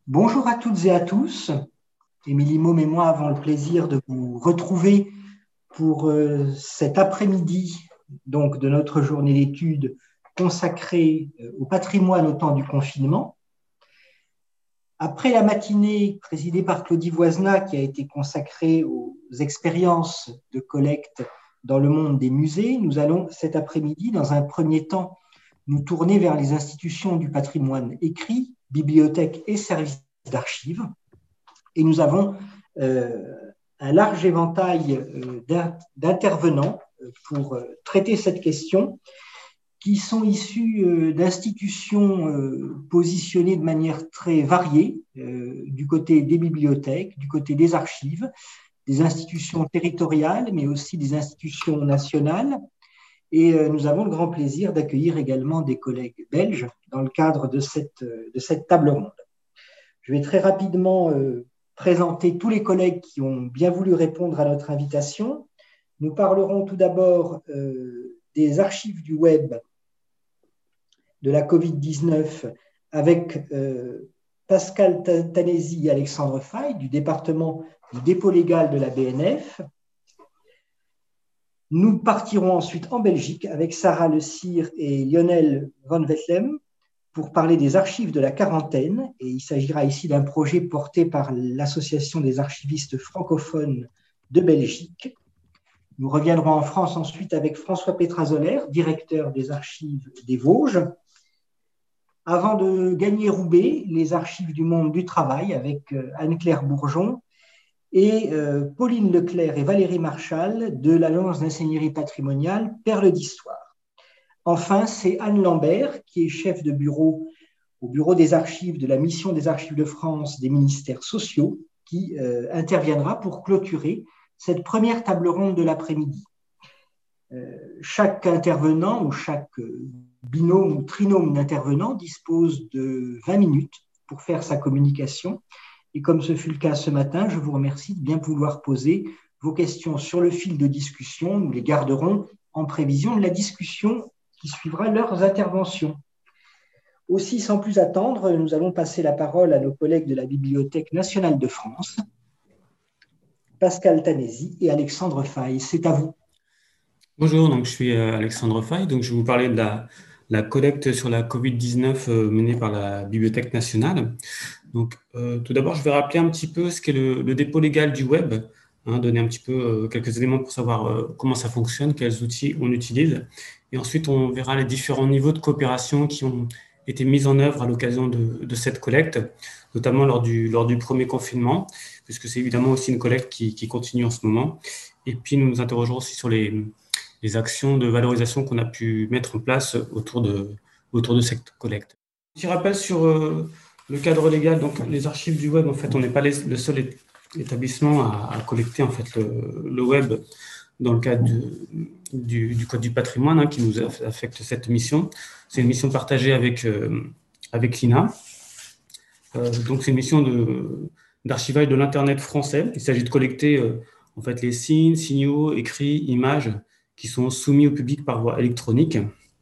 Bonjour à toutes et à tous. Émilie Môme et moi avons le plaisir de vous retrouver pour cet après-midi donc, de notre journée d'études consacrée au patrimoine au temps du confinement. Après la matinée présidée par Claudie Voisenat qui a été consacrée aux expériences de collecte dans le monde des musées, nous allons cet après-midi, dans un premier temps, nous tourner vers les institutions du patrimoine écrit, bibliothèques et services d'archives. Et nous avons un large éventail d'intervenants pour traiter cette question, qui sont issus d'institutions positionnées de manière très variée, du côté des bibliothèques, du côté des archives, des institutions territoriales, mais aussi des institutions nationales. Et nous avons le grand plaisir d'accueillir également des collègues belges dans le cadre de cette table ronde. Je vais très rapidement présenter tous les collègues qui ont bien voulu répondre à notre invitation. Nous parlerons tout d'abord des archives du web de la Covid-19 avec Pascal Tanesi et Alexandre Faye du département du dépôt légal de la BNF. Nous partirons ensuite en Belgique avec Sarah Le Sire et Lionel Van Vetlem pour parler des archives de la quarantaine. Et il s'agira ici d'un projet porté par l'Association des archivistes francophones de Belgique. Nous reviendrons en France ensuite avec François Petrazoller, directeur des archives des Vosges. Avant de gagner Roubaix, les archives du monde du travail avec Anne-Claire Bourgeon et Pauline Leclerc et Valérie Marchal de l'Alliance d'ingénierie patrimoniale Perles d'Histoire. Enfin, c'est Anne Lambert qui est chef de bureau au bureau des archives de la mission des archives de France des ministères sociaux qui interviendra pour clôturer cette première table ronde de l'après-midi. Chaque intervenant ou chaque binôme ou trinôme d'intervenants dispose de 20 minutes pour faire sa communication. Et comme ce fut le cas ce matin, je vous remercie de bien vouloir poser vos questions sur le fil de discussion. Nous les garderons en prévision de la discussion qui suivra leurs interventions. Aussi, sans plus attendre, nous allons passer la parole à nos collègues de la Bibliothèque nationale de France, Pascal Tanesi et Alexandre Faye. C'est à vous. Bonjour, donc je suis Alexandre Faye, donc je vais vous parler de la collecte sur la Covid-19 menée par la Bibliothèque nationale. Donc, tout d'abord, je vais rappeler un petit peu ce qu'est le dépôt légal du web, donner un petit peu quelques éléments pour savoir comment ça fonctionne, quels outils on utilise. Et ensuite, on verra les différents niveaux de coopération qui ont été mis en œuvre à l'occasion de cette collecte, notamment lors du premier confinement, puisque c'est évidemment aussi une collecte qui continue en ce moment. Et puis, nous nous interrogerons aussi sur les actions de valorisation qu'on a pu mettre en place autour de cette collecte. Petit rappel sur le cadre légal. Donc, les archives du web, en fait, on n'est pas le seul établissement à collecter en fait le web dans le cadre du Code du patrimoine qui nous affecte cette mission. C'est une mission partagée avec l'INA. Donc, c'est une mission d'archivage de l'Internet français. Il s'agit de collecter en fait les signes, signaux, écrits, images qui sont soumis au public par voie électronique.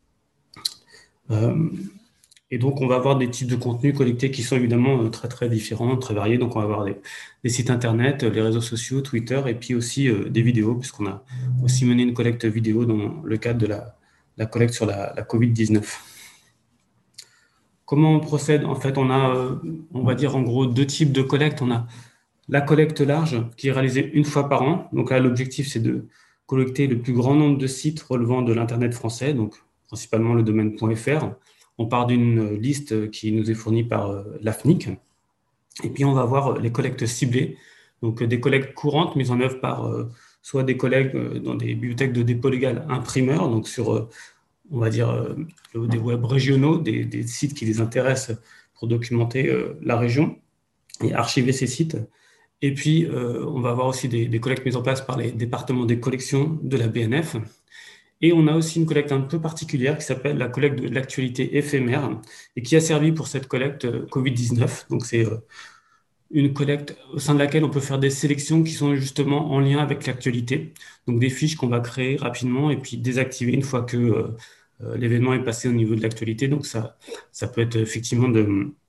Et donc, on va avoir des types de contenus collectés qui sont évidemment très, très différents, très variés. Donc, on va avoir des sites Internet, les réseaux sociaux, Twitter, et puis aussi des vidéos, puisqu'on a aussi mené une collecte vidéo dans le cadre de la collecte sur la Covid-19. Comment on procède? En fait, on a, on va dire en gros, deux types de collecte. On a la collecte large qui est réalisée une fois par an. Donc là, l'objectif, c'est de collecter le plus grand nombre de sites relevant de l'Internet français, donc principalement le domaine .fr. On part d'une liste qui nous est fournie par l'AFNIC. Et puis, on va avoir les collectes ciblées, donc des collectes courantes mises en œuvre par soit des collègues dans des bibliothèques de dépôt légal imprimeurs, donc sur, on va dire, des web régionaux, des sites qui les intéressent pour documenter la région et archiver ces sites. Et puis, on va avoir aussi des collectes mises en place par les départements des collections de la BNF. Et on a aussi une collecte un peu particulière qui s'appelle la collecte de l'actualité éphémère et qui a servi pour cette collecte Covid-19. Donc, c'est une collecte au sein de laquelle on peut faire des sélections qui sont justement en lien avec l'actualité. Donc, des fiches qu'on va créer rapidement et puis désactiver une fois que l'événement est passé au niveau de l'actualité. Donc, ça peut être effectivement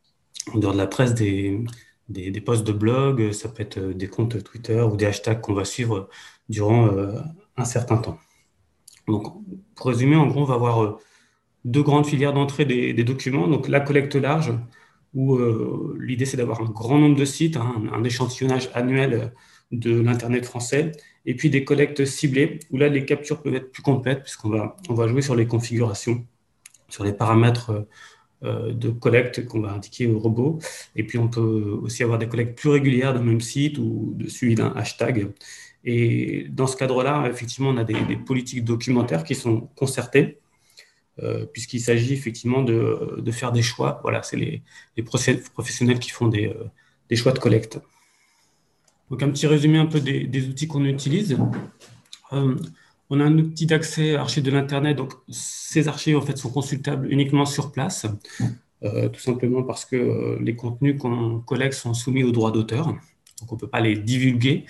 en dehors de la presse, des posts de blog, ça peut être des comptes Twitter ou des hashtags qu'on va suivre durant un certain temps. Donc, pour résumer, en gros, on va avoir deux grandes filières d'entrée des documents. Donc, la collecte large, où l'idée, c'est d'avoir un grand nombre de sites, hein, un échantillonnage annuel de l'Internet français, et puis des collectes ciblées, où là, les captures peuvent être plus complètes, puisqu'on va jouer sur les configurations, sur les paramètres de collecte qu'on va indiquer au robot. Et puis, on peut aussi avoir des collectes plus régulières d'un même site ou de suivi d'un hashtag. Et dans ce cadre-là, effectivement, on a des politiques documentaires qui sont concertées, puisqu'il s'agit effectivement de faire des choix. Voilà, c'est les professionnels qui font des choix de collecte. Donc, un petit résumé un peu des outils qu'on utilise. Euh, on a un outil d'accès à archives de l'Internet. Donc, ces archives, en fait, sont consultables uniquement sur place, tout simplement parce que les contenus qu'on collecte sont soumis aux droits d'auteur. Donc, on ne peut pas les divulguer.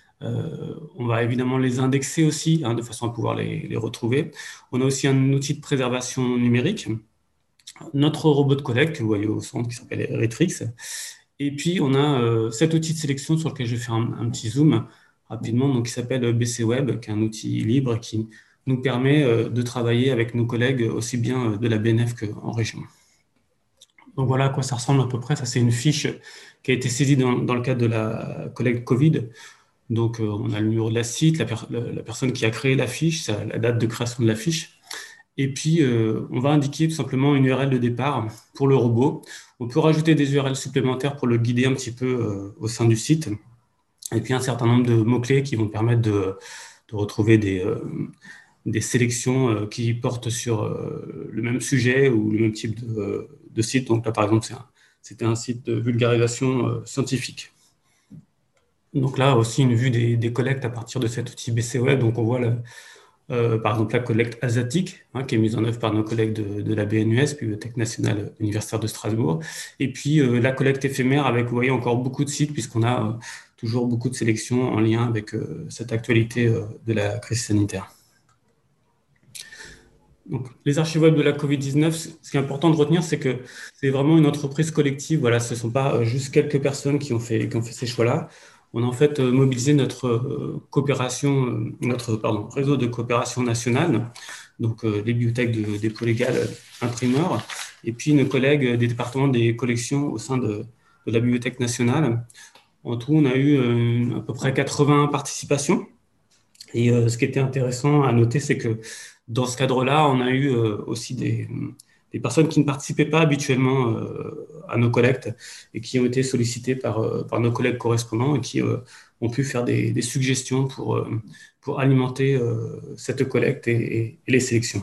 On va évidemment les indexer aussi, hein, de façon à pouvoir les retrouver. On a aussi un outil de préservation numérique, notre robot de collecte que vous voyez au centre qui s'appelle Retrix. Et puis, on a cet outil de sélection sur lequel je vais faire un petit zoom rapidement, donc, qui s'appelle BC Web, qui est un outil libre qui nous permet de travailler avec nos collègues aussi bien de la BNF qu'en région. Donc voilà à quoi ça ressemble à peu près. Ça, c'est une fiche qui a été saisie dans le cadre de la collecte Covid. Donc, on a le numéro de la site, la personne qui a créé la fiche, la date de création de la fiche. Et puis, on va indiquer tout simplement une URL de départ pour le robot. On peut rajouter des URL supplémentaires pour le guider un petit peu au sein du site. Et puis, un certain nombre de mots-clés qui vont permettre de retrouver des sélections qui portent sur le même sujet ou le même type de site. Donc là, par exemple, c'était un site de vulgarisation scientifique. Donc là aussi une vue des collectes à partir de cet outil BC Web. Donc on voit par exemple la collecte asiatique, hein, qui est mise en œuvre par nos collègues de la BNUS, Bibliothèque nationale universitaire de Strasbourg. Et puis la collecte éphémère avec, vous voyez, encore beaucoup de sites, puisqu'on a toujours beaucoup de sélections en lien avec cette actualité de la crise sanitaire. Donc, les archives web de la Covid-19, ce qui est important de retenir, c'est que c'est vraiment une entreprise collective. Voilà, ce ne sont pas juste quelques personnes qui ont fait ces choix-là. On a en fait mobilisé notre réseau de coopération nationale, donc les bibliothèques de dépôt légal imprimeurs, et puis nos collègues des départements des collections au sein de la Bibliothèque nationale. En tout, on a eu à peu près 80 participations. Et ce qui était intéressant à noter, c'est que dans ce cadre-là, on a eu aussi des personnes qui ne participaient pas habituellement à nos collectes et qui ont été sollicitées par nos collègues correspondants et qui ont pu faire des suggestions pour alimenter cette collecte et les sélections.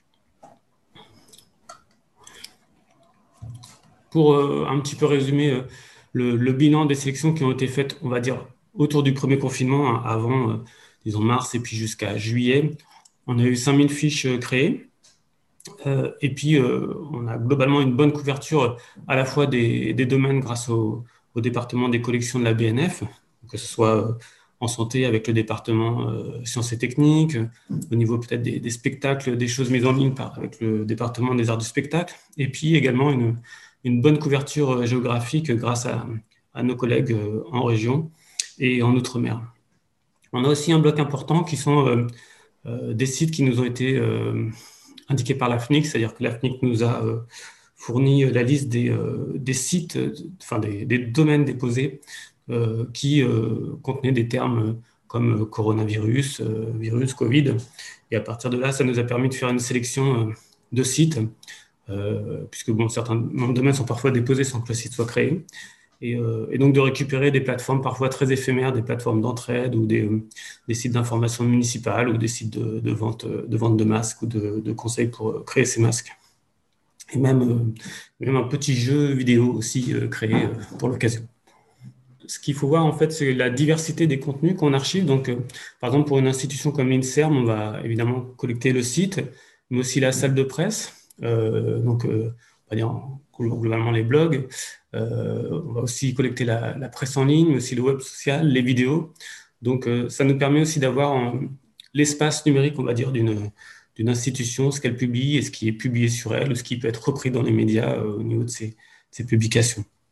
Pour un petit peu résumer le bilan des sélections qui ont été faites, on va dire, autour du premier confinement, hein, avant, disons, mars et puis jusqu'à juillet, on a eu 5000 fiches créées. Et puis, on a globalement une bonne couverture à la fois des domaines grâce au département des collections de la BNF, que ce soit en santé avec le département sciences et techniques, au niveau peut-être des spectacles, des choses mises en ligne avec le département des arts du spectacle, et puis également une bonne couverture géographique grâce à nos collègues en région et en Outre-mer. On a aussi un bloc important qui sont des sites qui nous ont été indiqués par la FNIC, c'est-à-dire que la FNIC nous a fourni la liste des sites, enfin des domaines déposés qui contenaient des termes comme coronavirus, virus, Covid. Et à partir de là, ça nous a permis de faire une sélection de sites, puisque bon, certains domaines sont parfois déposés sans que le site soit créé. Et donc de récupérer des plateformes parfois très éphémères, des plateformes d'entraide ou des sites d'information municipale ou des sites de vente de masques ou de conseils pour créer ces masques. Et même un petit jeu vidéo aussi créé pour l'occasion. Ce qu'il faut voir, en fait, c'est la diversité des contenus qu'on archive. Donc, par exemple, pour une institution comme l'INSERM, on va évidemment collecter le site, mais aussi la salle de presse. On va dire globalement les blogs. On va aussi collecter la presse en ligne, mais aussi le web social, les vidéos. Donc, ça nous permet aussi d'avoir l'espace numérique, on va dire, d'une institution, ce qu'elle publie et ce qui est publié sur elle, ou ce qui peut être repris dans les médias au niveau de ses publications.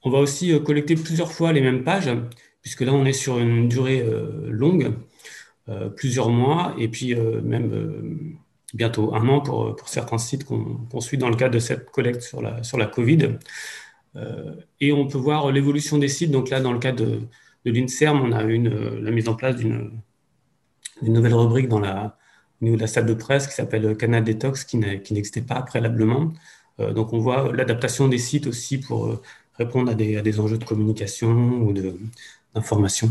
On va aussi collecter plusieurs fois les mêmes pages, puisque là, on est sur une durée longue, plusieurs mois, et puis même bientôt un an pour certains sites qu'on suit dans le cadre de cette collecte sur la Covid. Et on peut voir l'évolution des sites. Donc là, dans le cadre de l'INSERM, on a la mise en place d'une nouvelle rubrique au niveau de la salle de presse qui s'appelle Canal Détox, qui n'existait pas préalablement. Donc on voit l'adaptation des sites aussi pour répondre à des enjeux de communication ou d'information.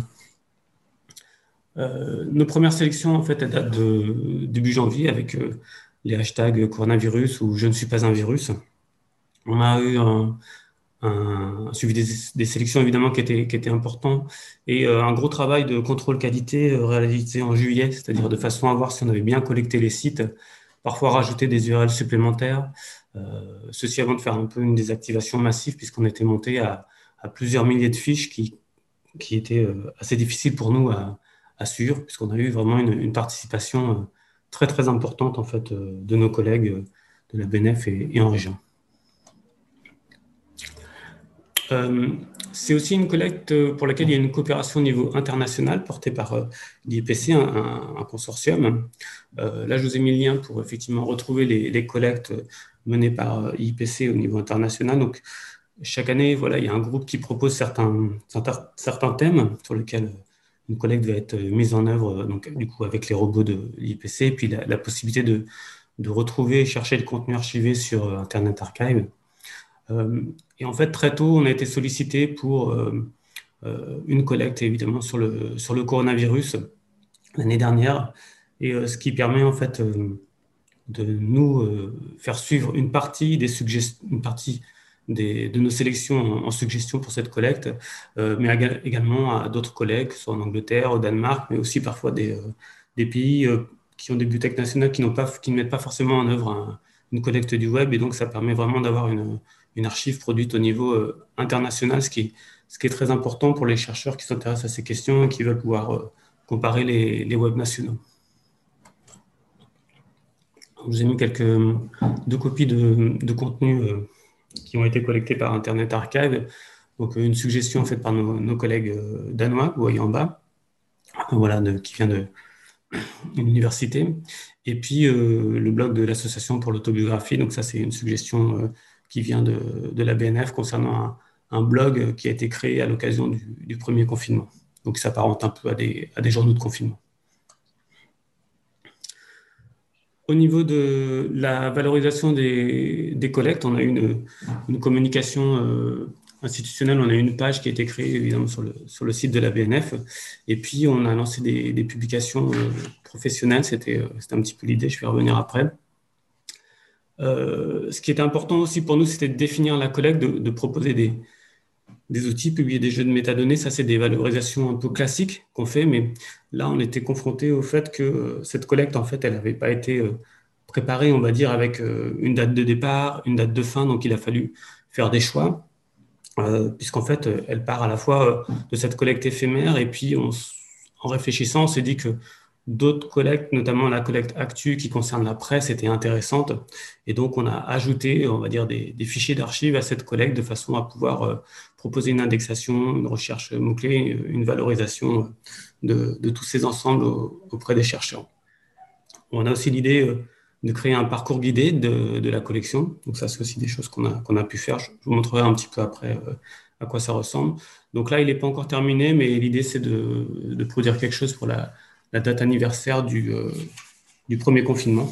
Nos premières sélections, en fait, elles datent de début janvier avec les hashtags coronavirus ou je ne suis pas un virus. On a eu un suivi des sélections évidemment qui était important et un gros travail de contrôle qualité réalisé en juillet, c'est-à-dire de façon à voir si on avait bien collecté les sites, parfois rajouter des URL supplémentaires, ceci avant de faire un peu une désactivation massive puisqu'on était monté à plusieurs milliers de fiches qui étaient assez difficiles pour nous à suivre puisqu'on a eu vraiment une participation très très importante en fait de nos collègues de la BNF et en région. C'est aussi une collecte pour laquelle il y a une coopération au niveau international portée par l'IPC, un consortium. Là, je vous ai mis le lien pour effectivement retrouver les collectes menées par IPC au niveau international. Donc, chaque année, voilà, il y a un groupe qui propose certains thèmes sur lesquels une collecte va être mise en œuvre, donc du coup avec les robots de l'IPC, et puis la possibilité de retrouver et chercher le contenu archivé sur Internet Archive. Et en fait, très tôt, on a été sollicité pour une collecte, évidemment, sur le coronavirus l'année dernière, et ce qui permet, en fait, de nous faire suivre une partie de nos sélections en suggestions pour cette collecte, mais également à d'autres collègues, soit en Angleterre, au Danemark, mais aussi parfois des pays qui ont des bibliothèques nationales qui ne mettent pas forcément en œuvre une collecte du web, et donc ça permet vraiment d'avoir une archive produite au niveau international, ce qui est très important pour les chercheurs qui s'intéressent à ces questions et qui veulent pouvoir comparer les webs nationaux. Je vous ai mis deux copies de contenu qui ont été collectés par Internet Archive. Donc une suggestion faite par nos collègues danois, vous voyez en bas, voilà, qui vient d'une université. Et puis le blog de l'Association pour l'autobiographie. Donc ça, c'est une suggestion qui vient de la BNF concernant un blog qui a été créé à l'occasion du premier confinement. Donc ça s'apparente un peu à des journaux de confinement. Au niveau de la valorisation des collectes, on a eu une communication institutionnelle. On a eu une page qui a été créée évidemment sur le site de la BNF. Et puis, on a lancé des publications professionnelles. C'était un petit peu l'idée, je vais y revenir après. Ce qui était important aussi pour nous, c'était de définir la collecte, de proposer des outils, publier des jeux de métadonnées. Ça, c'est des valorisations un peu classiques qu'on fait, mais là, on était confronté au fait que cette collecte, en fait, elle n'avait pas été préparée, on va dire, avec une date de départ, une date de fin, donc il a fallu faire des choix, puisqu'en fait, elle part à la fois de cette collecte éphémère, et puis en réfléchissant, on s'est dit que d'autres collectes, notamment la collecte Actu qui concerne la presse, étaient intéressantes. Et donc, on a ajouté, on va dire, des fichiers d'archives à cette collecte de façon à pouvoir proposer une indexation, une recherche mot-clé, une valorisation de tous ces ensembles auprès des chercheurs. On a aussi l'idée de créer un parcours guidé de la collection. Donc ça, c'est aussi des choses qu'on a pu faire. Je vous montrerai un petit peu après à quoi ça ressemble. Donc là, il n'est pas encore terminé, mais l'idée, c'est de produire quelque chose pour la date anniversaire du premier confinement.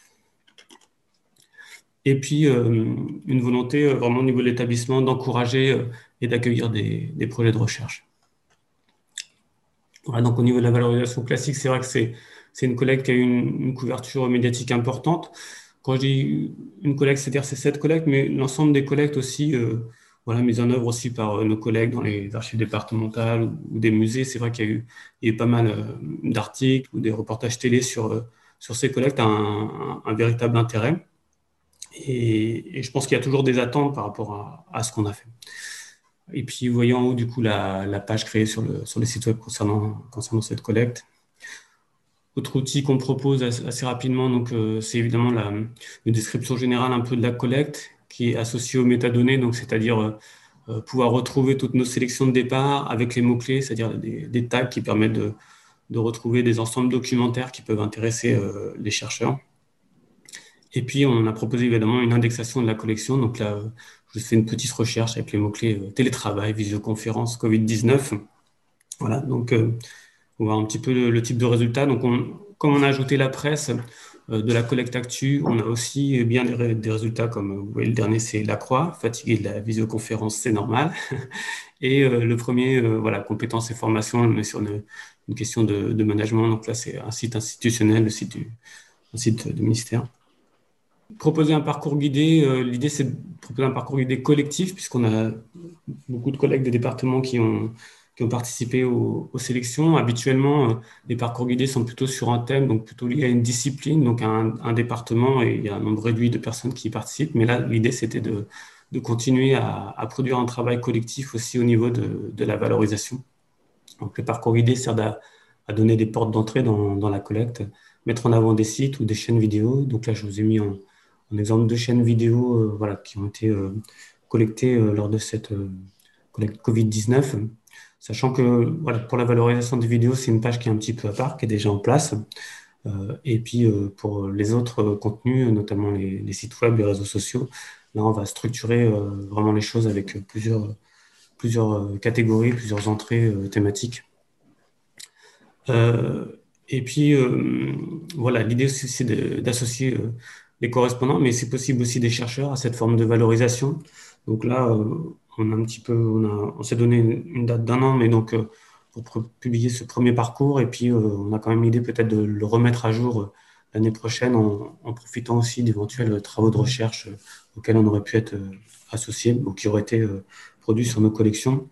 Et puis, une volonté vraiment au niveau de l'établissement d'encourager et d'accueillir des projets de recherche. Voilà, donc au niveau de la valorisation classique, c'est vrai que c'est une collecte qui a eu une couverture médiatique importante. Quand je dis une collecte, c'est-à-dire c'est cette collecte, mais l'ensemble des collectes aussi, voilà, mise en œuvre aussi par nos collègues dans les archives départementales ou des musées. C'est vrai qu'il y a eu pas mal d'articles ou des reportages télé sur ces collectes, un véritable intérêt. Et je pense qu'il y a toujours des attentes par rapport à ce qu'on a fait. Et puis, vous voyez en haut, du coup, la page créée sur le site web concernant cette collecte. Autre outil qu'on propose assez rapidement, donc c'est évidemment une description générale un peu de la collecte qui est associée aux métadonnées, donc c'est-à-dire pouvoir retrouver toutes nos sélections de départ avec les mots-clés, c'est-à-dire des tags qui permettent de retrouver des ensembles documentaires qui peuvent intéresser les chercheurs. Et puis, on a proposé évidemment une indexation de la collection. Donc là, je fais une petite recherche avec les mots-clés télétravail, visioconférence, Covid-19. Voilà, donc on voit un petit peu le type de résultat. Donc, comme on a ajouté la presse de la collecte actu, on a aussi bien des résultats comme, vous voyez, le dernier, c'est la croix, fatigué de la visioconférence, c'est normal. Et le premier, voilà, compétences et formations, on est sur une question de management. Donc là, c'est un site institutionnel, un site du ministère. Proposer un parcours guidé, l'idée c'est de proposer un parcours guidé collectif, puisqu'on a beaucoup de collègues des départements qui ont participé aux sélections. Habituellement, les parcours guidés sont plutôt sur un thème, donc plutôt lié à une discipline, donc à un département, et il y a un nombre réduit de personnes qui y participent. Mais là, l'idée c'était de continuer à produire un travail collectif aussi au niveau de la valorisation. Donc le parcours guidé sert à donner des portes d'entrée dans la collecte, mettre en avant des sites ou des chaînes vidéo. Donc là, je vous ai mis en exemple deux chaînes vidéo voilà, qui ont été collectées lors de cette collecte Covid-19, sachant que voilà, pour la valorisation des vidéos, c'est une page qui est un petit peu à part, qui est déjà en place. Et puis pour les autres contenus, notamment les sites web, les réseaux sociaux, là, on va structurer vraiment les choses avec plusieurs catégories, plusieurs entrées thématiques. Et puis, voilà, l'idée aussi, c'est d'associer les correspondants, mais c'est possible aussi des chercheurs à cette forme de valorisation. Donc là, on a un petit peu, on s'est donné une date d'un an, mais donc pour publier ce premier parcours, et puis on a quand même l'idée peut-être de le remettre à jour l'année prochaine en profitant aussi d'éventuels travaux de recherche auxquels on aurait pu être associé ou qui auraient été produits sur nos collections.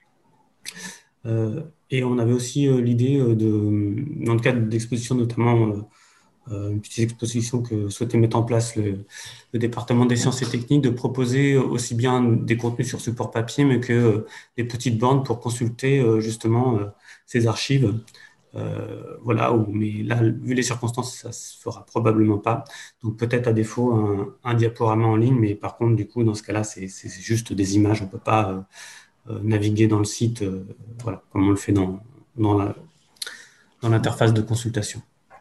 Et on avait aussi l'idée dans le cadre d'expositions, notamment une petite exposition que souhaitait mettre en place le département des sciences et techniques, de proposer aussi bien des contenus sur support papier, mais que des petites bornes pour consulter justement ces archives. Voilà, mais là, vu les circonstances, ça se fera probablement pas. Donc peut-être à défaut un diaporama en ligne, mais par contre, du coup, dans ce cas-là, c'est juste des images. On peut pas naviguer dans le site, voilà, comme on le fait dans l'interface de consultation.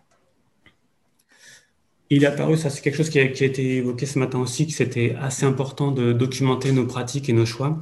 Il est apparu, ça c'est quelque chose qui a été évoqué ce matin aussi, que c'était assez important de documenter nos pratiques et nos choix.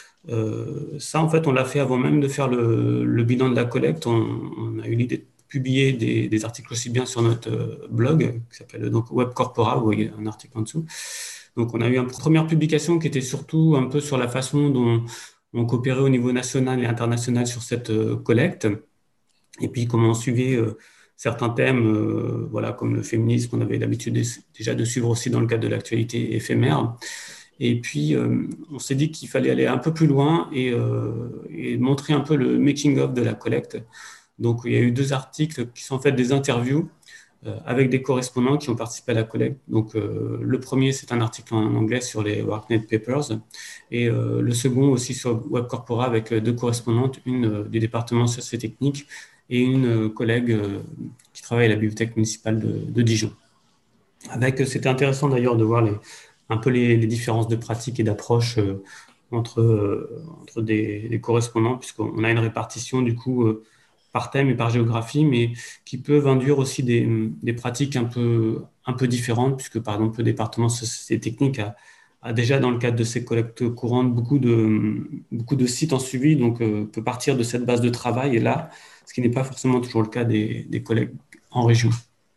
Ça, en fait, on l'a fait avant même de faire le bilan de la collecte. On a eu l'idée de publier des articles aussi bien sur notre blog, qui s'appelle donc Web Corpora, vous voyez un article en dessous. Donc, on a eu une première publication qui était surtout un peu sur la façon dont on coopérait au niveau national et international sur cette collecte. Et puis, comment on suivait certains thèmes, voilà, comme le féminisme, qu'on avait l'habitude déjà de suivre aussi dans le cadre de l'actualité éphémère. Et puis, on s'est dit qu'il fallait aller un peu plus loin et montrer un peu le making-of de la collecte. Donc, il y a eu 2 articles qui sont en fait des interviews avec des correspondants qui ont participé à la collecte. Donc, le premier, c'est un article en anglais sur les WorkNet Papers, et le second aussi sur Web Corpora avec 2 correspondantes, une du département sciences et techniques et une collègue qui travaille à la bibliothèque municipale de Dijon. C'était intéressant d'ailleurs de voir un peu les différences de pratique et d'approche entre des correspondants, puisqu'on a une répartition du coup par thème et par géographie, mais qui peuvent induire aussi des pratiques un peu différentes, puisque par exemple le département société technique a déjà dans le cadre de ses collectes courantes beaucoup de sites en suivi, donc peut partir de cette base de travail, et là, ce qui n'est pas forcément toujours le cas des collègues en région.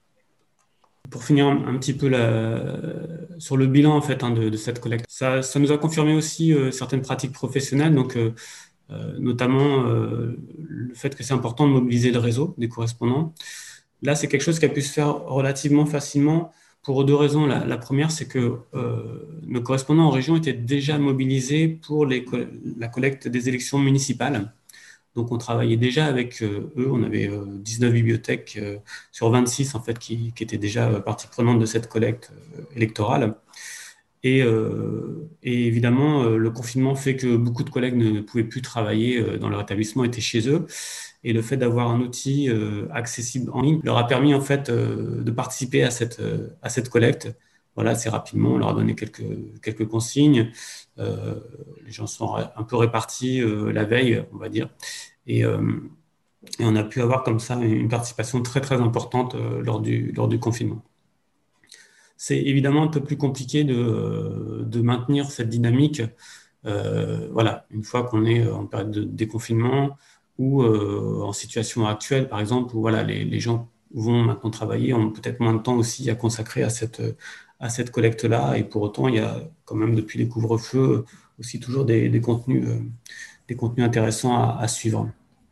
Pour finir un petit peu sur le bilan en fait, de cette collecte, ça nous a confirmé aussi certaines pratiques professionnelles, donc notamment le fait que c'est important de mobiliser le réseau des correspondants. Là, c'est quelque chose qui a pu se faire relativement facilement pour 2 raisons. La première, c'est que nos correspondants en région étaient déjà mobilisés pour la collecte des élections municipales. Donc, on travaillait déjà avec eux. On avait 19 bibliothèques sur 26 en fait, qui étaient déjà partie prenante de cette collecte électorale. Et évidemment, le confinement fait que beaucoup de collègues ne pouvaient plus travailler dans leur établissement, étaient chez eux. Et le fait d'avoir un outil accessible en ligne leur a permis en fait de participer à cette collecte. voilà, assez rapidement. On leur a donné quelques consignes. Les gens sont un peu répartis la veille, on va dire. Et, euh, et on a pu avoir comme ça une participation très, très importante lors du confinement. C'est évidemment un peu plus compliqué de maintenir cette dynamique, voilà, une fois qu'on est en période de déconfinement ou en situation actuelle, par exemple, où voilà, les gens vont maintenant travailler, ont peut-être moins de temps aussi à consacrer à cette collecte-là. Et pour autant, il y a quand même depuis les couvre-feux aussi toujours des contenus intéressants à suivre.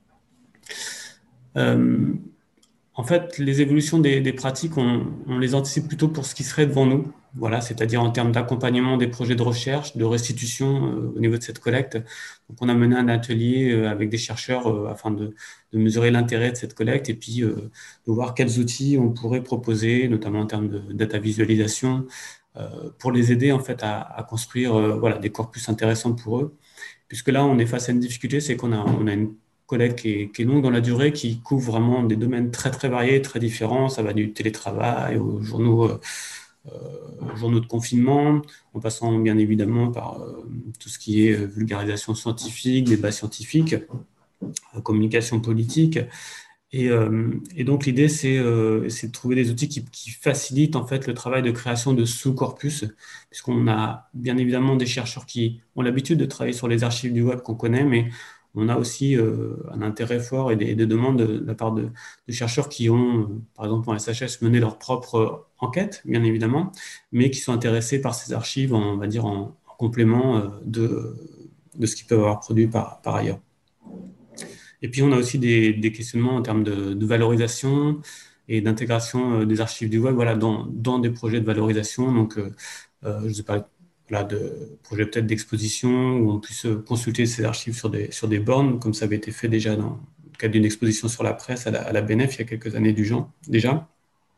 Euh, En fait, les évolutions des pratiques, on les anticipe plutôt pour ce qui serait devant nous. Voilà, c'est-à-dire en termes d'accompagnement des projets de recherche, de restitution au niveau de cette collecte. Donc, on a mené un atelier avec des chercheurs afin de mesurer l'intérêt de cette collecte et puis de voir quels outils on pourrait proposer, notamment en termes de data visualisation, pour les aider en fait à construire voilà, des corpus intéressants pour eux. Puisque là, on est face à une difficulté, c'est qu'on a une collecte qui est longue dans la durée, qui couvre vraiment des domaines très, très variés, très différents. Ça va du télétravail aux journaux de confinement, en passant bien évidemment par tout ce qui est vulgarisation scientifique, débat scientifique, communication politique. Et donc, l'idée, c'est de trouver des outils qui facilitent en fait le travail de création de sous-corpus, puisqu'on a bien évidemment des chercheurs qui ont l'habitude de travailler sur les archives du web qu'on connaît, mais on a aussi un intérêt fort et des demandes de la part de chercheurs qui ont, par exemple en SHS, mené leur propre enquête, bien évidemment, mais qui sont intéressés par ces archives, on va dire, en complément de ce qu'ils peuvent avoir produit par ailleurs. Et puis, on a aussi des questionnements en termes de valorisation et d'intégration des archives du web, voilà, dans des projets de valorisation. Donc, je vous ai parlé là, de projets peut-être d'exposition où on puisse consulter ces archives sur des bornes, comme ça avait été fait déjà dans le cadre d'une exposition sur la presse à la BNF il y a quelques années déjà.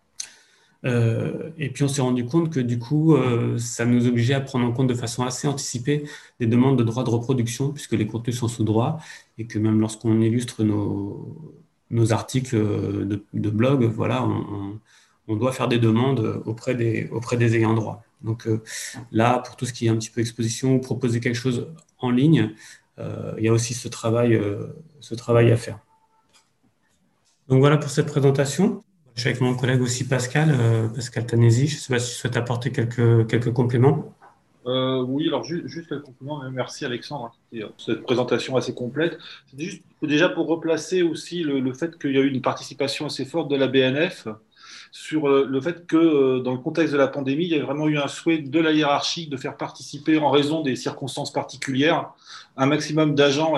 Et puis on s'est rendu compte que du coup, ça nous obligeait à prendre en compte de façon assez anticipée des demandes de droits de reproduction, puisque les contenus sont sous droit, et que même lorsqu'on illustre nos articles de blog, voilà, on doit faire des demandes auprès des ayants droit. Donc là, pour tout ce qui est un petit peu exposition ou proposer quelque chose en ligne, il y a aussi ce travail à faire. Donc voilà pour cette présentation. Je suis avec mon collègue aussi Pascal Tanesi. Je ne sais pas si tu souhaites apporter quelques compléments. Oui, alors juste quelques compliments, merci Alexandre, hein, cette présentation assez complète. C'était juste déjà pour replacer aussi le fait qu'il y a eu une participation assez forte de la BNF sur le fait que dans le contexte de la pandémie, il y a vraiment eu un souhait de la hiérarchie de faire participer, en raison des circonstances particulières, un maximum d'agents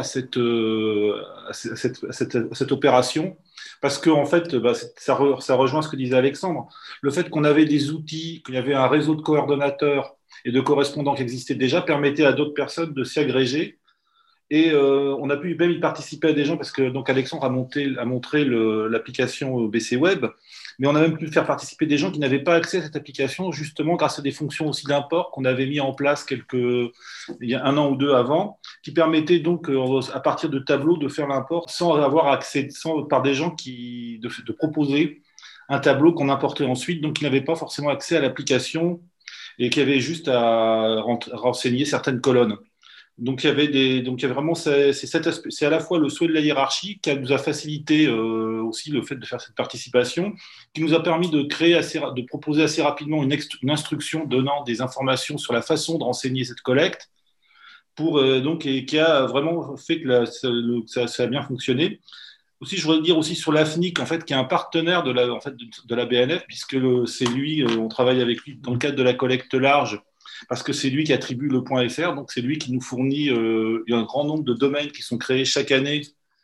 à cette opération. Parce que en fait, ça rejoint ce que disait Alexandre. Le fait qu'on avait des outils, qu'il y avait un réseau de coordonnateurs et de correspondants qui existaient déjà permettait à d'autres personnes de s'y agréger. Et on a pu même y participer à des gens parce que donc Alexandre a montré l'application BC Web, mais on a même pu faire participer des gens qui n'avaient pas accès à cette application justement grâce à des fonctions aussi d'import qu'on avait mis en place il y a 1 an ou 2 avant, qui permettaient donc à partir de tableaux de faire l'import sans avoir accès, par des gens de proposer un tableau qu'on importait ensuite, donc qui n'avaient pas forcément accès à l'application et qui avaient juste à renseigner certaines colonnes. Donc, il y a vraiment, c'est à la fois le souhait de la hiérarchie qui nous a facilité aussi le fait de faire cette participation, qui nous a permis de proposer assez rapidement une instruction donnant des informations sur la façon de renseigner cette collecte, et qui a vraiment fait que ça a bien fonctionné. Aussi, je voudrais dire aussi sur l'AFNIC, en fait, qui est un partenaire de la BNF, puisque c'est lui, on travaille avec lui dans le cadre de la collecte large, parce que c'est lui qui attribue le point .fr, donc c'est lui qui nous fournit un grand nombre de domaines qui sont créés chaque année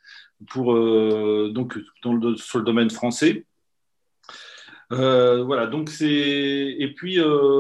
sur le domaine français. Voilà, donc et puis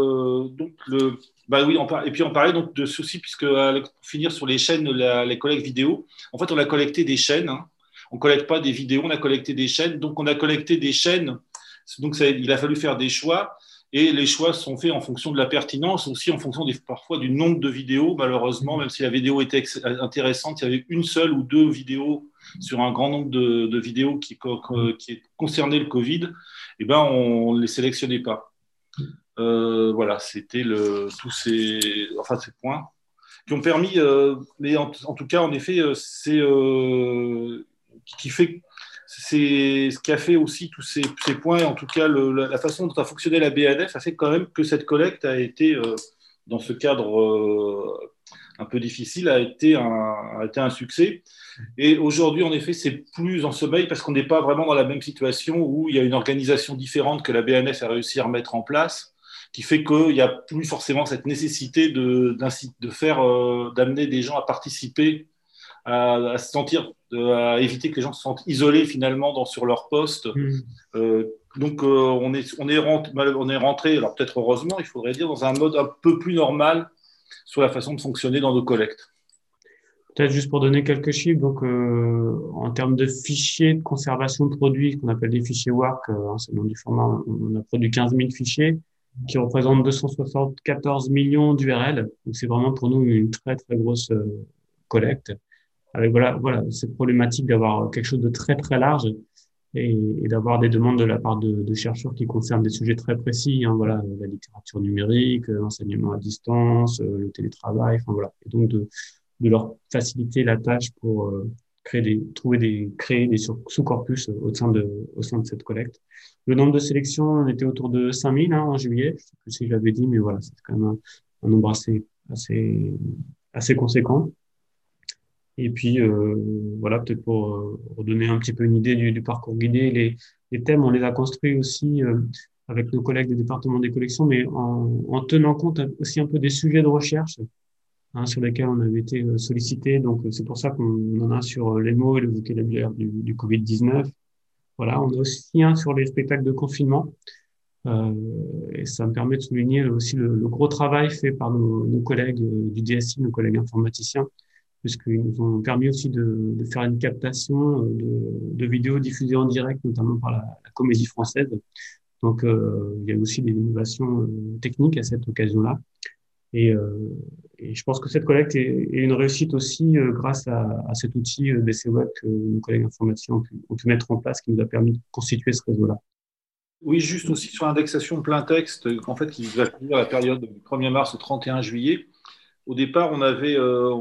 oui, et puis on parlait donc de ceci, puisque pour finir sur les chaînes, les collectes vidéo, en fait, on a collecté des chaînes, hein. On ne collecte pas des vidéos, on a collecté des chaînes. Donc, on a collecté des chaînes. Donc, il a fallu faire des choix. Et les choix sont faits en fonction de la pertinence, aussi en fonction parfois du nombre de vidéos. Malheureusement, même si la vidéo était intéressante, il y avait une seule ou deux vidéos sur un grand nombre de vidéos qui concernaient le Covid. Eh ben, on ne les sélectionnait pas. Voilà, c'était tous ces points qui ont permis, mais en tout cas, en effet, c'est ce qui a fait aussi tous ces points, en tout cas la façon dont a fonctionné la BNF a fait quand même que cette collecte a été, dans ce cadre un peu difficile, a été un succès. Et aujourd'hui, en effet, c'est plus en sommeil parce qu'on n'est pas vraiment dans la même situation où il y a une organisation différente que la BNF a réussi à remettre en place, qui fait qu'il n'y a plus forcément cette nécessité d'amener des gens à participer, à se sentir, à éviter que les gens se sentent isolés finalement sur leur poste. Donc, on est rentré, alors peut-être heureusement, il faudrait dire, dans un mode un peu plus normal sur la façon de fonctionner dans nos collectes. Peut-être juste pour donner quelques chiffres, donc en termes de fichiers de conservation de produits, qu'on appelle des fichiers WARC, c'est le nom du format, on a produit 15 000 fichiers qui représentent 274 millions d'URL. Donc c'est vraiment pour nous une très très grosse collecte, avec voilà cette problématique d'avoir quelque chose de très très large et d'avoir des demandes de la part de chercheurs qui concernent des sujets très précis, voilà, la littérature numérique, l'enseignement à distance, le télétravail, voilà, et donc de leur faciliter la tâche pour créer des sous-corpus au sein de cette collecte. Le nombre de sélections, on était autour de 5000 en juillet. Je sais plus si je l'avais dit, mais voilà, c'est quand même un nombre assez conséquent. Et puis voilà, peut-être pour redonner un petit peu une idée du parcours guidé, les thèmes, on les a construits aussi avec nos collègues des départements des collections, mais en tenant compte aussi un peu des sujets de recherche sur lesquels on avait été sollicité. Donc, c'est pour ça qu'on en a sur les mots et le vocabulaire du Covid-19. Voilà, on a aussi un sur les spectacles de confinement. Et ça me permet de souligner aussi le gros travail fait par nos collègues du DSI, nos collègues informaticiens, puisqu'ils nous ont permis aussi de faire une captation de vidéos diffusées en direct, notamment par la Comédie Française. Donc, il y a aussi des innovations techniques à cette occasion-là. Et je pense que cette collecte est une réussite aussi grâce à cet outil BC Web que nos collègues informaticiens ont pu mettre en place, qui nous a permis de constituer ce réseau-là. Oui, juste aussi sur l'indexation plein texte, en fait, qui va couvrir la période du 1er mars au 31 juillet. Au départ, on avait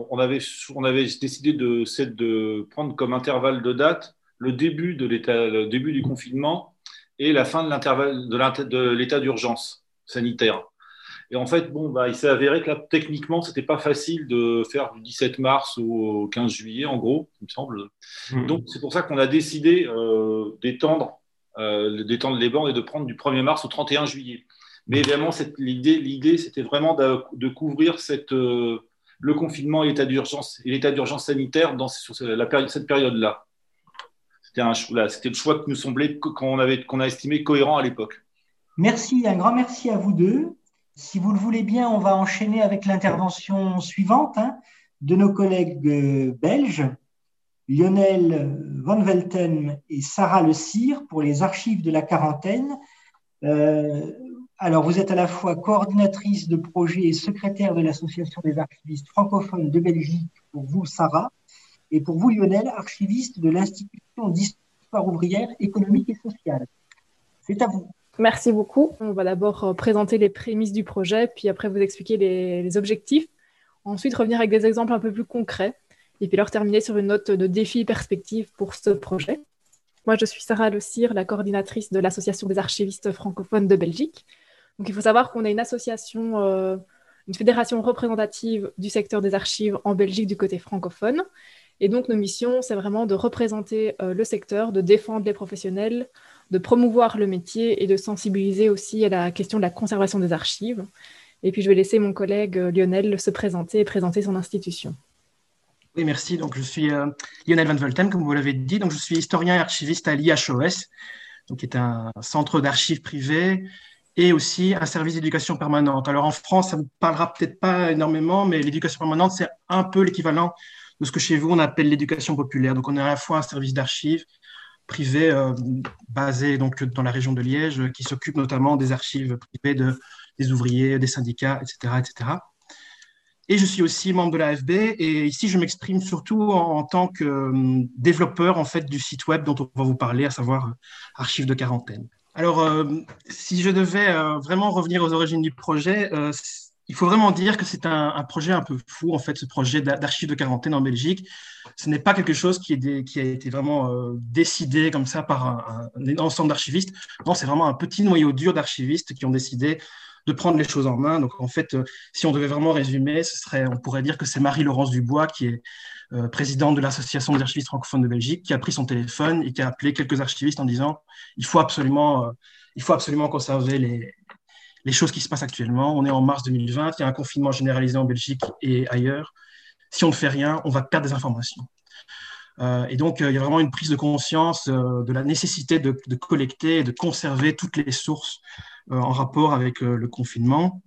décidé de prendre comme intervalle de date le début du confinement et la fin de l'état d'urgence sanitaire. Et en fait, il s'est avéré que là, techniquement, c'était pas facile de faire du 17 mars au 15 juillet, en gros, il me semble. Donc, c'est pour ça qu'on a décidé d'étendre les bornes et de prendre du 1er mars au 31 juillet. Mais évidemment, l'idée, c'était vraiment de couvrir le confinement et l'état d'urgence sanitaire sur cette période-là. C'était le choix qui nous semblait, qu'on a estimé cohérent à l'époque. Merci, un grand merci à vous deux. Si vous le voulez bien, on va enchaîner avec l'intervention suivante de nos collègues belges, Lionel Van Velten et Sarah Le Sire, pour les archives de la quarantaine. Alors, vous êtes à la fois coordinatrice de projet et secrétaire de l'Association des archivistes francophones de Belgique, pour vous, Sarah, et pour vous, Lionel, archiviste de l'Institution d'histoire ouvrière, économique et sociale. C'est à vous. Merci beaucoup. On va d'abord présenter les prémices du projet, puis après vous expliquer les objectifs. Ensuite, revenir avec des exemples un peu plus concrets, et puis alors terminer sur une note de défi et perspective pour ce projet. Moi, je suis Sarah Le Sire, la coordinatrice de l'Association des archivistes francophones de Belgique. Donc, il faut savoir qu'on est une association, une fédération représentative du secteur des archives en Belgique du côté francophone. Et donc, nos missions, c'est vraiment de représenter le secteur, de défendre les professionnels, de promouvoir le métier et de sensibiliser aussi à la question de la conservation des archives. Et puis, je vais laisser mon collègue Lionel se présenter et présenter son institution. Oui, merci. Donc, je suis Lionel Van Velten, comme vous l'avez dit. Donc, je suis historien et archiviste à l'IHOS, donc, qui est un centre d'archives privé et aussi un service d'éducation permanente. Alors, en France, ça ne vous parlera peut-être pas énormément, mais l'éducation permanente, c'est un peu l'équivalent de ce que chez vous, on appelle l'éducation populaire. Donc, on est à la fois un service d'archives privé basé donc, dans la région de Liège, qui s'occupe notamment des archives privées des ouvriers, des syndicats, etc., etc. Et je suis aussi membre de l'AFB. Et ici, je m'exprime surtout en tant que développeur en fait, du site web dont on va vous parler, à savoir Archives de quarantaine. Alors, si je devais vraiment revenir aux origines du projet, il faut vraiment dire que c'est un projet un peu fou, en fait, ce projet d'archives de quarantaine en Belgique. Ce n'est pas quelque chose qui a été vraiment décidé comme ça par un ensemble d'archivistes. Non, c'est vraiment un petit noyau dur d'archivistes qui ont décidé de prendre les choses en main. Donc, en fait, si on devait vraiment résumer, on pourrait dire que c'est Marie-Laurence Dubois, qui est présidente de l'Association des archivistes francophones de Belgique, qui a pris son téléphone et qui a appelé quelques archivistes en disant il faut absolument conserver les choses qui se passent actuellement. On est en mars 2020, il y a un confinement généralisé en Belgique et ailleurs. Si on ne fait rien, on va perdre des informations. Et donc, il y a vraiment une prise de conscience de la nécessité de collecter et de conserver toutes les sources en rapport avec le confinement.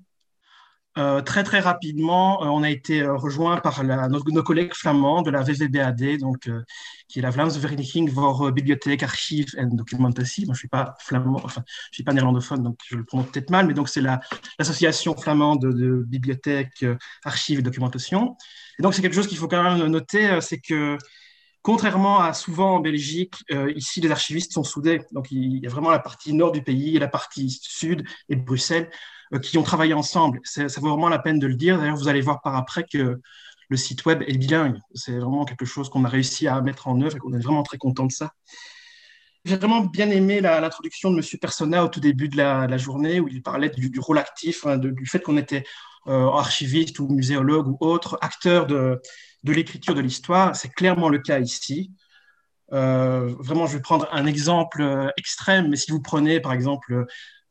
Très, très rapidement, on a été rejoint par nos collègues flamands de la VVBAD, donc, qui est la Vlaamse Vereniging voor Bibliotheek, Archief en Documentatie. Moi, je ne suis pas flamand, enfin, je suis pas néerlandophone, donc je le prononce peut-être mal, mais donc c'est l'association flamande de bibliothèques, archives et documentation. Et donc, c'est quelque chose qu'il faut quand même noter, c'est que contrairement à souvent en Belgique, ici, les archivistes sont soudés. Donc, il y a vraiment la partie nord du pays et la partie sud et Bruxelles qui ont travaillé ensemble. Ça vaut vraiment la peine de le dire. D'ailleurs, vous allez voir par après que le site web est bilingue. C'est vraiment quelque chose qu'on a réussi à mettre en œuvre et qu'on est vraiment très content de ça. J'ai vraiment bien aimé l'introduction de M. Persona au tout début de la journée où il parlait du rôle actif, hein, du fait qu'on était archiviste ou muséologue ou autre, acteur de l'écriture de l'histoire. C'est clairement le cas ici. Vraiment, je vais prendre un exemple extrême, mais si vous prenez par exemple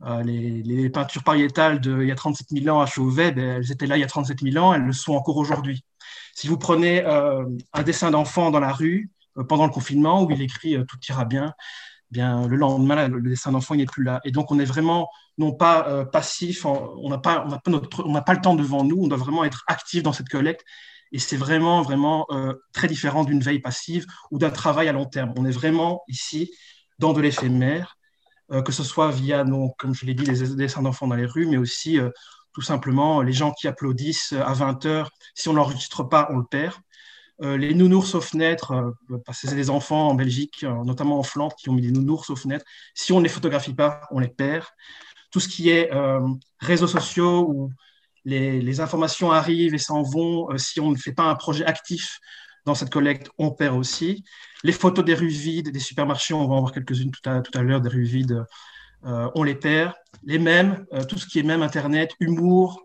les peintures pariétales d'il y a 37 000 ans à Chauvet, ben, elles étaient là il y a 37 000 ans, elles le sont encore aujourd'hui. Si vous prenez un dessin d'enfant dans la rue pendant le confinement où il écrit Tout ira bien, bien, le lendemain, le dessin d'enfant n'est plus là. Et donc, on est vraiment, non pas passif, on n'a pas le temps devant nous, on doit vraiment être actif dans cette collecte. Et c'est vraiment, vraiment très différent d'une veille passive ou d'un travail à long terme. On est vraiment ici dans de l'éphémère, que ce soit via, comme je l'ai dit, les dessins d'enfants dans les rues, mais aussi tout simplement les gens qui applaudissent à 20 heures. Si on ne l'enregistre pas, on le perd. Les nounours aux fenêtres, parce que c'est des enfants en Belgique, notamment en Flandre, qui ont mis des nounours aux fenêtres. Si on ne les photographie pas, on les perd. Tout ce qui est réseaux sociaux où les informations arrivent et s'en vont, si on ne fait pas un projet actif dans cette collecte, on perd aussi. Les photos des rues vides, des supermarchés, on va en voir quelques-unes tout à l'heure, des rues vides, on les perd. Les mèmes, tout ce qui est mème Internet, humour,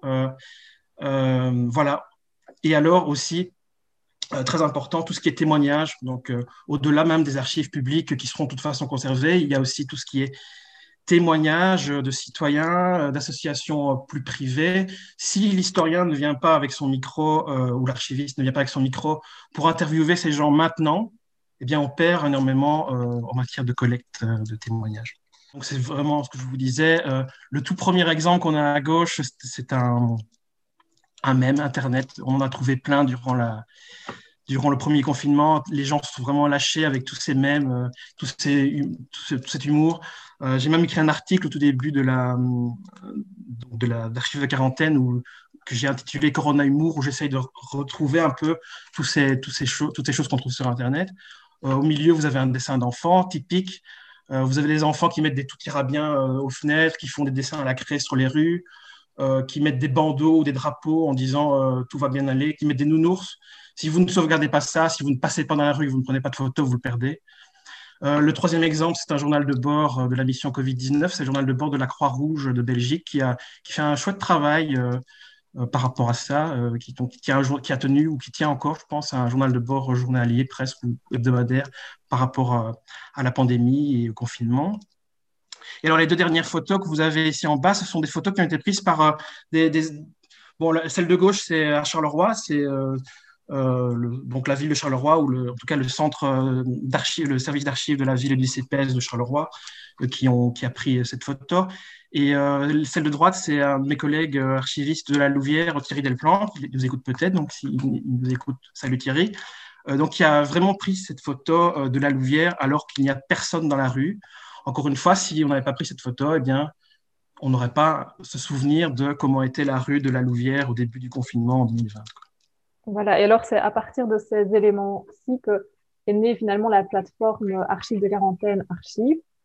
voilà. Et alors aussi, très important, tout ce qui est témoignage. Donc, au-delà même des archives publiques qui seront de toute façon conservées, il y a aussi tout ce qui est témoignages de citoyens, d'associations plus privées. Si l'historien ne vient pas avec son micro ou l'archiviste ne vient pas avec son micro pour interviewer ces gens maintenant, eh bien, on perd énormément en matière de collecte de témoignages. Donc, c'est vraiment ce que je vous disais. Le tout premier exemple qu'on a à gauche, c'est un mème Internet. On en a trouvé plein durant le premier confinement. Les gens se sont vraiment lâchés avec tous ces mèmes, tout cet humour. J'ai même écrit un article au tout début de l'archive de quarantaine que j'ai intitulé Corona Humour, où j'essaye de retrouver un peu toutes ces choses qu'on trouve sur Internet. Au milieu, vous avez un dessin d'enfant typique. Vous avez des enfants qui mettent des tout ira bien aux fenêtres, qui font des dessins à la craie sur les rues, qui mettent des bandeaux ou des drapeaux en disant tout va bien aller, qui mettent des nounours. Si vous ne sauvegardez pas ça, si vous ne passez pas dans la rue, vous ne prenez pas de photos, vous le perdez. Le troisième exemple, c'est un journal de bord de la mission Covid-19, c'est le journal de bord de la Croix-Rouge de Belgique qui fait un chouette travail par rapport à ça, qui a tenu ou qui tient encore, je pense, un journal de bord journalier presque ou hebdomadaire par rapport à la pandémie et au confinement. Et alors, les deux dernières photos que vous avez ici en bas, ce sont des photos qui ont été prises par Bon, celle de gauche, c'est à Charleroi, c'est donc la ville de Charleroi, ou en tout cas le centre d'archives, le service d'archives de la ville et du CPS de Charleroi, qui a pris cette photo. Et celle de droite, c'est un de mes collègues archivistes de la Louvière, Thierry Delplanque, il nous écoute peut-être, donc s'il nous écoute, salut Thierry. Donc, il a vraiment pris cette photo de la Louvière alors qu'il n'y a personne dans la rue. Encore une fois, si on n'avait pas pris cette photo, eh bien, on n'aurait pas ce souvenir de comment était la rue de la Louvière au début du confinement en 2020. Voilà, et alors c'est à partir de ces éléments-ci que est née finalement la plateforme Archives de quarantaine Archives.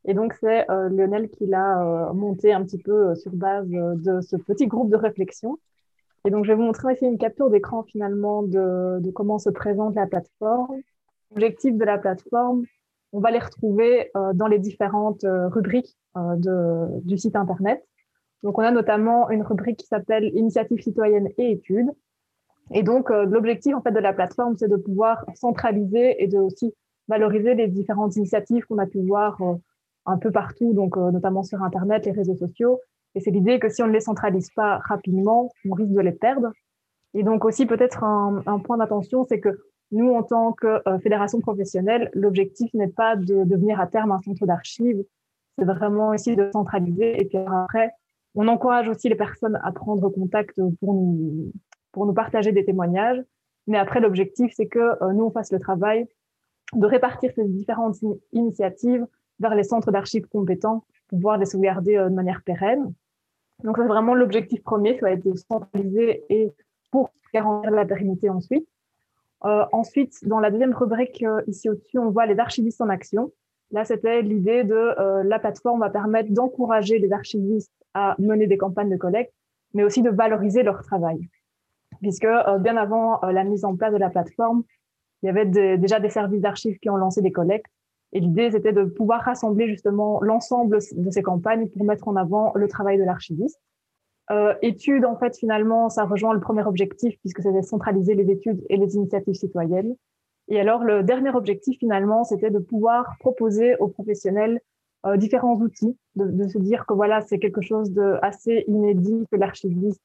Et donc, c'est Lionel qui l'a monté un petit peu sur base de ce petit groupe de réflexion. Et donc, je vais vous montrer ici une capture d'écran finalement de comment se présente la plateforme. L'objectif de la plateforme, on va les retrouver dans les différentes rubriques du site Internet. Donc, on a notamment une rubrique qui s'appelle Initiatives citoyennes et études. Et donc, l'objectif en fait de la plateforme, c'est de pouvoir centraliser et de aussi valoriser les différentes initiatives qu'on a pu voir un peu partout, donc notamment sur Internet, les réseaux sociaux. Et c'est l'idée que si on ne les centralise pas rapidement, on risque de les perdre. Et donc aussi peut-être un point d'attention, c'est que nous, en tant que fédération professionnelle, l'objectif n'est pas de devenir à terme un centre d'archives, c'est vraiment essayer de centraliser. Et puis après, on encourage aussi les personnes à prendre contact pour nous partager des témoignages. Mais après, l'objectif, c'est que nous, on fasse le travail de répartir ces différentes initiatives vers les centres d'archives compétents pour pouvoir les sauvegarder de manière pérenne. Donc, c'est vraiment l'objectif premier, ça va être de centraliser et pour garantir la pérennité ensuite. Ensuite, dans la deuxième rubrique, ici au-dessus, on voit les archivistes en action. Là, c'était l'idée de la plateforme va permettre d'encourager les archivistes à mener des campagnes de collecte, mais aussi de valoriser leur travail. Puisque bien avant la mise en place de la plateforme, il y avait déjà des services d'archives qui ont lancé des collectes. Et l'idée, c'était de pouvoir rassembler justement l'ensemble de ces campagnes pour mettre en avant le travail de l'archiviste. Études, en fait, finalement, ça rejoint le premier objectif puisque c'était centraliser les études et les initiatives citoyennes. Et alors, le dernier objectif, finalement, c'était de pouvoir proposer aux professionnels différents outils, de se dire que voilà, c'est quelque chose d'assez inédit, que l'archiviste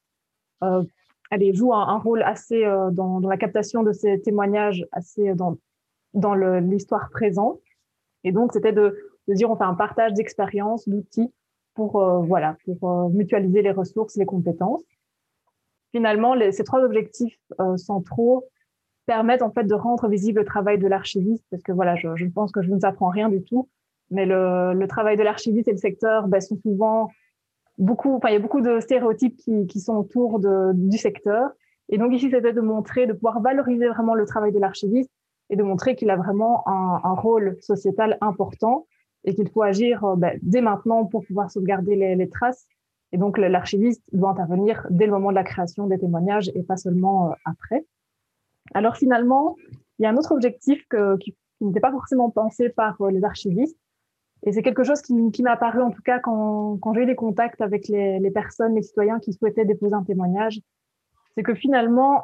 joue un rôle assez dans la captation de ces témoignages, assez dans l'histoire présente. Et donc, c'était de dire, on fait un partage d'expériences, d'outils pour mutualiser les ressources, les compétences. Finalement, ces trois objectifs centraux permettent en fait de rendre visible le travail de l'archiviste, parce que voilà, je pense que je ne vous apprends rien du tout, mais le travail de l'archiviste et le secteur sont souvent il y a beaucoup de stéréotypes qui sont autour du secteur. Et donc ici, c'était de pouvoir valoriser vraiment le travail de l'archiviste et de montrer qu'il a vraiment un rôle sociétal important et qu'il faut agir dès maintenant pour pouvoir sauvegarder les traces. Et donc, l'archiviste doit intervenir dès le moment de la création des témoignages et pas seulement après. Alors finalement, il y a un autre objectif qui n'était pas forcément pensé par les archivistes. Et c'est quelque chose qui m'est apparu, en tout cas, quand j'ai eu des contacts avec les personnes, les citoyens qui souhaitaient déposer un témoignage. C'est que finalement,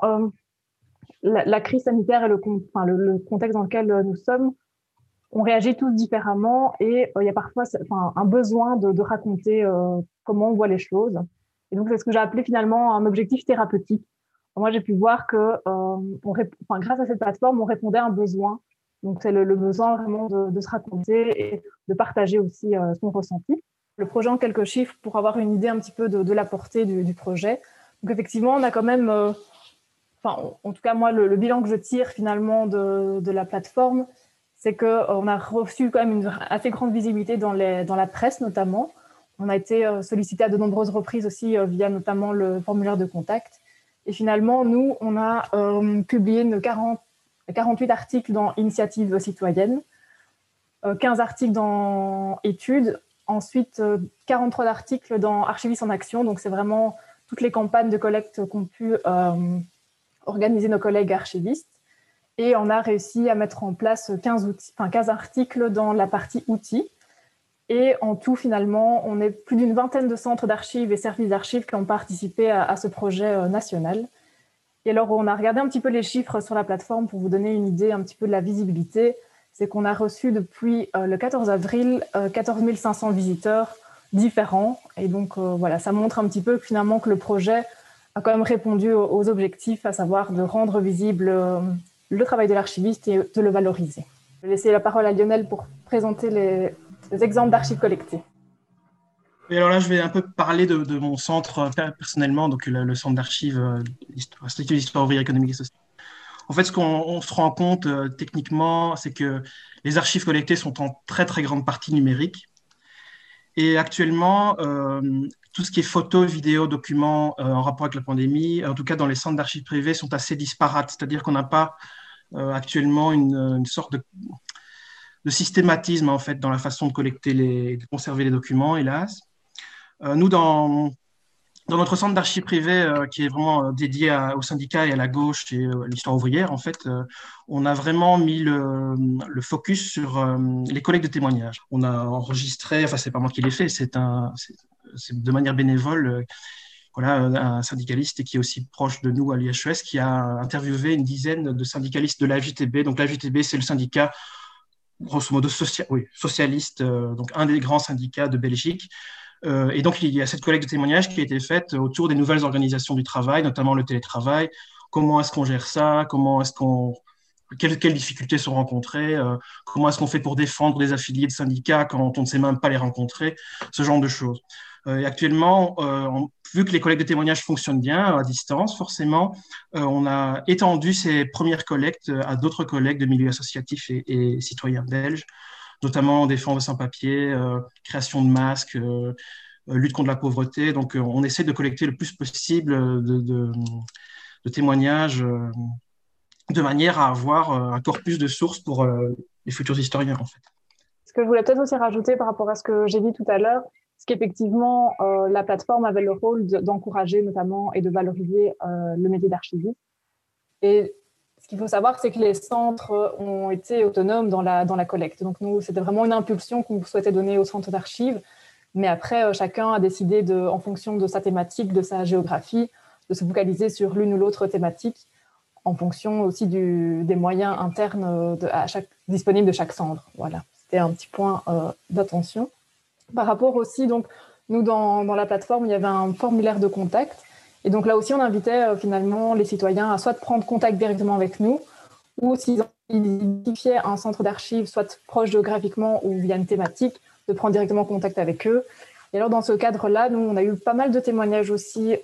la crise sanitaire et le contexte dans lequel nous sommes, on réagit tous différemment et il y a parfois un besoin de raconter comment on voit les choses. Et donc, c'est ce que j'ai appelé finalement un objectif thérapeutique. Moi, j'ai pu voir que grâce à cette plateforme, on répondait à un besoin. Donc, c'est le besoin vraiment de se raconter et de partager aussi son ressenti. Le projet en quelques chiffres pour avoir une idée un petit peu de la portée du projet. Donc, effectivement, on a quand même, en tout cas, moi, le bilan que je tire finalement de la plateforme, c'est qu'on a reçu quand même une assez grande visibilité dans la presse notamment. On a été sollicité à de nombreuses reprises aussi via notamment le formulaire de contact. Et finalement, nous, on a publié 48 articles dans Initiative citoyenne, 15 articles dans Études, ensuite 43 articles dans Archivistes en action. Donc, c'est vraiment toutes les campagnes de collecte qu'ont pu organiser nos collègues archivistes. Et on a réussi à mettre en place 15 articles dans la partie outils. Et en tout, finalement, on est plus d'une vingtaine de centres d'archives et services d'archives qui ont participé à ce projet national. Et alors, on a regardé un petit peu les chiffres sur la plateforme pour vous donner une idée un petit peu de la visibilité. C'est qu'on a reçu depuis le 14 avril 14 500 visiteurs différents. Et donc, voilà, ça montre un petit peu finalement que le projet a quand même répondu aux objectifs, à savoir de rendre visible le travail de l'archiviste et de le valoriser. Je vais laisser la parole à Lionel pour présenter les exemples d'archives collectées. Et alors là, je vais un peu parler de mon centre personnellement, donc le centre d'archives Institut d'histoire ouvrière économique et sociale. En fait, ce qu'on se rend compte techniquement, c'est que les archives collectées sont en très très grande partie numériques. Et actuellement, tout ce qui est photos, vidéos, documents en rapport avec la pandémie, en tout cas dans les centres d'archives privés, sont assez disparates. C'est-à-dire qu'on n'a pas actuellement une sorte systématisme en fait dans la façon de collecter de conserver les documents, hélas. Nous, dans notre centre d'archives privées, qui est vraiment dédié au syndicat et à la gauche et à l'histoire ouvrière, en fait, on a vraiment mis le focus sur les collectes de témoignages. On a enregistré, enfin, c'est pas moi qui l'ai fait, c'est de manière bénévole, voilà, un syndicaliste qui est aussi proche de nous à l'IHES, qui a interviewé une dizaine de syndicalistes de l'AFJTB. Donc, l'AFJTB, c'est le syndicat, grosso modo, socialiste, donc un des grands syndicats de Belgique. Et donc, il y a cette collecte de témoignages qui a été faite autour des nouvelles organisations du travail, notamment le télétravail. Comment est-ce qu'on gère ça? Quelles difficultés sont rencontrées? Comment est-ce qu'on fait pour défendre des affiliés de syndicats quand on ne sait même pas les rencontrer? Ce genre de choses. Et actuellement, vu que les collectes de témoignages fonctionnent bien à distance, forcément, on a étendu ces premières collectes à d'autres collègues de milieux associatifs et citoyens belges, notamment défense sans-papiers, création de masques, lutte contre la pauvreté. Donc, on essaie de collecter le plus possible de témoignages de manière à avoir un corpus de sources pour les futurs historiens, en fait. Ce que je voulais peut-être aussi rajouter par rapport à ce que j'ai dit tout à l'heure, c'est qu'effectivement, la plateforme avait le rôle d'encourager notamment et de valoriser le métier d'archiviste. Et ce qu'il faut savoir, c'est que les centres ont été autonomes dans la collecte. Donc, nous, c'était vraiment une impulsion qu'on souhaitait donner aux centres d'archives. Mais après, chacun a décidé, en fonction de sa thématique, de sa géographie, de se focaliser sur l'une ou l'autre thématique, en fonction aussi des moyens internes disponibles de chaque centre. Voilà, c'était un petit point d'attention. Par rapport aussi, donc, nous, dans la plateforme, il y avait un formulaire de contact. Et donc là aussi, on invitait finalement les citoyens à soit prendre contact directement avec nous, ou s'ils identifiaient un centre d'archives, soit proche géographiquement ou via une thématique, de prendre directement contact avec eux. Et alors, dans ce cadre-là, nous, on a eu pas mal de témoignages aussi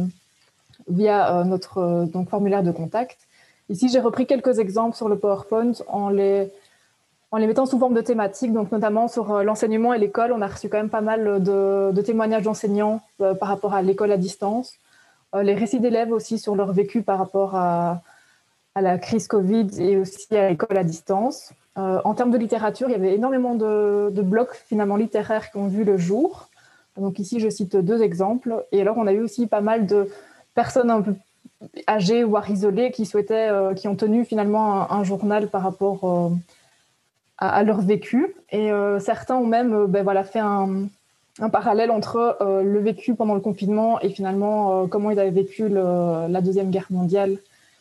via notre formulaire de contact. Ici, j'ai repris quelques exemples sur le PowerPoint en les mettant sous forme de thématiques, donc notamment sur l'enseignement et l'école. On a reçu quand même pas mal de témoignages d'enseignants par rapport à l'école à distance. Les récits d'élèves aussi sur leur vécu par rapport à la crise Covid et aussi à l'école à distance. En termes de littérature, il y avait énormément de blogs finalement littéraires qui ont vu le jour. Donc ici, je cite 2 exemples. Et alors, on a eu aussi pas mal de personnes un peu âgées, voire isolées, qui ont tenu finalement un journal par rapport à leur vécu. Et certains ont même fait un parallèle entre le vécu pendant le confinement et finalement comment ils avaient vécu la Deuxième Guerre mondiale.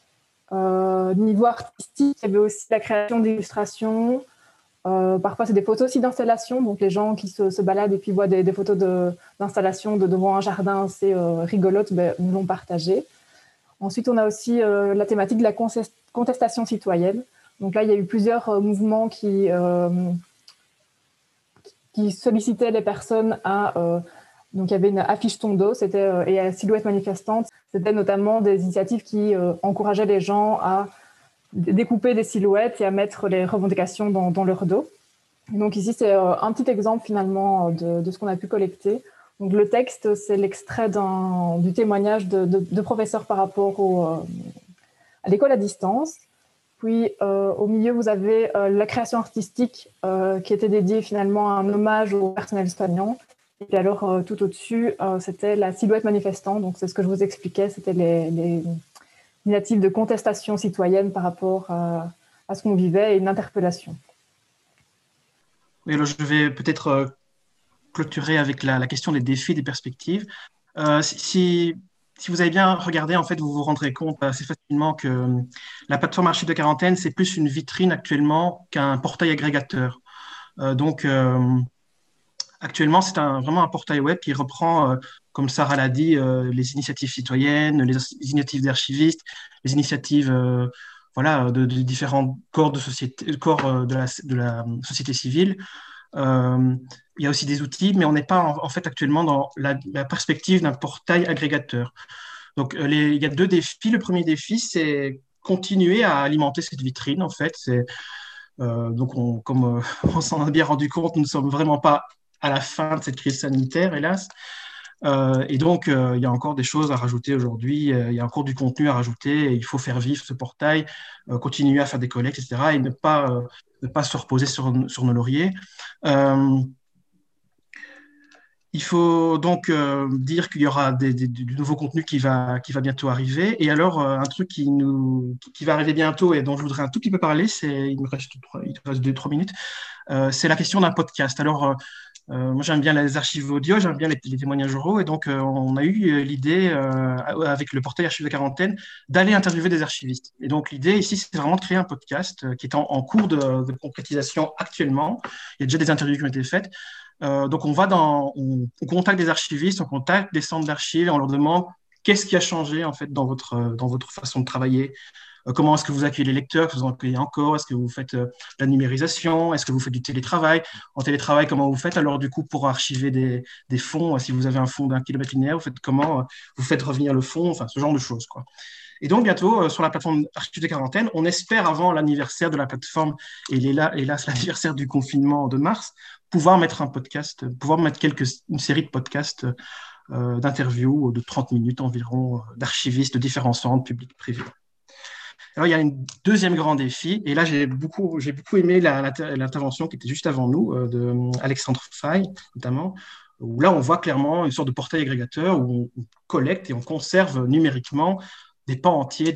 Niveau artistique, il y avait aussi la création d'illustrations. Parfois, c'est des photos aussi d'installation. Donc, les gens qui se baladent et puis voient des photos d'installation devant un jardin assez rigolote, nous l'ont partagé. Ensuite, on a aussi la thématique de la contestation citoyenne. Donc là, il y a eu plusieurs mouvements qui sollicitaient les personnes donc il y avait une affiche ton dos, et la silhouette manifestante. C'était notamment des initiatives qui encourageaient les gens à découper des silhouettes et à mettre les revendications dans leur dos. Et donc ici, c'est un petit exemple finalement de ce qu'on a pu collecter. Donc le texte, c'est l'extrait du témoignage de professeurs par rapport à l'école à distance. Puis au milieu, vous avez la création artistique qui était dédiée finalement à un hommage au personnel soignant. Et puis alors, tout au-dessus, c'était la silhouette manifestante. Donc c'est ce que je vous expliquais, c'était les initiatives de contestation citoyenne par rapport à ce qu'on vivait et une interpellation. Oui, alors je vais peut-être clôturer avec la question des défis, des perspectives. Si vous avez bien regardé, en fait, vous vous rendrez compte assez facilement que la plateforme Archives de Quarantaine, c'est plus une vitrine actuellement qu'un portail agrégateur. Actuellement, c'est vraiment un portail web qui reprend, comme Sarah l'a dit, les initiatives citoyennes, les initiatives d'archivistes, les initiatives de différents corps de la société civile. Il y a aussi des outils, mais on n'est pas en fait actuellement dans la perspective d'un portail agrégateur. Donc, il y a 2 défis. Le premier défi, c'est continuer à alimenter cette vitrine, en fait. Comme on s'en a bien rendu compte, nous ne sommes vraiment pas à la fin de cette crise sanitaire, hélas. Et donc, il y a encore des choses à rajouter aujourd'hui. Il y a encore du contenu à rajouter. Et il faut faire vivre ce portail, continuer à faire des collectes, etc. Et ne pas ne pas se reposer sur nos lauriers. Il faut donc dire qu'il y aura du nouveau contenu qui va bientôt arriver. Et alors, un truc qui va arriver bientôt et dont je voudrais un tout petit peu parler, il me reste 2-3 minutes, c'est la question d'un podcast. Alors, moi, j'aime bien les archives audio, j'aime bien les témoignages oraux. Et donc, on a eu l'idée, avec le portail Archives de Quarantaine, d'aller interviewer des archivistes. Et donc, l'idée ici, c'est vraiment de créer un podcast qui est en cours de concrétisation actuellement. Il y a déjà des interviews qui ont été faites. Donc, on contacte des archivistes, on contacte des centres d'archives et on leur demande qu'est-ce qui a changé en fait dans votre façon de travailler. Comment est-ce que vous accueillez les lecteurs, que vous en accueillez encore? Est-ce que vous faites la numérisation? Est-ce que vous faites du télétravail? En télétravail, comment vous faites alors du coup pour archiver des fonds? Si vous avez un fonds d'1 kilomètre linéaire, vous faites comment? Vous faites revenir le fonds? Enfin, ce genre de choses, quoi. Et donc, bientôt, sur la plateforme Archives de Quarantaine, on espère, avant l'anniversaire de la plateforme et hélas, l'anniversaire du confinement de mars, pouvoir mettre une série de podcasts d'interviews de 30 minutes environ d'archivistes de différents centres publics, privés. Alors, il y a un deuxième grand défi, et là, j'ai beaucoup aimé l'intervention qui était juste avant nous, de Alexandre Fay, notamment, où là, on voit clairement une sorte de portail agrégateur où on collecte et on conserve numériquement des pans entiers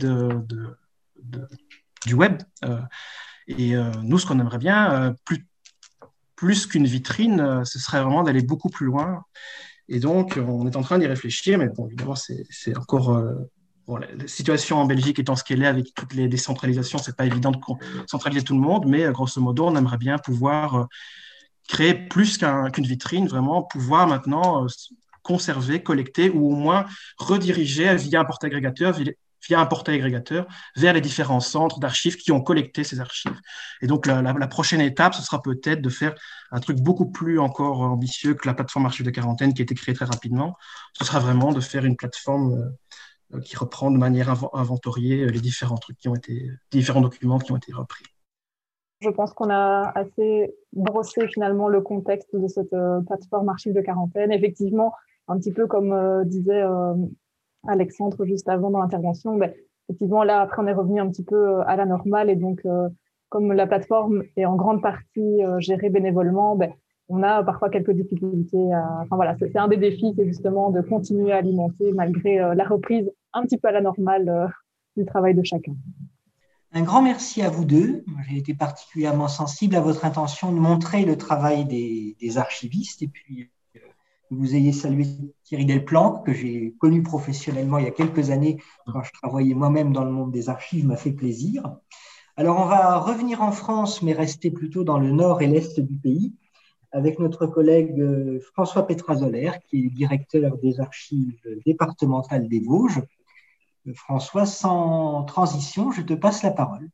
du web. Nous, ce qu'on aimerait bien, plus qu'une vitrine, ce serait vraiment d'aller beaucoup plus loin. Et donc, on est en train d'y réfléchir, mais bon, évidemment, c'est encore... la situation en Belgique étant ce qu'elle est, avec toutes les décentralisations, c'est pas évident de centraliser tout le monde, mais grosso modo, on aimerait bien pouvoir créer plus qu'une vitrine, vraiment pouvoir maintenant conserver, collecter ou au moins rediriger via un portail agrégateur vers les différents centres d'archives qui ont collecté ces archives. Et donc, la prochaine étape, ce sera peut-être de faire un truc beaucoup plus encore ambitieux que la plateforme Archives de Quarantaine qui a été créée très rapidement. Ce sera vraiment de faire une plateforme qui reprend de manière inventoriée les différents documents qui ont été repris. Je pense qu'on a assez brossé finalement le contexte de cette plateforme Archives de Quarantaine. Effectivement, un petit peu comme disait Alexandre juste avant dans l'intervention, effectivement, là, après, on est revenu un petit peu à la normale. Et donc, comme la plateforme est en grande partie gérée bénévolement, on a parfois quelques difficultés. Enfin, voilà, c'est un des défis, c'est justement de continuer à alimenter malgré la reprise un petit peu à la normale du travail de chacun. Un grand merci à vous deux. J'ai été particulièrement sensible à votre intention de montrer le travail des archivistes et puis que vous ayez salué Thierry Delplanque, que j'ai connu professionnellement il y a quelques années quand je travaillais moi-même dans le monde des archives, m'a fait plaisir. Alors, on va revenir en France, mais rester plutôt dans le nord et l'est du pays, avec notre collègue François Petrazoller, qui est directeur des archives départementales des Vosges. François, sans transition, je te passe la parole.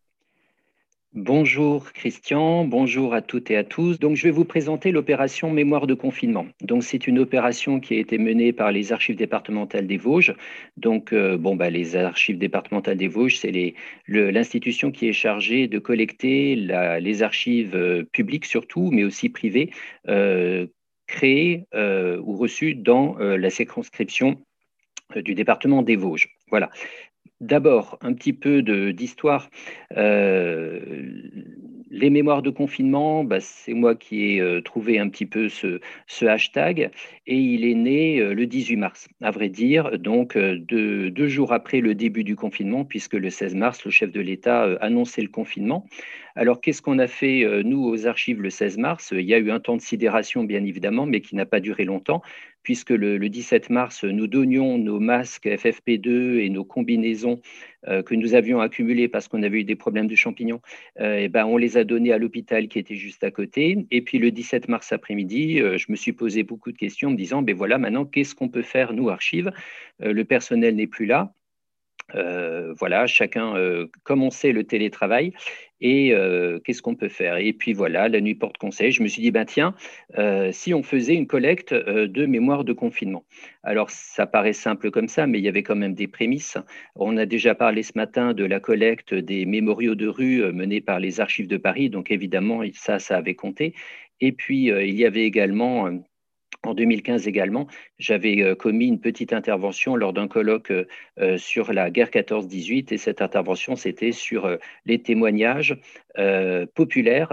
Bonjour Christian, bonjour à toutes et à tous. Donc je vais vous présenter l'opération Mémoire de confinement. Donc c'est une opération qui a été menée par les archives départementales des Vosges. Donc les archives départementales des Vosges, c'est l'institution qui est chargée de collecter les archives publiques surtout, mais aussi privées, créées ou reçues dans la circonscription du département des Vosges. Voilà. D'abord, un petit peu d'histoire. Les mémoires de confinement, c'est moi qui ai trouvé un petit peu ce hashtag et il est né le 18 mars, à vrai dire, donc 2 jours après le début du confinement, puisque le 16 mars, le chef de l'État annonçait le confinement. Alors, qu'est-ce qu'on a fait, nous, aux archives, le 16 mars? Il y a eu un temps de sidération, bien évidemment, mais qui n'a pas duré longtemps, puisque le 17 mars, nous donnions nos masques FFP2 et nos combinaisons que nous avions accumulées parce qu'on avait eu des problèmes de champignons. On les a donnés à l'hôpital qui était juste à côté. Et puis, le 17 mars après-midi, je me suis posé beaucoup de questions en me disant, voilà, maintenant, qu'est-ce qu'on peut faire, nous, archives? Le personnel n'est plus là. Voilà, chacun, comme on sait, le télétravail, et qu'est-ce qu'on peut faire? Et puis voilà, la nuit porte conseil, je me suis dit, tiens, si on faisait une collecte de mémoire de confinement. Alors, ça paraît simple comme ça, mais il y avait quand même des prémices. On a déjà parlé ce matin de la collecte des mémoriaux de rue menés par les archives de Paris, donc évidemment, ça avait compté. Et puis, il y avait également En 2015 également, j'avais commis une petite intervention lors d'un colloque sur la guerre 14-18 et cette intervention, c'était sur les témoignages populaires,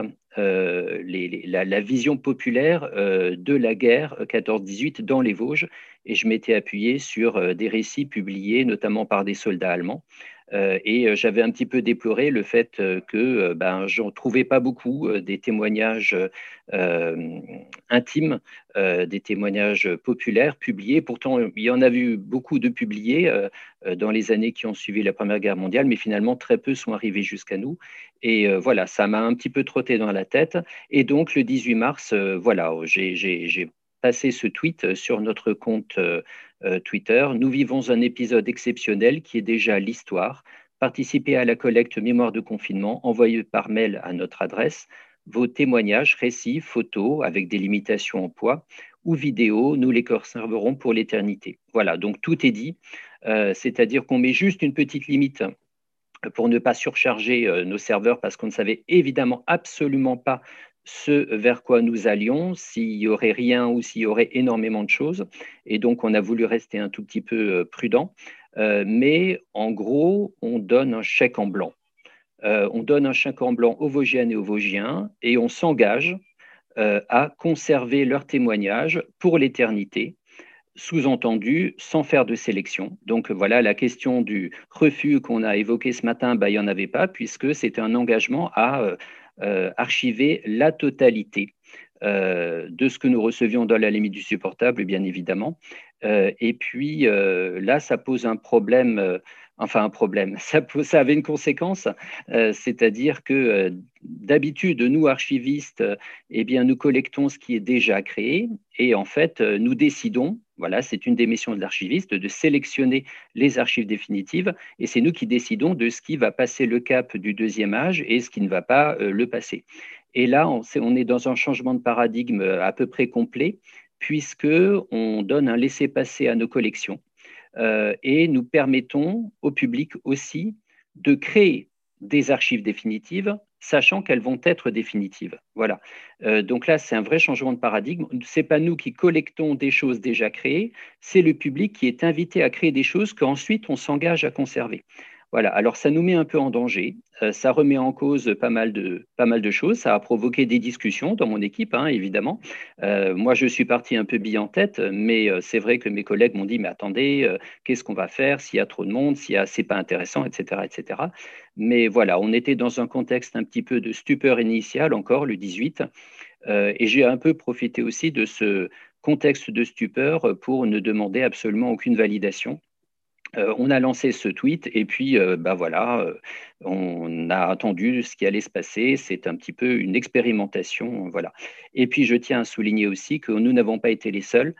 la vision populaire de la guerre 14-18 dans les Vosges et je m'étais appuyé sur des récits publiés notamment par des soldats allemands. Et j'avais un petit peu déploré le fait que je ne trouvais pas beaucoup des témoignages intimes, des témoignages populaires publiés. Pourtant, il y en a eu beaucoup de publiés dans les années qui ont suivi la Première Guerre mondiale, mais finalement, très peu sont arrivés jusqu'à nous. Et voilà, ça m'a un petit peu trotté dans la tête. Et donc, le 18 mars, voilà, j'ai passé ce tweet sur notre compte Twitter. Nous vivons un épisode exceptionnel qui est déjà l'histoire. Participez à la collecte mémoire de confinement, envoyez par mail à notre adresse vos témoignages, récits, photos avec des limitations en poids ou vidéos, nous les conserverons pour l'éternité. Voilà, donc tout est dit, c'est-à-dire qu'on met juste une petite limite pour ne pas surcharger nos serveurs parce qu'on ne savait évidemment absolument pas ce vers quoi nous allions, s'il y aurait rien ou s'il y aurait énormément de choses. Et donc, on a voulu rester un tout petit peu prudent. Mais en gros, on donne un chèque en blanc. On donne un chèque en blanc aux Vosgiennes et aux Vosgiens et on s'engage à conserver leurs témoignages pour l'éternité, sous-entendu sans faire de sélection. Donc voilà, la question du refus qu'on a évoqué ce matin, il n'y en avait pas puisque c'était un engagement à archiver la totalité de ce que nous recevions dans la limite du supportable, bien évidemment. Et puis là, ça pose un problème. Enfin, un problème. Ça avait une conséquence, c'est-à-dire que d'habitude, nous, archivistes, eh bien, nous collectons ce qui est déjà créé et en fait, nous décidons, voilà, c'est une des missions de l'archiviste, de sélectionner les archives définitives et c'est nous qui décidons de ce qui va passer le cap du deuxième âge et ce qui ne va pas le passer. Et là, on est dans un changement de paradigme à peu près complet puisque on donne un laissez-passer à nos collections. Et nous permettons au public aussi de créer des archives définitives, sachant qu'elles vont être définitives. Voilà. Donc là, c'est un vrai changement de paradigme. Ce n'est pas nous qui collectons des choses déjà créées, c'est le public qui est invité à créer des choses qu'ensuite on s'engage à conserver. Voilà, alors ça nous met un peu en danger, ça remet en cause pas mal de choses, ça a provoqué des discussions dans mon équipe, hein, évidemment. Moi, je suis parti un peu bille en tête, mais c'est vrai que mes collègues m'ont dit, mais attendez, qu'est-ce qu'on va faire s'il y a trop de monde, c'est pas intéressant, etc., etc. Mais voilà, on était dans un contexte un petit peu de stupeur initiale encore, le 18, et j'ai un peu profité aussi de ce contexte de stupeur pour ne demander absolument aucune validation. On a lancé ce tweet et puis voilà, on a attendu ce qui allait se passer. C'est un petit peu une expérimentation, voilà. Et puis je tiens à souligner aussi que nous n'avons pas été les seuls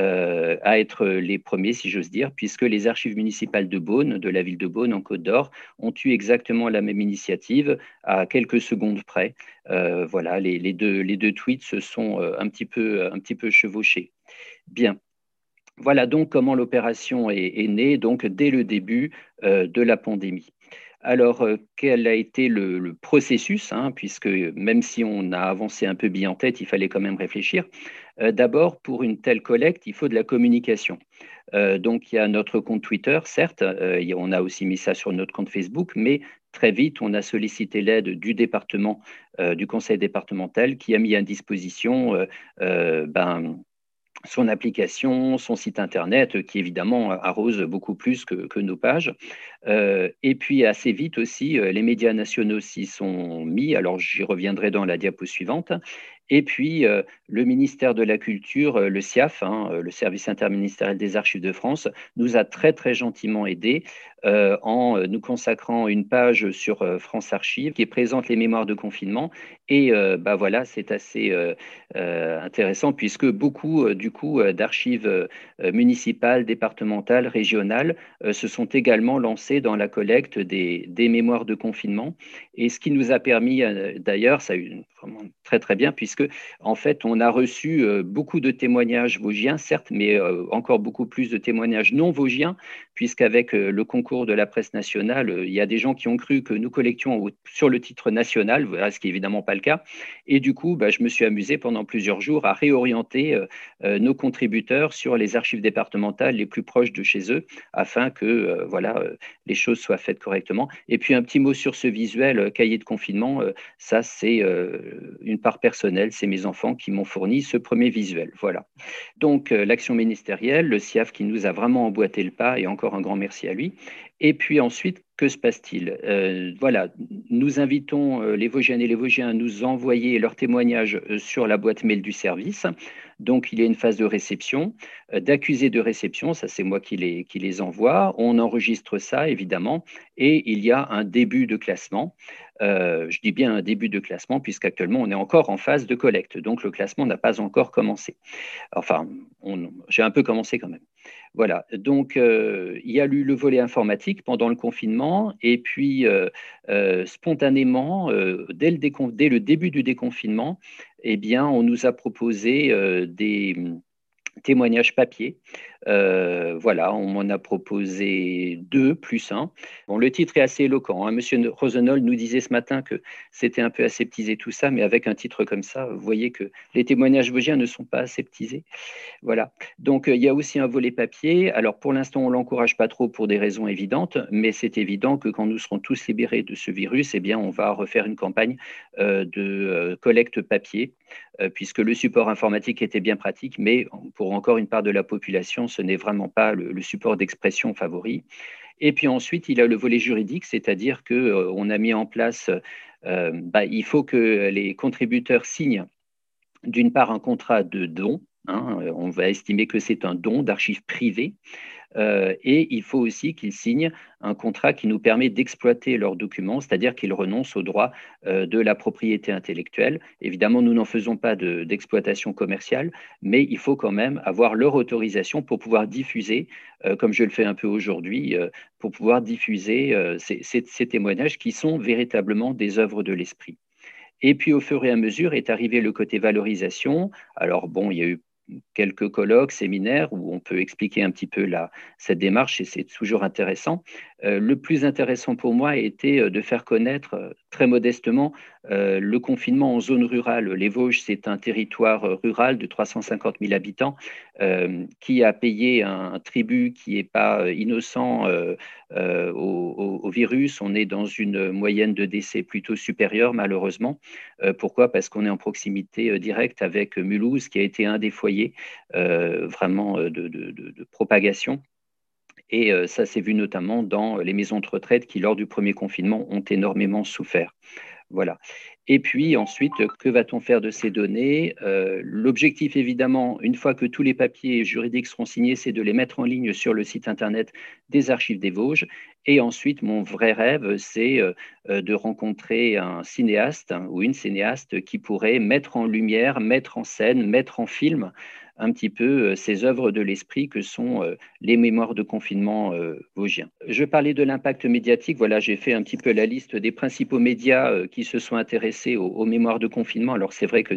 à être les premiers, si j'ose dire, puisque les archives municipales de Beaune, de la ville de Beaune en Côte d'Or, ont eu exactement la même initiative à quelques secondes près. Voilà, les deux tweets se sont un petit peu chevauchés. Bien. Voilà donc comment l'opération est née, donc dès le début de la pandémie. Alors, quel a été le processus, hein, puisque même si on a avancé un peu bille en tête, il fallait quand même réfléchir. D'abord, pour une telle collecte, il faut de la communication. Donc, il y a notre compte Twitter, certes, on a aussi mis ça sur notre compte Facebook, mais très vite, on a sollicité l'aide du département, du conseil départemental, qui a mis à disposition son application, son site internet, qui évidemment arrose beaucoup plus que nos pages. Et puis assez vite aussi, les médias nationaux s'y sont mis, alors j'y reviendrai dans la diapo suivante. Et puis le ministère de la Culture, le SIAF, hein, le Service interministériel des Archives de France, nous a très très gentiment aidés en nous consacrant une page sur France Archives qui présente les mémoires de confinement. Et voilà, c'est assez intéressant puisque beaucoup du coup d'archives municipales, départementales, régionales se sont également lancées dans la collecte des mémoires de confinement. Et ce qui nous a permis d'ailleurs, ça a eu vraiment très très bien, puisque en fait on a reçu beaucoup de témoignages vosgiens, certes, mais encore beaucoup plus de témoignages non vosgiens, puisqu'avec le concours de la presse nationale, il y a des gens qui ont cru que nous collections sur le titre national, voilà, ce qui n'est évidemment pas le cas. Et du coup, je me suis amusé pendant plusieurs jours à réorienter nos contributeurs sur les archives départementales les plus proches de chez eux, afin que les choses soient faites correctement. Et puis un petit mot sur ce visuel cahier de confinement, ça c'est une part personnelle, c'est mes enfants qui m'ont fourni ce premier visuel. Voilà. Donc l'action ministérielle, le SIAF qui nous a vraiment emboîté le pas, et encore un grand merci à lui. Et puis ensuite, que se passe-t-il? Voilà, nous invitons les Vosgiennes et les Vosgiens à nous envoyer leurs témoignages sur la boîte mail du service. Donc, il y a une phase de réception, d'accusé de réception, ça c'est moi qui les envoie. On enregistre ça, évidemment, et il y a un début de classement. Je dis bien un début de classement, puisqu'actuellement, on est encore en phase de collecte. Donc, le classement n'a pas encore commencé. Enfin, j'ai un peu commencé quand même. Voilà, donc il y a eu le volet informatique pendant le confinement, et puis spontanément, dès le début du déconfinement, eh bien, on nous a proposé des témoignages papier. Voilà, on m'en a proposé 2 plus 1. Bon, le titre est assez éloquent, hein. Monsieur Rosenol nous disait ce matin que c'était un peu aseptisé tout ça, mais avec un titre comme ça, vous voyez que les témoignages vosgiens ne sont pas aseptisés. Voilà. Donc, il y a aussi un volet papier. Alors, pour l'instant, on ne l'encourage pas trop pour des raisons évidentes, mais c'est évident que quand nous serons tous libérés de ce virus, eh bien, on va refaire une campagne de collecte papier, puisque le support informatique était bien pratique, mais pour encore une part de la population, ce n'est vraiment pas le support d'expression favori. Et puis ensuite, il y a le volet juridique, c'est-à-dire qu'on a mis en place, il faut que les contributeurs signent d'une part un contrat de don. On va estimer que c'est un don d'archives privées, et il faut aussi qu'ils signent un contrat qui nous permet d'exploiter leurs documents, c'est-à-dire qu'ils renoncent au droit de la propriété intellectuelle. Évidemment, nous n'en faisons pas d'exploitation commerciale, mais il faut quand même avoir leur autorisation pour pouvoir diffuser, comme je le fais un peu aujourd'hui, pour pouvoir diffuser ces témoignages qui sont véritablement des œuvres de l'esprit. Et puis, au fur et à mesure, est arrivé le côté valorisation. Alors, bon, il y a eu quelques colloques, séminaires où on peut expliquer un petit peu cette démarche, et c'est toujours intéressant. Le plus intéressant pour moi a été de faire connaître très modestement le confinement en zone rurale. Les Vosges, c'est un territoire rural de 350 000 habitants qui a payé un tribut qui n'est pas innocent au virus. On est dans une moyenne de décès plutôt supérieure, malheureusement. Pourquoi? Parce qu'on est en proximité directe avec Mulhouse, qui a été un des foyers vraiment de propagation. Et ça s'est vu notamment dans les maisons de retraite qui, lors du premier confinement, ont énormément souffert. Voilà. Et puis ensuite, que va-t-on faire de ces données? L'objectif, évidemment, une fois que tous les papiers juridiques seront signés, c'est de les mettre en ligne sur le site internet des Archives des Vosges. Et ensuite, mon vrai rêve, c'est de rencontrer un cinéaste ou une cinéaste qui pourrait mettre en lumière, mettre en scène, mettre en film un petit peu ces œuvres de l'esprit que sont les mémoires de confinement vosgiens. Je parlais de l'impact médiatique. Voilà, j'ai fait un petit peu la liste des principaux médias qui se sont intéressés aux mémoires de confinement. Alors, c'est vrai que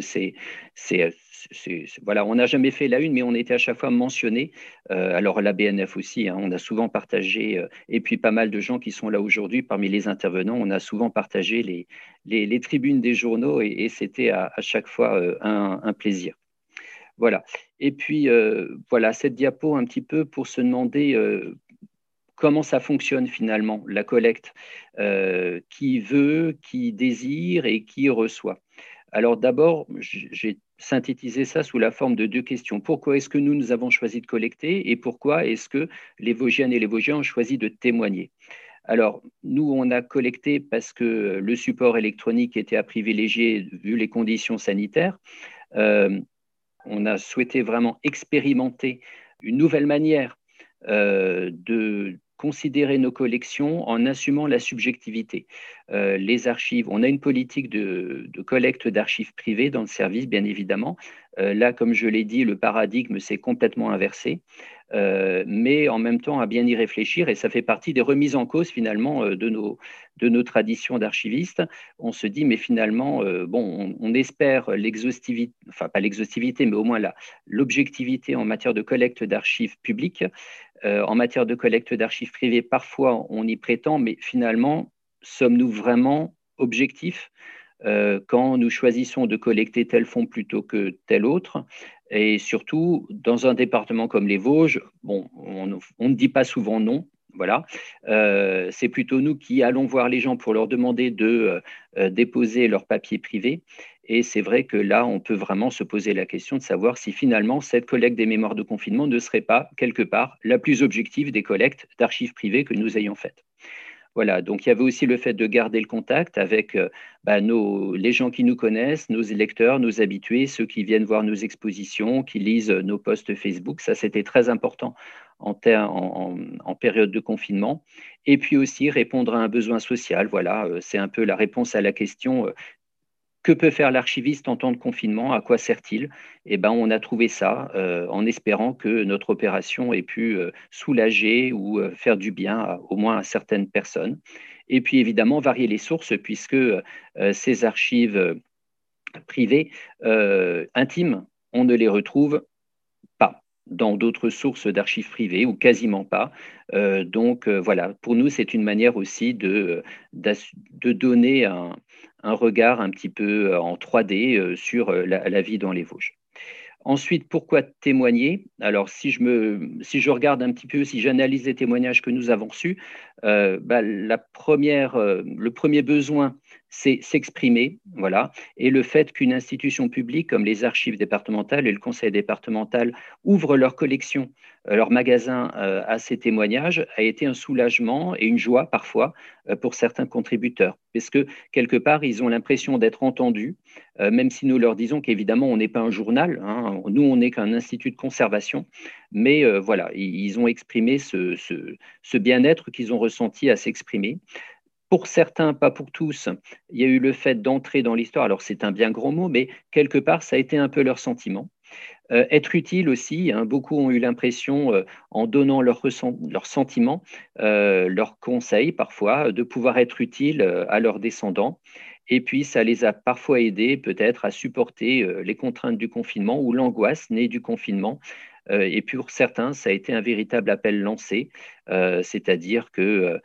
voilà, on n'a jamais fait la une, mais on était à chaque fois mentionné. Alors, la BNF aussi, on a souvent partagé, et puis pas mal de gens qui sont là aujourd'hui, parmi les intervenants, on a souvent partagé les tribunes des journaux, et c'était à chaque fois un plaisir. Voilà. Et puis, voilà, cette diapo un petit peu pour se demander comment ça fonctionne finalement, la collecte. Qui veut, qui désire et qui reçoit. Alors d'abord, j'ai synthétisé ça sous la forme de 2 questions. Pourquoi est-ce que nous avons choisi de collecter, et pourquoi est-ce que les Vosgiennes et les Vosgiens ont choisi de témoigner? Alors, nous, on a collecté parce que le support électronique était à privilégier vu les conditions sanitaires. On a souhaité vraiment expérimenter une nouvelle manière de considérer nos collections en assumant la subjectivité. Les archives, on a une politique de collecte d'archives privées dans le service, bien évidemment. Là, comme je l'ai dit, le paradigme s'est complètement inversé. Mais en même temps à bien y réfléchir, et ça fait partie des remises en cause finalement de nos traditions d'archivistes. On se dit, mais finalement, on espère l'exhaustivité, enfin pas l'exhaustivité, mais au moins l'objectivité en matière de collecte d'archives publiques. En matière de collecte d'archives privées, parfois on y prétend, mais finalement, sommes-nous vraiment objectifs quand nous choisissons de collecter tel fonds plutôt que tel autre? Et surtout, dans un département comme les Vosges, bon, on ne dit pas souvent non. Voilà, c'est plutôt nous qui allons voir les gens pour leur demander de déposer leurs papiers privés. Et c'est vrai que là, on peut vraiment se poser la question de savoir si finalement cette collecte des mémoires de confinement ne serait pas, quelque part, la plus objective des collectes d'archives privées que nous ayons faites. Voilà, donc il y avait aussi le fait de garder le contact avec les gens qui nous connaissent, nos lecteurs, nos habitués, ceux qui viennent voir nos expositions, qui lisent nos posts Facebook. Ça, c'était très important en période de confinement. Et puis aussi répondre à un besoin social. Voilà, c'est un peu la réponse à la question que peut faire l'archiviste en temps de confinement? À quoi sert-il? Eh ben, on a trouvé ça en espérant que notre opération ait pu soulager ou faire du bien au moins à certaines personnes. Et puis évidemment, varier les sources, puisque ces archives privées, intimes, on ne les retrouve pas dans d'autres sources d'archives privées ou quasiment pas. Donc voilà, pour nous, c'est une manière aussi de donner un regard un petit peu en 3D sur la vie dans les Vosges. Ensuite, pourquoi témoigner? Alors, si je regarde un petit peu, si j'analyse les témoignages que nous avons reçus, le premier besoin, c'est s'exprimer, voilà. Et le fait qu'une institution publique comme les archives départementales et le conseil départemental ouvrent leur collection, leur magasin à ces témoignages a été un soulagement et une joie parfois pour certains contributeurs, parce que quelque part, ils ont l'impression d'être entendus, même si nous leur disons qu'évidemment, on n'est pas un journal, hein, nous, on n'est qu'un institut de conservation, mais voilà, ils ont exprimé ce bien-être qu'ils ont ressenti à s'exprimer. Pour certains, pas pour tous, il y a eu le fait d'entrer dans l'histoire. Alors, c'est un bien grand mot, mais quelque part, ça a été un peu leur sentiment. Être utile aussi, hein, beaucoup ont eu l'impression, en donnant leurs sentiments, leurs conseils parfois, de pouvoir être utile à leurs descendants. Et puis, ça les a parfois aidés peut-être à supporter les contraintes du confinement ou l'angoisse née du confinement. Et puis, pour certains, ça a été un véritable appel lancé, c'est-à-dire que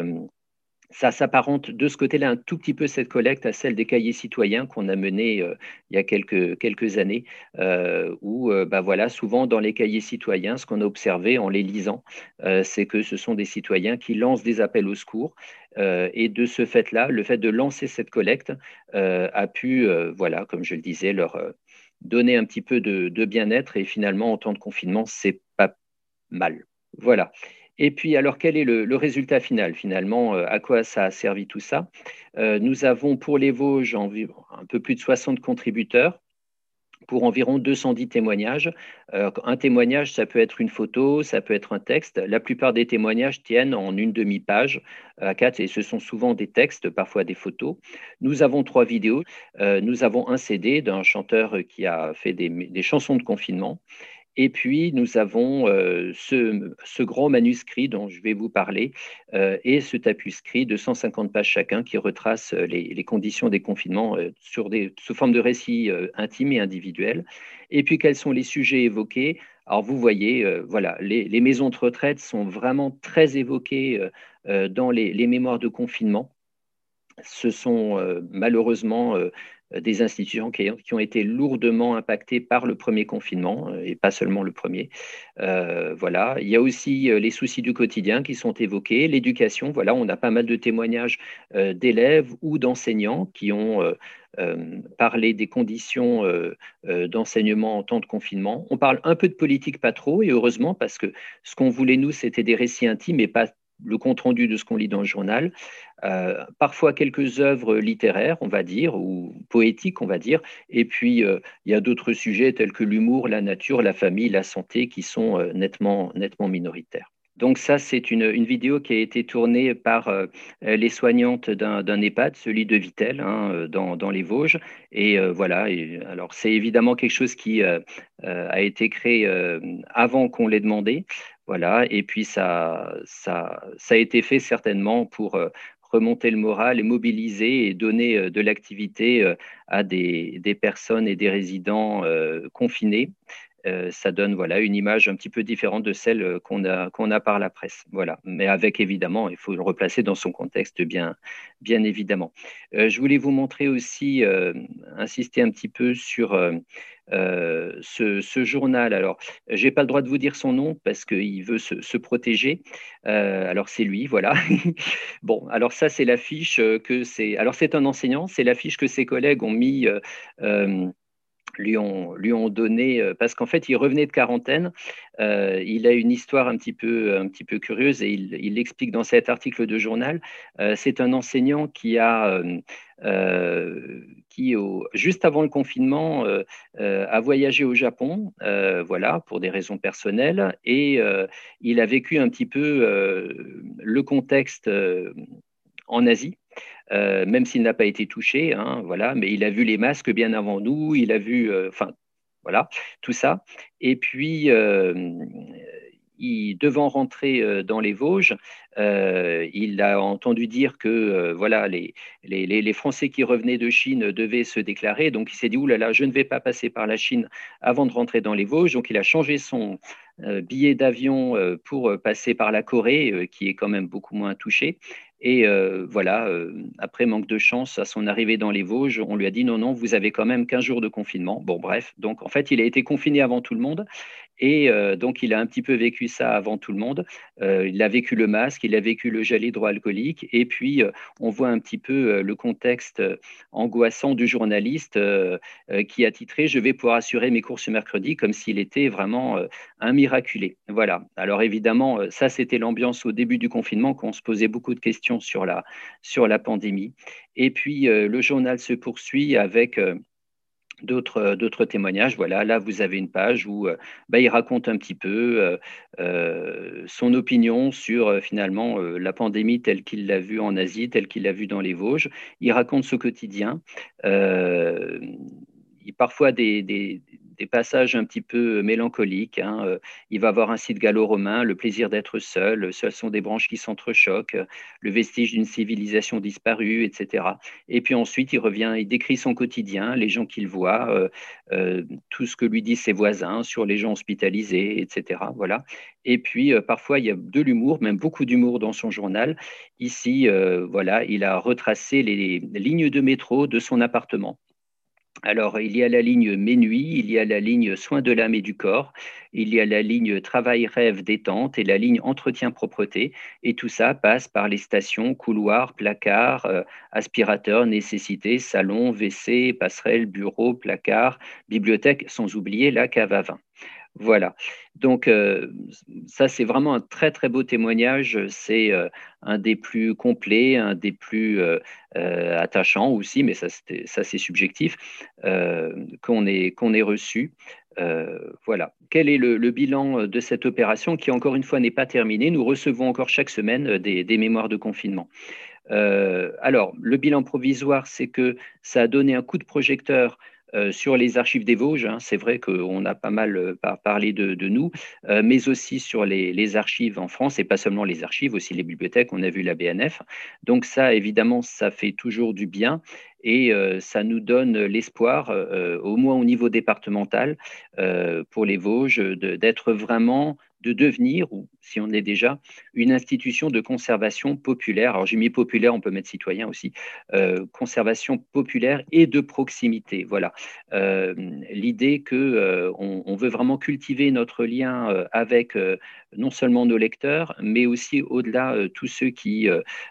ça s'apparente de ce côté-là un tout petit peu cette collecte à celle des cahiers citoyens qu'on a menée il y a quelques années, où voilà, souvent dans les cahiers citoyens, ce qu'on a observé en les lisant, c'est que ce sont des citoyens qui lancent des appels au secours. Et de ce fait-là, le fait de lancer cette collecte a pu, voilà, comme je le disais, leur donner un petit peu de bien-être. Et finalement, en temps de confinement, c'est pas mal. Voilà. Et puis, alors, quel est le résultat final, finalement? À quoi ça a servi tout ça? Nous avons pour les Vosges un peu plus de 60 contributeurs pour environ 210 témoignages. Un témoignage, ça peut être une photo, ça peut être un texte. La plupart des témoignages tiennent en une demi-page à 4, et ce sont souvent des textes, parfois des photos. Nous avons 3 vidéos. Nous avons un CD d'un chanteur qui a fait des chansons de confinement. Et puis, nous avons ce grand manuscrit dont je vais vous parler et ce tapuscrit de 150 pages chacun qui retrace les conditions des confinements sous forme de récits intimes et individuels. Et puis, quels sont les sujets évoqués? Alors, vous voyez, voilà, les maisons de retraite sont vraiment très évoquées dans les mémoires de confinement. Ce sont malheureusement des institutions qui ont été lourdement impactées par le premier confinement, et pas seulement le premier. Voilà. Il y a aussi les soucis du quotidien qui sont évoqués, l'éducation. Voilà, on a pas mal de témoignages d'élèves ou d'enseignants qui ont parlé des conditions d'enseignement en temps de confinement. On parle un peu de politique, pas trop, et heureusement, parce que ce qu'on voulait, nous, c'était des récits intimes et pas le compte-rendu de ce qu'on lit dans le journal, parfois quelques œuvres littéraires, on va dire, ou poétiques, on va dire, et puis il y a d'autres sujets tels que l'humour, la nature, la famille, la santé, qui sont nettement minoritaires. Donc ça, c'est une vidéo qui a été tournée par les soignantes d'un EHPAD, celui de Vittel, hein, dans les Vosges. Et voilà, alors c'est évidemment quelque chose qui a été créé avant qu'on l'ait demandé. Voilà, et puis ça a été fait certainement pour remonter le moral et mobiliser et donner de l'activité à des personnes et des résidents confinés. Ça donne voilà, une image un petit peu différente de celle qu'on a par la presse. Voilà. Mais avec évidemment, il faut le replacer dans son contexte, bien évidemment. Je voulais vous montrer aussi, insister un petit peu sur ce journal. Alors, je n'ai pas le droit de vous dire son nom parce qu'il veut se protéger. Alors, c'est lui, voilà. Bon, alors ça, c'est l'affiche que c'est. Alors, c'est un enseignant, c'est l'affiche que ses collègues ont mis. Lui ont donné, parce qu'en fait, il revenait de quarantaine. Il a une histoire un petit peu curieuse et il l'explique dans cet article de journal. C'est un enseignant juste avant le confinement, a voyagé au Japon, voilà, pour des raisons personnelles, et il a vécu un petit peu le contexte en Asie. Même s'il n'a pas été touché, hein, voilà, mais il a vu les masques bien avant nous, il a vu, enfin, voilà, tout ça. Et puis, devant rentrer dans les Vosges, il a entendu dire que voilà, les Français qui revenaient de Chine devaient se déclarer. Donc, il s'est dit, ouh là là, je ne vais pas passer par la Chine avant de rentrer dans les Vosges. Donc, il a changé son billet d'avion pour passer par la Corée, qui est quand même beaucoup moins touchée. Et voilà, après manque de chance, à son arrivée dans les Vosges, on lui a dit non, non, vous avez quand même 15 jours de confinement. Bon, bref, donc en fait, il a été confiné avant tout le monde. Et donc, il a un petit peu vécu ça avant tout le monde. Il a vécu le masque, il a vécu le gel hydroalcoolique. Et puis, on voit un petit peu le contexte angoissant du journaliste qui a titré « Je vais pouvoir assurer mes cours ce mercredi » comme s'il était vraiment un miraculé. Voilà. Alors, évidemment, ça, c'était l'ambiance au début du confinement, qu'on se posait beaucoup de questions sur la pandémie. Et puis, le journal se poursuit avec d'autres témoignages. Voilà, là, vous avez une page où il raconte un petit peu son opinion sur finalement la pandémie telle qu'il l'a vue en Asie, telle qu'il l'a vue dans les Vosges. Il raconte ce quotidien. Parfois des passages un petit peu mélancoliques, hein. Il va avoir un site gallo-romain, le plaisir d'être seul, seules sont des branches qui s'entrechoquent, le vestige d'une civilisation disparue, etc. Et puis ensuite, il revient, il décrit son quotidien, les gens qu'il voit, tout ce que lui disent ses voisins sur les gens hospitalisés, etc. Voilà. Et puis, parfois, il y a de l'humour, même beaucoup d'humour dans son journal. Ici, voilà, il a retracé les lignes de métro de son appartement. Alors, il y a la ligne Ménuit, il y a la ligne Soins de l'âme et du corps, il y a la ligne Travail, rêve, détente et la ligne Entretien, propreté. Et tout ça passe par les stations, couloirs, placards, aspirateurs, nécessités, salon, WC, passerelle, bureau, placard, bibliothèque, sans oublier la cave à vin. Voilà. Donc, ça, c'est vraiment un très, très beau témoignage. C'est un des plus complets, un des plus attachants aussi, mais ça, c'est subjectif, qu'on ait reçu. Voilà. Quel est le bilan de cette opération qui, encore une fois, n'est pas terminée? Nous recevons encore chaque semaine des mémoires de confinement. Alors, le bilan provisoire, c'est que ça a donné un coup de projecteur sur les archives des Vosges. Hein. C'est vrai qu'on a pas mal parlé de nous, mais aussi sur les archives en France, et pas seulement les archives, aussi les bibliothèques, on a vu la BNF. Donc ça, évidemment, ça fait toujours du bien et ça nous donne l'espoir, au moins au niveau départemental, pour les Vosges, d'être vraiment de devenir, ou si on est déjà, une institution de conservation populaire. Alors j'ai mis populaire, on peut mettre citoyen aussi, conservation populaire et de proximité. Voilà. L'idée que on veut vraiment cultiver notre lien avec non seulement nos lecteurs, mais aussi au-delà tous ceux qui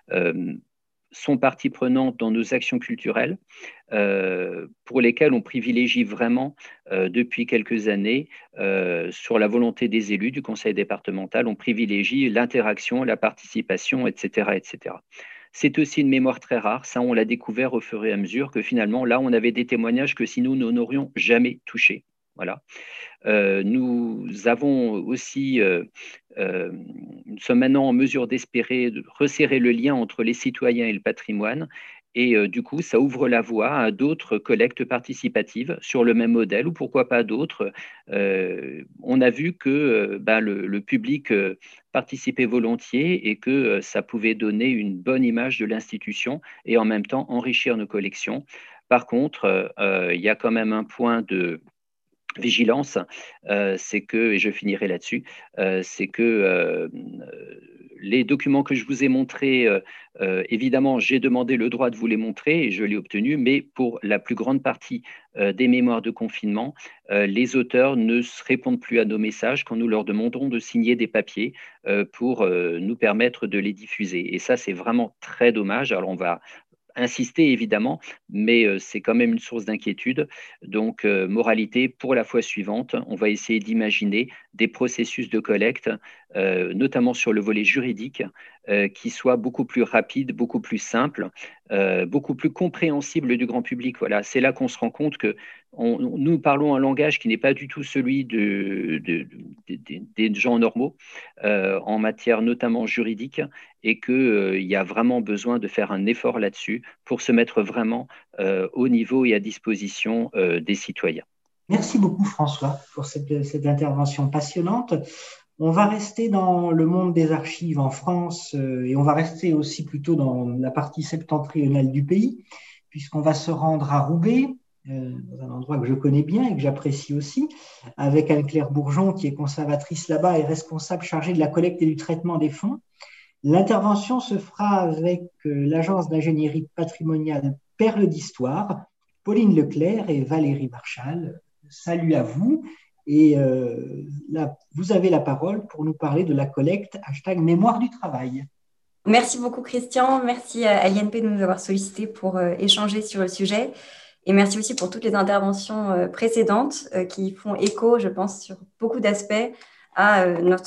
sont partie prenante dans nos actions culturelles, pour lesquelles on privilégie vraiment depuis quelques années, sur la volonté des élus du conseil départemental, on privilégie l'interaction, la participation, etc., etc. C'est aussi une mémoire très rare, ça on l'a découvert au fur et à mesure que finalement là on avait des témoignages que sinon nous n'aurions jamais touchés. Voilà. Nous avons aussi, nous sommes maintenant en mesure d'espérer de resserrer le lien entre les citoyens et le patrimoine. Et du coup, ça ouvre la voie à d'autres collectes participatives sur le même modèle ou pourquoi pas d'autres. On a vu que le public participait volontiers et que ça pouvait donner une bonne image de l'institution et en même temps enrichir nos collections. Par contre, il y a quand même un point de vigilance, c'est que, et je finirai là-dessus, c'est que les documents que je vous ai montrés, évidemment, j'ai demandé le droit de vous les montrer et je l'ai obtenu, mais pour la plus grande partie des mémoires de confinement, les auteurs ne répondent plus à nos messages quand nous leur demandons de signer des papiers pour nous permettre de les diffuser. Et ça, c'est vraiment très dommage. Alors, on va insister évidemment, mais c'est quand même une source d'inquiétude. Donc, moralité, pour la fois suivante, on va essayer d'imaginer des processus de collecte, notamment sur le volet juridique, qui soient beaucoup plus rapides, beaucoup plus simples, beaucoup plus compréhensibles du grand public. Voilà, c'est là qu'on se rend compte que nous parlons un langage qui n'est pas du tout celui des gens normaux, en matière notamment juridique, et qu'il y a vraiment besoin de faire un effort là-dessus pour se mettre vraiment au niveau et à disposition des citoyens. Merci beaucoup François pour cette intervention passionnante. On va rester dans le monde des archives en France et on va rester aussi plutôt dans la partie septentrionale du pays, puisqu'on va se rendre à Roubaix, dans un endroit que je connais bien et que j'apprécie aussi, avec Anne-Claire Bourgeon qui est conservatrice là-bas et responsable chargée de la collecte et du traitement des fonds. L'intervention se fera avec l'agence d'ingénierie patrimoniale Perles d'Histoire, Pauline Leclerc et Valérie Marchal. Salut à vous. Et là, vous avez la parole pour nous parler de la collecte #Mémoire du travail. Merci beaucoup Christian, merci à l'INP de nous avoir sollicité pour échanger sur le sujet et merci aussi pour toutes les interventions précédentes qui font écho, je pense, sur beaucoup d'aspects à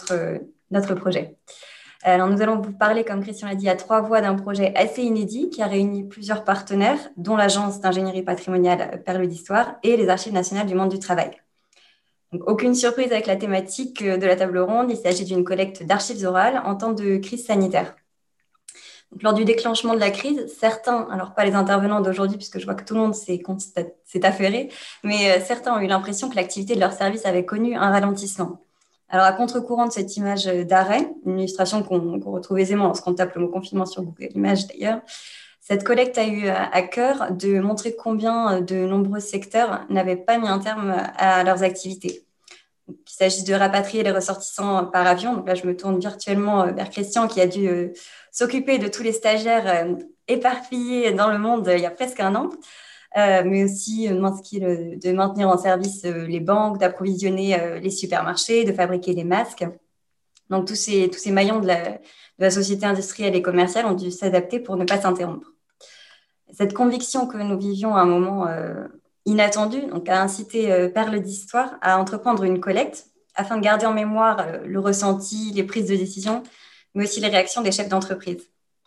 notre projet. Alors nous allons vous parler, comme Christian l'a dit, à 3 voix d'un projet assez inédit qui a réuni plusieurs partenaires, dont l'agence d'ingénierie patrimoniale Perles d'Histoire et les Archives nationales du monde du travail. Donc, aucune surprise avec la thématique de la table ronde, il s'agit d'une collecte d'archives orales en temps de crise sanitaire. Donc, lors du déclenchement de la crise, certains, alors pas les intervenants d'aujourd'hui, puisque je vois que tout le monde s'est affairé, mais certains ont eu l'impression que l'activité de leur service avait connu un ralentissement. Alors, à contre-courant de cette image d'arrêt, une illustration qu'on retrouve aisément lorsqu'on tape le mot confinement sur Google Images d'ailleurs, cette collecte a eu à cœur de montrer combien de nombreux secteurs n'avaient pas mis un terme à leurs activités. Qu'il s'agisse de rapatrier les ressortissants par avion, donc là je me tourne virtuellement vers Christian qui a dû s'occuper de tous les stagiaires éparpillés dans le monde il y a presque un an, mais aussi de maintenir en service les banques, d'approvisionner les supermarchés, de fabriquer les masques. Donc tous ces maillons de la société industrielle et commerciale ont dû s'adapter pour ne pas s'interrompre. Cette conviction que nous vivions à un moment inattendu, donc a incité Perles d'Histoire à entreprendre une collecte afin de garder en mémoire le ressenti, les prises de décision, mais aussi les réactions des chefs d'entreprise.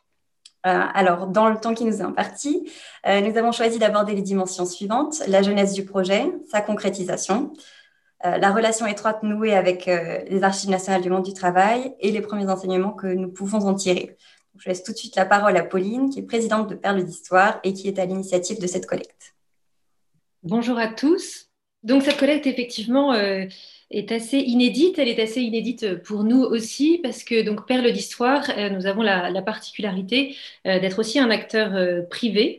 Alors, dans le temps qui nous est imparti, nous avons choisi d'aborder les dimensions suivantes: la jeunesse du projet, sa concrétisation, la relation étroite nouée avec les Archives nationales du monde du travail et les premiers enseignements que nous pouvons en tirer. Donc, je laisse tout de suite la parole à Pauline, qui est présidente de Perles d'Histoire et qui est à l'initiative de cette collecte. Bonjour à tous. Donc cette collecte effectivement est assez inédite. Elle est assez inédite pour nous aussi parce que donc Perles d'Histoire, nous avons la particularité d'être aussi un acteur privé.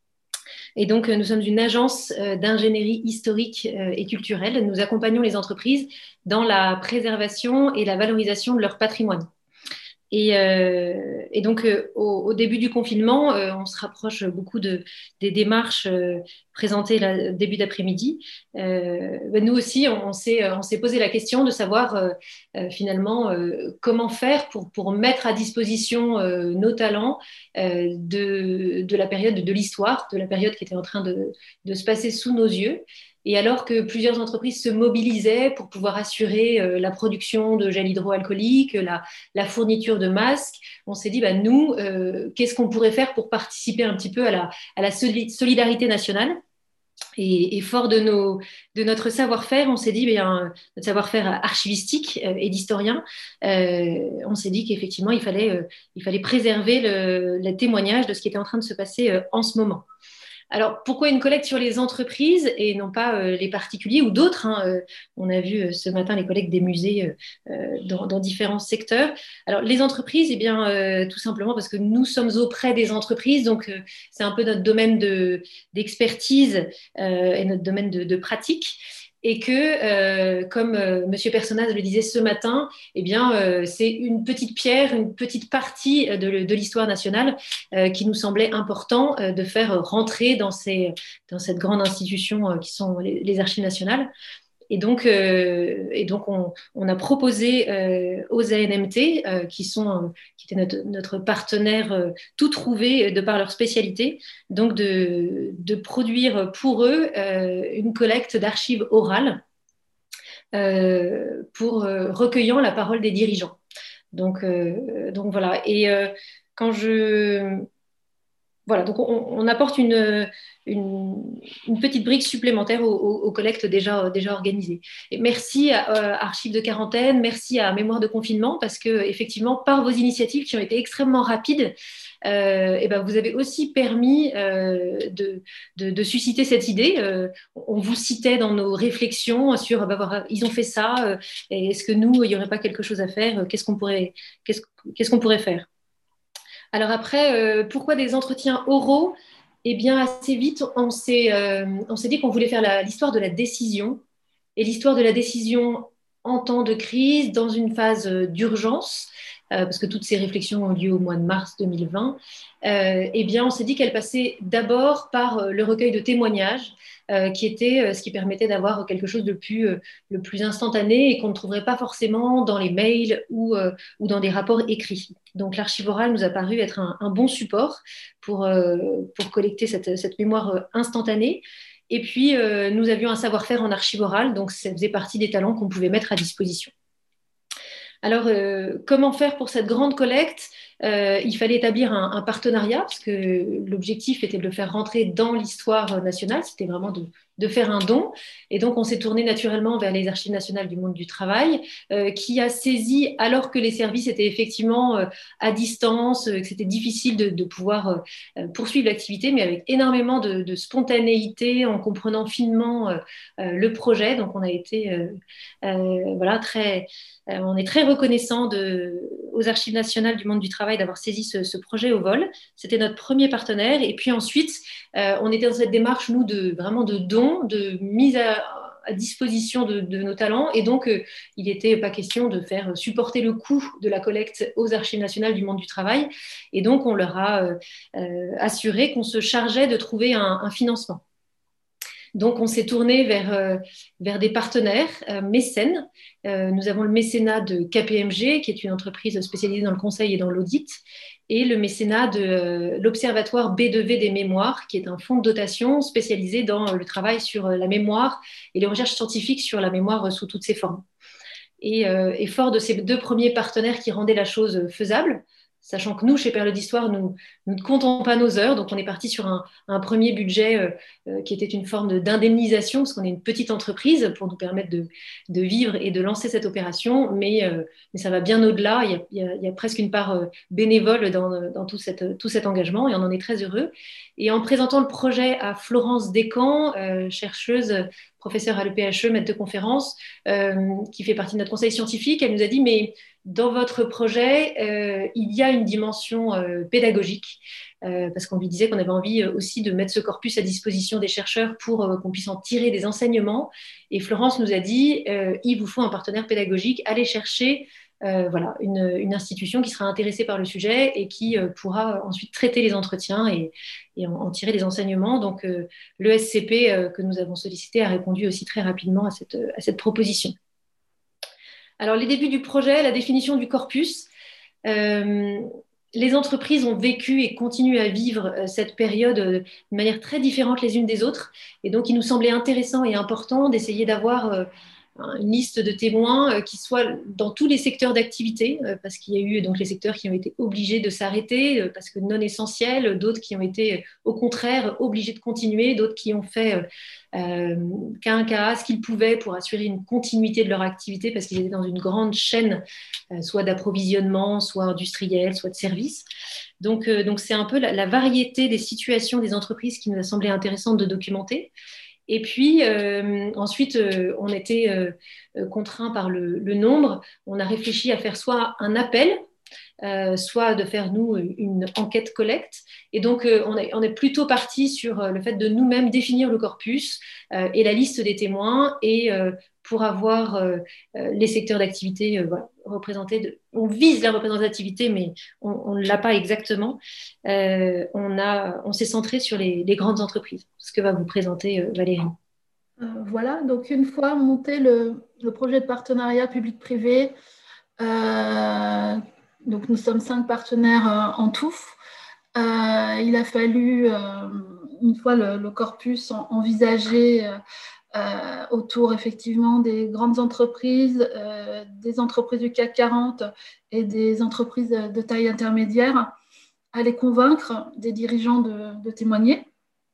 Et donc nous sommes une agence d'ingénierie historique et culturelle. Nous accompagnons les entreprises dans la préservation et la valorisation de leur patrimoine. Et donc, au début du confinement, on se rapproche beaucoup des démarches présentées début d'après-midi. Nous aussi, on s'est posé la question de savoir finalement comment faire pour mettre à disposition nos talents de la période de l'histoire, de la période qui était en train de se passer sous nos yeux. Et alors que plusieurs entreprises se mobilisaient pour pouvoir assurer la production de gel hydroalcoolique, la fourniture de masques, on s'est dit, nous, qu'est-ce qu'on pourrait faire pour participer un petit peu à la solidarité nationale Et fort de notre savoir-faire, on s'est dit, notre savoir-faire archivistique et d'historien, on s'est dit qu'effectivement, il fallait préserver le témoignage de ce qui était en train de se passer en ce moment. Alors, pourquoi une collecte sur les entreprises et non pas les particuliers ou d'autres, hein, on a vu ce matin les collègues des musées dans différents secteurs. Alors, les entreprises, eh bien, tout simplement parce que nous sommes auprès des entreprises, donc c'est un peu notre domaine d'expertise et notre domaine de pratique. Et que, comme Monsieur Personnaz le disait ce matin, eh bien, c'est une petite pierre, une petite partie de l'histoire nationale qui nous semblait important de faire rentrer dans cette grande institution qui sont les Archives nationales. Et donc, on a proposé aux ANMT, qui étaient notre partenaire tout trouvé de par leur spécialité, donc de produire pour eux une collecte d'archives orales pour recueillant la parole des dirigeants. Donc voilà. Et voilà, donc on apporte une petite brique supplémentaire aux collectes déjà organisées. Et merci à Archives de Quarantaine, merci à Mémoire de Confinement, parce que effectivement, par vos initiatives qui ont été extrêmement rapides, et ben vous avez aussi permis de susciter cette idée. On vous citait dans nos réflexions sur voilà, ils ont fait ça, et est-ce que nous, il n'y aurait pas quelque chose à faire, qu'est-ce qu'on pourrait faire? Alors après, pourquoi des entretiens oraux? Eh bien, assez vite, on s'est dit qu'on voulait faire l'histoire de la décision, et l'histoire de la décision en temps de crise, dans une phase d'urgence, parce que toutes ces réflexions ont lieu au mois de mars 2020, eh bien, on s'est dit qu'elle passait d'abord par le recueil de témoignages, qui était ce qui permettait d'avoir quelque chose le plus instantané et qu'on ne trouverait pas forcément dans les mails ou dans des rapports écrits. Donc l'archive orale nous a paru être un bon support pour collecter cette mémoire instantanée. Et puis, nous avions un savoir-faire en archive orale, donc ça faisait partie des talents qu'on pouvait mettre à disposition. Alors, comment faire pour cette grande collecte? Il fallait établir un partenariat, parce que l'objectif était de le faire rentrer dans l'histoire nationale, c'était vraiment de faire un don. Et donc, on s'est tourné naturellement vers les Archives nationales du monde du travail, qui a saisi, alors que les services étaient effectivement à distance, que c'était difficile de pouvoir poursuivre l'activité, mais avec énormément de spontanéité, en comprenant finement le projet. Donc, on a été voilà, on est très reconnaissant aux Archives nationales du monde du travail d'avoir saisi ce projet au vol. C'était notre premier partenaire. Et puis ensuite, on était dans cette démarche, nous, vraiment de don, de mise à disposition de nos talents. Et donc, il n'était pas question de faire supporter le coût de la collecte aux Archives nationales du monde du travail. Et donc, on leur a assuré qu'on se chargeait de trouver un financement. Donc, on s'est tourné vers des partenaires mécènes. Nous avons le mécénat de KPMG, qui est une entreprise spécialisée dans le conseil et dans l'audit, et le mécénat de l'Observatoire B2V des mémoires, qui est un fonds de dotation spécialisé dans le travail sur la mémoire et les recherches scientifiques sur la mémoire sous toutes ses formes. Et fort de ces deux premiers partenaires qui rendaient la chose faisable, sachant que nous, chez Perles d'Histoire, nous ne comptons pas nos heures. Donc, on est parti sur un premier budget qui était une forme d'indemnisation, parce qu'on est une petite entreprise, pour nous permettre de vivre et de lancer cette opération. Mais ça va bien au-delà. Il y a presque une part bénévole dans tout cet engagement, et on en est très heureux. Et en présentant le projet à Florence Descamps, chercheuse, professeure à l'EPHE, maître de conférence, qui fait partie de notre conseil scientifique, elle nous a dit « Mais dans votre projet, il y a une dimension pédagogique », parce qu'on lui disait qu'on avait envie aussi de mettre ce corpus à disposition des chercheurs pour qu'on puisse en tirer des enseignements. Et Florence nous a dit il vous faut un partenaire pédagogique, allez chercher voilà, une institution qui sera intéressée par le sujet et qui pourra ensuite traiter les entretiens et en tirer des enseignements. Donc le SCP que nous avons sollicité a répondu aussi très rapidement à cette proposition. Alors les débuts du projet, la définition du corpus. Les entreprises ont vécu et continuent à vivre cette période de manière très différente les unes des autres. Et donc, il nous semblait intéressant et important d'essayer d'avoir une liste de témoins qui soit dans tous les secteurs d'activité, parce qu'il y a eu donc les secteurs qui ont été obligés de s'arrêter parce que non essentiels, d'autres qui ont été au contraire obligés de continuer, d'autres qui ont fait ce qu'ils pouvaient pour assurer une continuité de leur activité parce qu'ils étaient dans une grande chaîne, soit d'approvisionnement, soit industrielle, soit de services. Donc c'est un peu la variété des situations des entreprises qui nous a semblé intéressante de documenter. Et puis, ensuite, on était contraint par le nombre. On a réfléchi à faire soit un appel, soit de faire, nous, une enquête collecte. Et donc, on est plutôt parti sur le fait de nous-mêmes définir le corpus et la liste des témoins et pour avoir les secteurs d'activité voilà, représentés. On vise la représentativité, mais on ne l'a pas exactement. On s'est centré sur les grandes entreprises, ce que va vous présenter Valérie. Voilà, donc une fois monté le projet de partenariat public-privé, donc nous sommes 5 partenaires en tout. Il a fallu, une fois le corpus envisagé autour effectivement des grandes entreprises, des entreprises du CAC 40 et des entreprises de taille intermédiaire, à les convaincre des dirigeants de témoigner.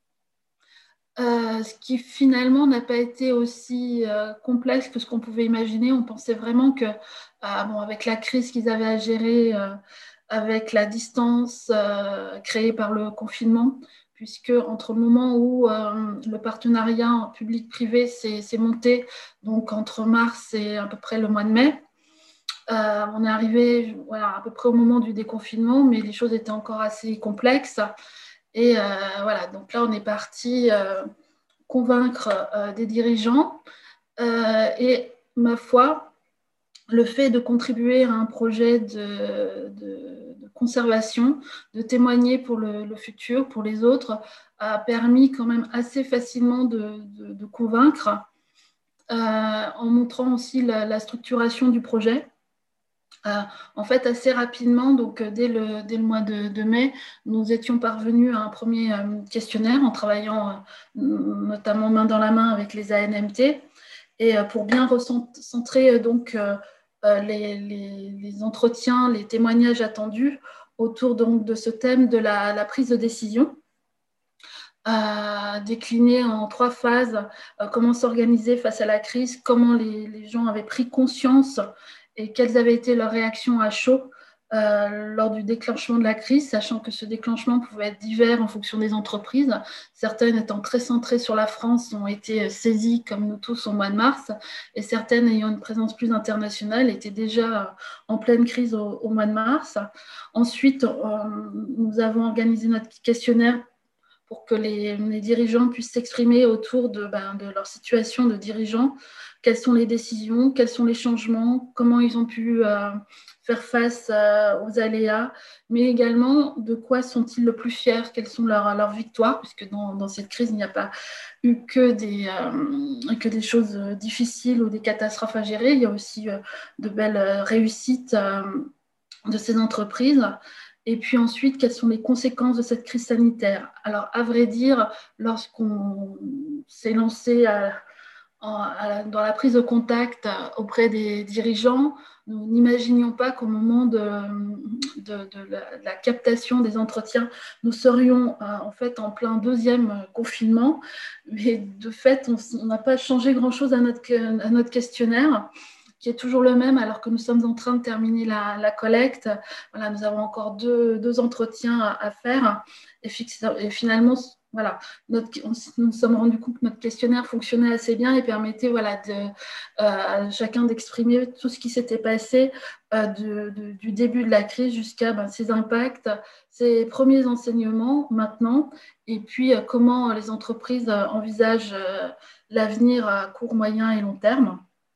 Ce qui finalement n'a pas été aussi complexe que ce qu'on pouvait imaginer. On pensait vraiment que, avec la crise qu'ils avaient à gérer, avec la distance créée par le confinement, puisque entre le moment où le partenariat public-privé s'est monté, donc entre mars et à peu près le mois de mai, on est arrivé à peu près au moment du déconfinement, mais les choses étaient encore assez complexes. Et voilà, donc là, on est parti convaincre des dirigeants. Et ma foi, le fait de contribuer à un projet de conservation, de témoigner pour le futur, pour les autres, a permis quand même assez facilement de convaincre, en montrant aussi la structuration du projet. En fait, assez rapidement, donc dès le mois de mai, nous étions parvenus à un premier questionnaire en travaillant notamment main dans la main avec les ANMT et pour bien recentrer donc les entretiens, les témoignages attendus autour donc de ce thème de la prise de décision. Décliné en 3 phases, comment s'organiser face à la crise, comment les gens avaient pris conscience et quelles avaient été leurs réactions à chaud lors du déclenchement de la crise, sachant que ce déclenchement pouvait être divers en fonction des entreprises. Certaines étant très centrées sur la France ont été saisies, comme nous tous, au mois de mars, et certaines ayant une présence plus internationale étaient déjà en pleine crise au mois de mars. Ensuite, nous avons organisé notre questionnaire pour que les dirigeants puissent s'exprimer autour de leur situation de dirigeant. Quelles sont les décisions, quels sont les changements, comment ils ont pu faire face aux aléas, mais également de quoi sont-ils le plus fiers, quelles sont leurs victoires, puisque dans cette crise, il n'y a pas eu que des choses difficiles ou des catastrophes à gérer, il y a aussi de belles réussites de ces entreprises. Et puis ensuite, quelles sont les conséquences de cette crise sanitaire? Alors, à vrai dire, lorsqu'on s'est lancé dans la prise de contact auprès des dirigeants, nous n'imaginions pas qu'au moment de la captation des entretiens, nous serions en fait en plein 2e confinement. Mais de fait, on n'a pas changé grand-chose à notre questionnaire, qui est toujours le même alors que nous sommes en train de terminer la collecte. Voilà, nous avons encore deux entretiens à faire. Et finalement, voilà, nous nous sommes rendus compte que notre questionnaire fonctionnait assez bien et permettait à chacun d'exprimer tout ce qui s'était passé du début de la crise jusqu'à ses impacts, ses premiers enseignements maintenant, et puis comment les entreprises envisagent l'avenir à court, moyen et long terme.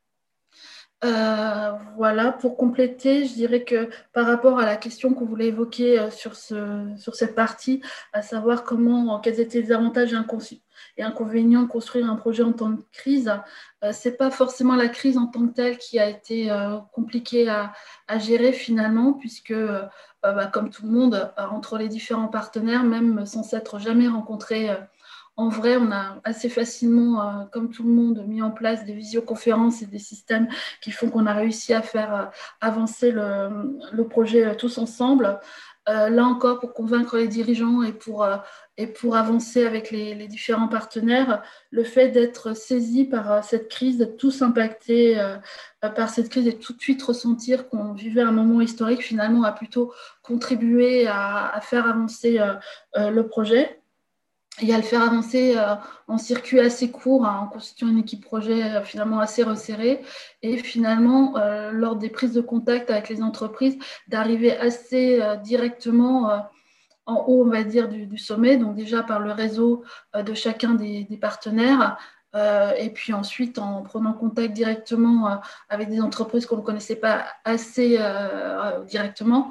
Voilà, pour compléter, je dirais que par rapport à la question qu'on voulait évoquer sur cette partie, à savoir quels étaient les avantages et inconvénients de construire un projet en temps de crise, ce n'est pas forcément la crise en tant que telle qui a été compliquée à gérer finalement, puisque comme tout le monde, entre les différents partenaires, même sans s'être jamais rencontrés en vrai, on a assez facilement, comme tout le monde, mis en place des visioconférences et des systèmes qui font qu'on a réussi à faire avancer le projet tous ensemble. Là encore, pour convaincre les dirigeants et pour avancer avec les différents partenaires, le fait d'être saisi par cette crise, d'être tous impactés par cette crise et tout de suite ressentir qu'on vivait un moment historique, finalement, a plutôt contribué à faire avancer le projet et à le faire avancer en circuit assez court, en constituant une équipe projet finalement assez resserrée, et finalement, lors des prises de contact avec les entreprises, d'arriver assez directement en haut, on va dire, du sommet, donc déjà par le réseau de chacun des partenaires, et puis ensuite en prenant contact directement avec des entreprises qu'on ne connaissait pas assez directement.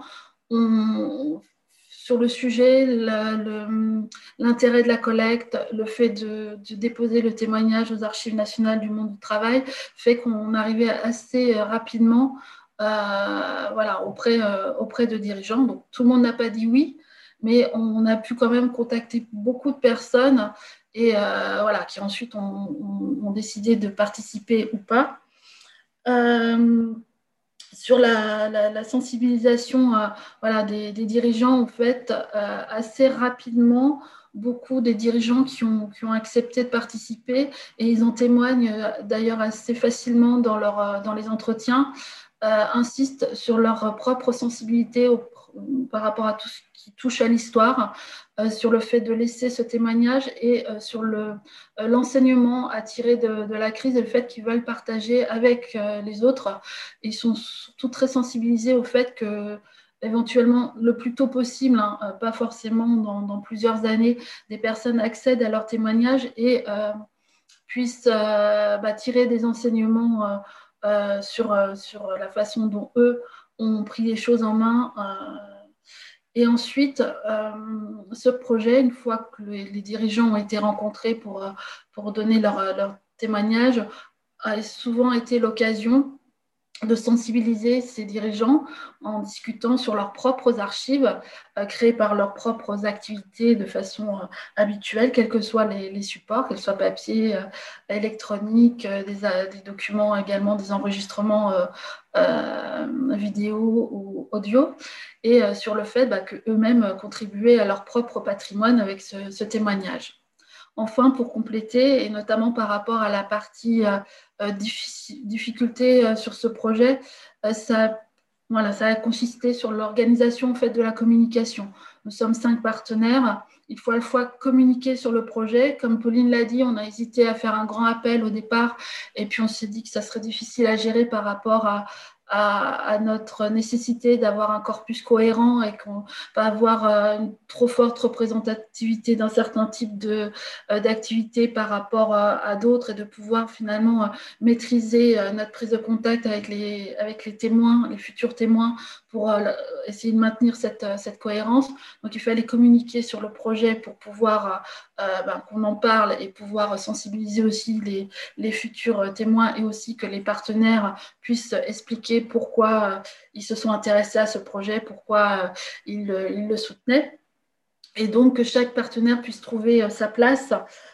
Sur le sujet, l'intérêt de la collecte, le fait de déposer le témoignage aux archives nationales du monde du travail fait qu'on arrivait assez rapidement auprès de dirigeants. Donc, tout le monde n'a pas dit oui, mais on a pu quand même contacter beaucoup de personnes et qui ensuite ont décidé de participer ou pas. Sur la sensibilisation des dirigeants, en fait, assez rapidement, beaucoup des dirigeants qui ont accepté de participer, et ils en témoignent d'ailleurs assez facilement dans les entretiens, insistent sur leur propre sensibilité par rapport à tout ce qui touche à l'histoire, sur le fait de laisser ce témoignage et sur l'enseignement à tirer de la crise et le fait qu'ils veulent partager avec les autres. Ils sont surtout très sensibilisés au fait que éventuellement, le plus tôt possible, pas forcément dans plusieurs années, des personnes accèdent à leur témoignage et puissent tirer des enseignements sur la façon dont eux ont pris les choses en main. Et ensuite, ce projet, une fois que les dirigeants ont été rencontrés pour donner leur témoignage, a souvent été l'occasion de sensibiliser ces dirigeants en discutant sur leurs propres archives créées par leurs propres activités de façon habituelle, quels que soient les supports, qu'elles soient papier, électronique, des documents également, des enregistrements vidéo ou audio, et sur le fait qu'eux-mêmes contribuaient à leur propre patrimoine avec ce témoignage. Enfin, pour compléter, et notamment par rapport à la partie difficulté sur ce projet, ça a consisté sur l'organisation en fait, de la communication. Nous sommes 5 partenaires. Il faut à la fois communiquer sur le projet. Comme Pauline l'a dit, on a hésité à faire un grand appel au départ, et puis on s'est dit que ça serait difficile à gérer par rapport à notre nécessité d'avoir un corpus cohérent et qu'on va avoir une trop forte représentativité d'un certain type d'activité par rapport à d'autres, et de pouvoir finalement maîtriser notre prise de contact avec les témoins, les futurs témoins, pour essayer de maintenir cette cohérence. Donc, il fallait communiquer sur le projet pour pouvoir qu'on en parle et pouvoir sensibiliser aussi les futurs témoins, et aussi que les partenaires puissent expliquer pourquoi ils se sont intéressés à ce projet, pourquoi ils le soutenaient. Et donc, que chaque partenaire puisse trouver sa place,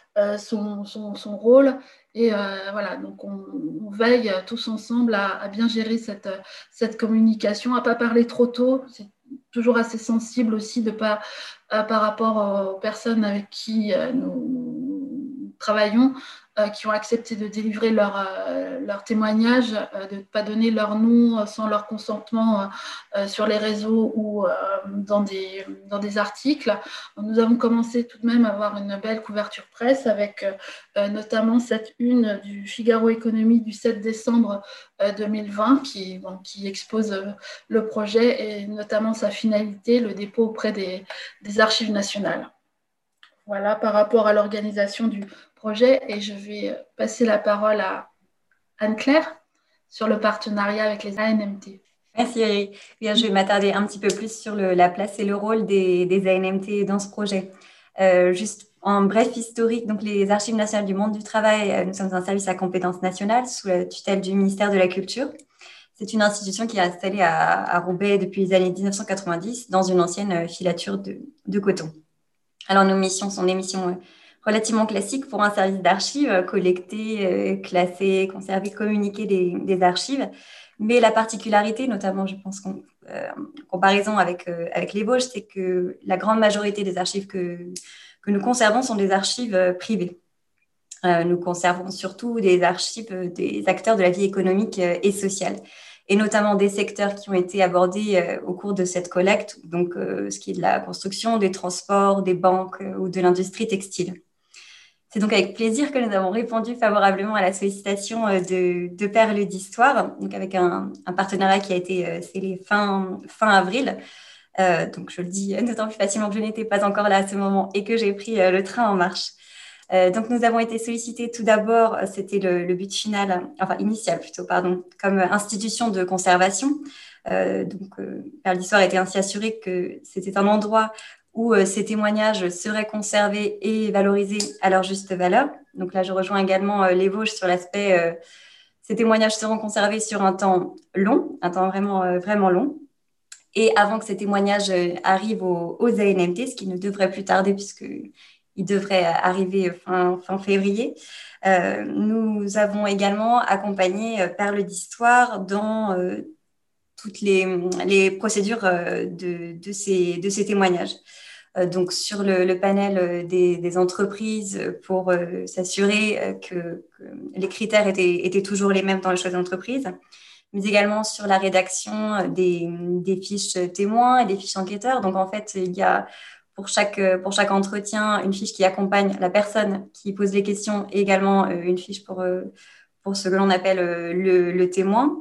son rôle. Et donc on veille tous ensemble à bien gérer cette communication, à ne pas parler trop tôt. C'est toujours assez sensible aussi par rapport aux personnes avec qui nous travaillons, qui ont accepté de délivrer leur témoignage, de ne pas donner leur nom sans leur consentement sur les réseaux ou dans des articles. Nous avons commencé tout de même à avoir une belle couverture presse avec notamment cette une du Figaro Économie du 7 décembre 2020 qui expose le projet et notamment sa finalité, le dépôt auprès des archives nationales. Voilà par rapport à l'organisation du projet, et je vais passer la parole à Anne-Claire sur le partenariat avec les ANMT. Merci Valérie. Bien, je vais m'attarder un petit peu plus sur la place et le rôle des ANMT dans ce projet. Juste en bref historique, donc les Archives nationales du monde du travail, nous sommes un service à compétence nationale sous la tutelle du ministère de la Culture. C'est une institution qui est installée à Roubaix depuis les années 1990 dans une ancienne filature de coton. Alors nos missions sont des missions relativement classique pour un service d'archives, collecter, classer, conserver, communiquer des archives. Mais la particularité, notamment, je pense en comparaison avec les Vosges, c'est que la grande majorité des archives que nous conservons sont des archives privées. Nous conservons surtout des archives des acteurs de la vie économique et sociale, et notamment des secteurs qui ont été abordés au cours de cette collecte, donc ce qui est de la construction, des transports, des banques ou de l'industrie textile. C'est donc avec plaisir que nous avons répondu favorablement à la sollicitation de Perles d'Histoire, donc avec un partenariat qui a été scellé fin avril. Donc je le dis d'autant plus facilement que je n'étais pas encore là à ce moment et que j'ai pris le train en marche. Donc nous avons été sollicités tout d'abord, c'était le but final, enfin initial plutôt, pardon, comme institution de conservation. Donc Perles d'Histoire a été ainsi assuré que c'était un endroit où ces témoignages seraient conservés et valorisés à leur juste valeur. Donc là, je rejoins également les Vosges sur l'aspect, ces témoignages seront conservés sur un temps long, un temps vraiment, vraiment long. Et avant que ces témoignages arrivent aux ANMT, ce qui ne devrait plus tarder puisqu'ils devraient arriver fin février, nous avons également accompagné Perles d'Histoire dans toutes les procédures de ces témoignages. Donc, sur le panel des entreprises pour s'assurer que les critères étaient toujours les mêmes dans le choix d'entreprise, mais également sur la rédaction des fiches témoins et des fiches enquêteurs. Donc, en fait, il y a pour chaque entretien une fiche qui accompagne la personne qui pose les questions et également une fiche pour ce que l'on appelle le témoin.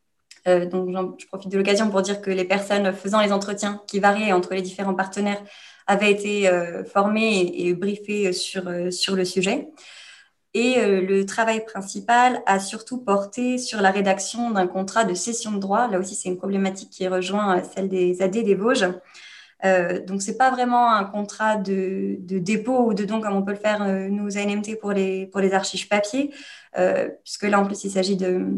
Donc, je profite de l'occasion pour dire que les personnes faisant les entretiens qui variaient entre les différents partenaires avaient été formées et briefées sur le sujet. Et le travail principal a surtout porté sur la rédaction d'un contrat de cession de droit. Là aussi, c'est une problématique qui rejoint celle des AD des Vosges. Donc, ce n'est pas vraiment un contrat de dépôt ou de don comme on peut le faire nous, ANMT, pour les archives papier, puisque là, en plus, il s'agit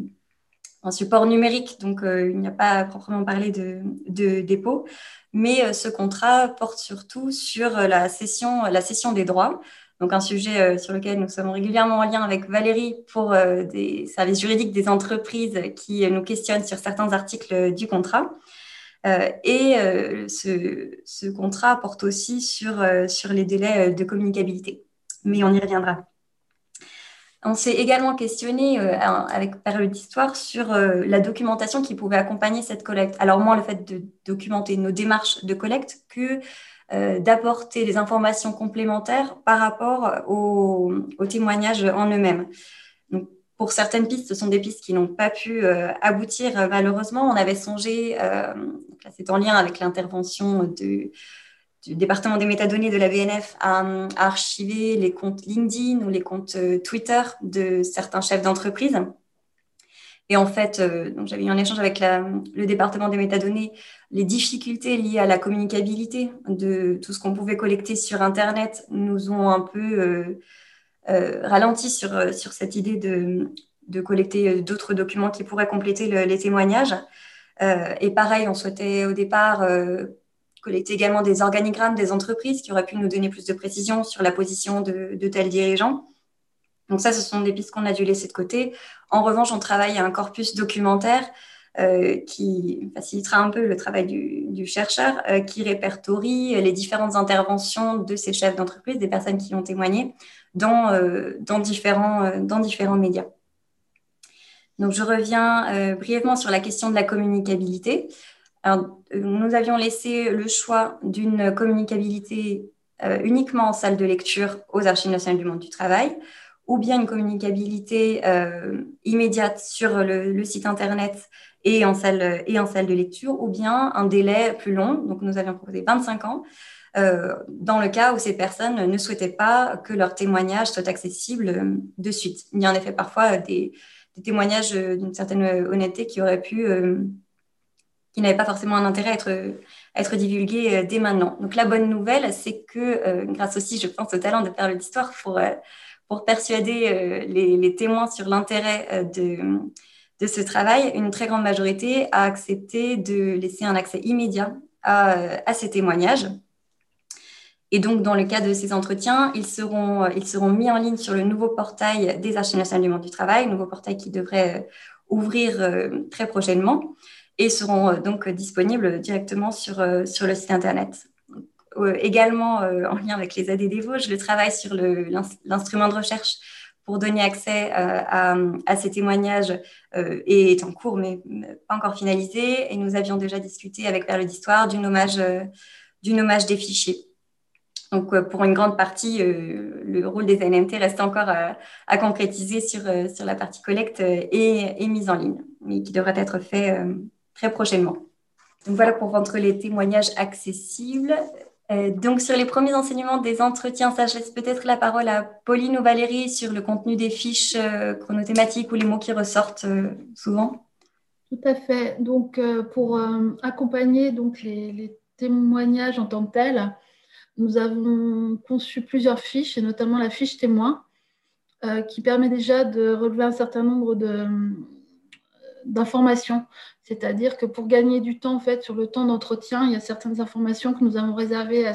un support numérique, donc il n'y a pas à proprement parler de dépôt, mais ce contrat porte surtout sur la cession des droits, donc un sujet sur lequel nous sommes régulièrement en lien avec Valérie pour des services juridiques des entreprises qui nous questionnent sur certains articles du contrat. Et ce contrat porte aussi sur les délais de communicabilité, mais on y reviendra. On s'est également questionné avec Perles d'Histoire sur la documentation qui pouvait accompagner cette collecte. Alors moins le fait de documenter nos démarches de collecte que d'apporter des informations complémentaires par rapport aux témoignages en eux-mêmes. Donc, pour certaines pistes, ce sont des pistes qui n'ont pas pu aboutir malheureusement. On avait songé, c'est en lien avec l'intervention du département des métadonnées de la BNF à archiver les comptes LinkedIn ou les comptes Twitter de certains chefs d'entreprise. Et en fait, donc j'avais eu un échange avec le département des métadonnées, les difficultés liées à la communicabilité de tout ce qu'on pouvait collecter sur Internet nous ont un peu ralenti sur cette idée de collecter d'autres documents qui pourraient compléter les témoignages. Et pareil, on souhaitait au départ collecter également des organigrammes des entreprises qui auraient pu nous donner plus de précision sur la position de tels dirigeants. Donc ça, ce sont des pistes qu'on a dû laisser de côté. En revanche, on travaille à un corpus documentaire qui facilitera un peu le travail du chercheur, qui répertorie les différentes interventions de ces chefs d'entreprise, des personnes qui ont témoigné dans différents médias. Donc, je reviens brièvement sur la question de la communicabilité. Alors, nous avions laissé le choix d'une communicabilité uniquement en salle de lecture aux Archives nationales du monde du travail, ou bien une communicabilité immédiate sur le site Internet et en salle de lecture, ou bien un délai plus long. Donc, nous avions proposé 25 ans, dans le cas où ces personnes ne souhaitaient pas que leur témoignage soit accessible de suite. Il y a en effet parfois des témoignages d'une certaine honnêteté qui auraient pu... qui n'avaient pas forcément un intérêt à être divulgués dès maintenant. Donc, la bonne nouvelle, c'est que, grâce aussi, je pense, au talent de Perles d'Histoire pour persuader les témoins sur l'intérêt de ce travail, une très grande majorité a accepté de laisser un accès immédiat à ces témoignages. Et donc, dans le cadre de ces entretiens, ils seront mis en ligne sur le nouveau portail des Archives nationales du monde du travail, nouveau portail qui devrait ouvrir très prochainement, et seront donc disponibles directement sur le site Internet. Également, en lien avec les AD des Vosges, le travail sur l'instrument de recherche pour donner accès à ces témoignages est en cours, mais pas encore finalisé. Et nous avions déjà discuté avec Perles d'Histoire du nommage des fichiers. Donc, pour une grande partie, le rôle des ANMT reste encore à concrétiser sur la partie collecte et mise en ligne, mais qui devrait être fait très prochainement. Donc, voilà pour rendre les témoignages accessibles. Donc, sur les premiers enseignements des entretiens, ça, je laisse peut-être la parole à Pauline ou Valérie sur le contenu des fiches chronothématiques ou les mots qui ressortent souvent. Tout à fait. Donc, pour accompagner donc, les témoignages en tant que tels, nous avons conçu plusieurs fiches, et notamment la fiche témoin, qui permet déjà de relever un certain nombre d'informations. C'est-à-dire que pour gagner du temps, en fait, sur le temps d'entretien, il y a certaines informations que nous avons réservées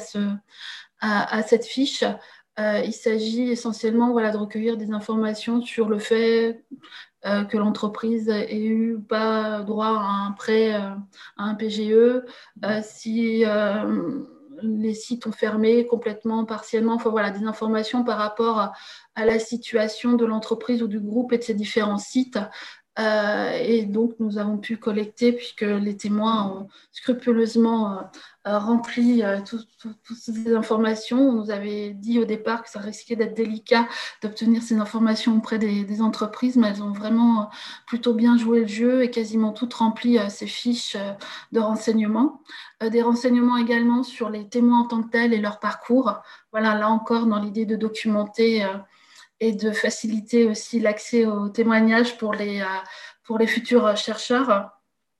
à cette fiche. Il s'agit essentiellement de recueillir des informations sur le fait que l'entreprise ait eu ou pas droit à un prêt, à un PGE, si les sites ont fermé complètement, partiellement, enfin, des informations par rapport à la situation de l'entreprise ou du groupe et de ses différents sites. Et donc, nous avons pu collecter, puisque les témoins ont scrupuleusement rempli toutes ces informations. On nous avait dit au départ que ça risquait d'être délicat d'obtenir ces informations auprès des entreprises, mais elles ont vraiment plutôt bien joué le jeu et quasiment toutes rempli ces fiches de renseignements. Des renseignements également sur les témoins en tant que tels et leur parcours. Voilà, là encore, dans l'idée de documenter et de faciliter aussi l'accès aux témoignages pour les futurs chercheurs.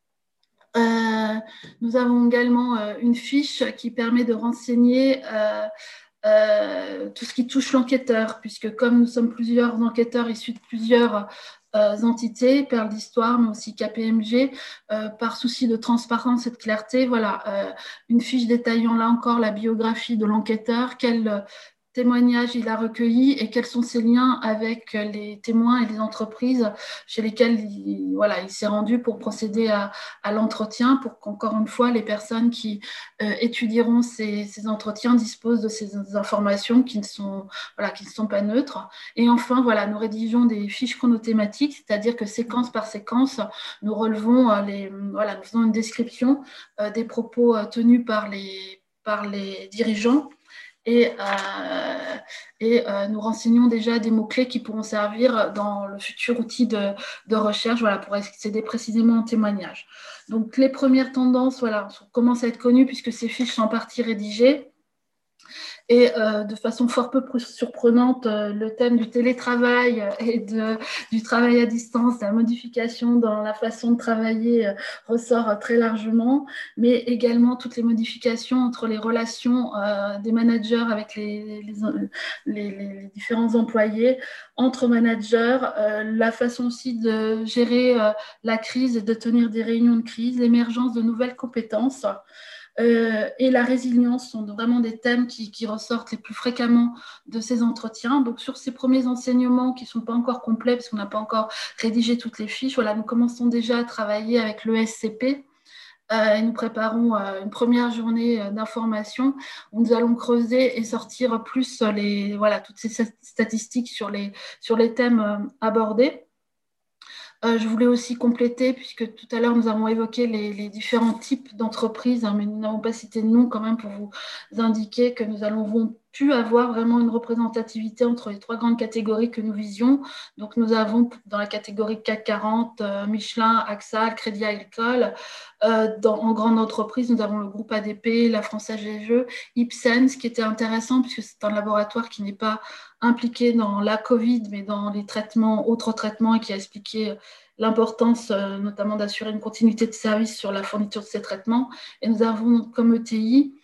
Nous avons également une fiche qui permet de renseigner tout ce qui touche l'enquêteur, puisque comme nous sommes plusieurs enquêteurs issus de plusieurs entités, Perles d'Histoire, mais aussi KPMG, par souci de transparence et de clarté, une fiche détaillant là encore la biographie de l'enquêteur, quel témoignages il a recueilli et quels sont ses liens avec les témoins et les entreprises chez lesquelles il s'est rendu pour procéder à l'entretien, pour qu'encore une fois, les personnes qui étudieront ces entretiens disposent de ces informations qui ne sont pas neutres. Et enfin, nous rédigeons des fiches chronothématiques, c'est-à-dire que séquence par séquence, nous relevons nous faisons une description des propos tenus par les dirigeants. Et nous renseignons déjà des mots-clés qui pourront servir dans le futur outil de recherche pour accéder précisément au témoignage. Donc, les premières tendances commencent à être connues puisque ces fiches sont en partie rédigées. Et de façon fort peu surprenante, le thème du télétravail et du travail à distance, de la modification dans la façon de travailler ressort très largement, mais également toutes les modifications entre les relations des managers avec les différents employés, entre managers, la façon aussi de gérer la crise et de tenir des réunions de crise, l'émergence de nouvelles compétences. Et la résilience sont vraiment des thèmes qui ressortent les plus fréquemment de ces entretiens. Donc, sur ces premiers enseignements qui ne sont pas encore complets, parce qu'on n'a pas encore rédigé toutes les fiches, nous commençons déjà à travailler avec l'ESCP et nous préparons une première journée d'information où nous allons creuser et sortir plus toutes ces statistiques sur les thèmes abordés. Je voulais aussi compléter, puisque tout à l'heure, nous avons évoqué les différents types d'entreprises, mais nous n'avons pas cité de nom quand même pour vous indiquer que nous avons pu avoir vraiment une représentativité entre les trois grandes catégories que nous visions. Donc, nous avons dans la catégorie CAC 40, Michelin, AXA, Crédit Agricole. En grande entreprise, nous avons le groupe ADP, la Française des Jeux, Ipsen, ce qui était intéressant puisque c'est un laboratoire qui n'est pas impliqué dans la Covid, mais dans les autres traitements, et qui a expliqué l'importance notamment d'assurer une continuité de service sur la fourniture de ces traitements. Et nous avons comme ETI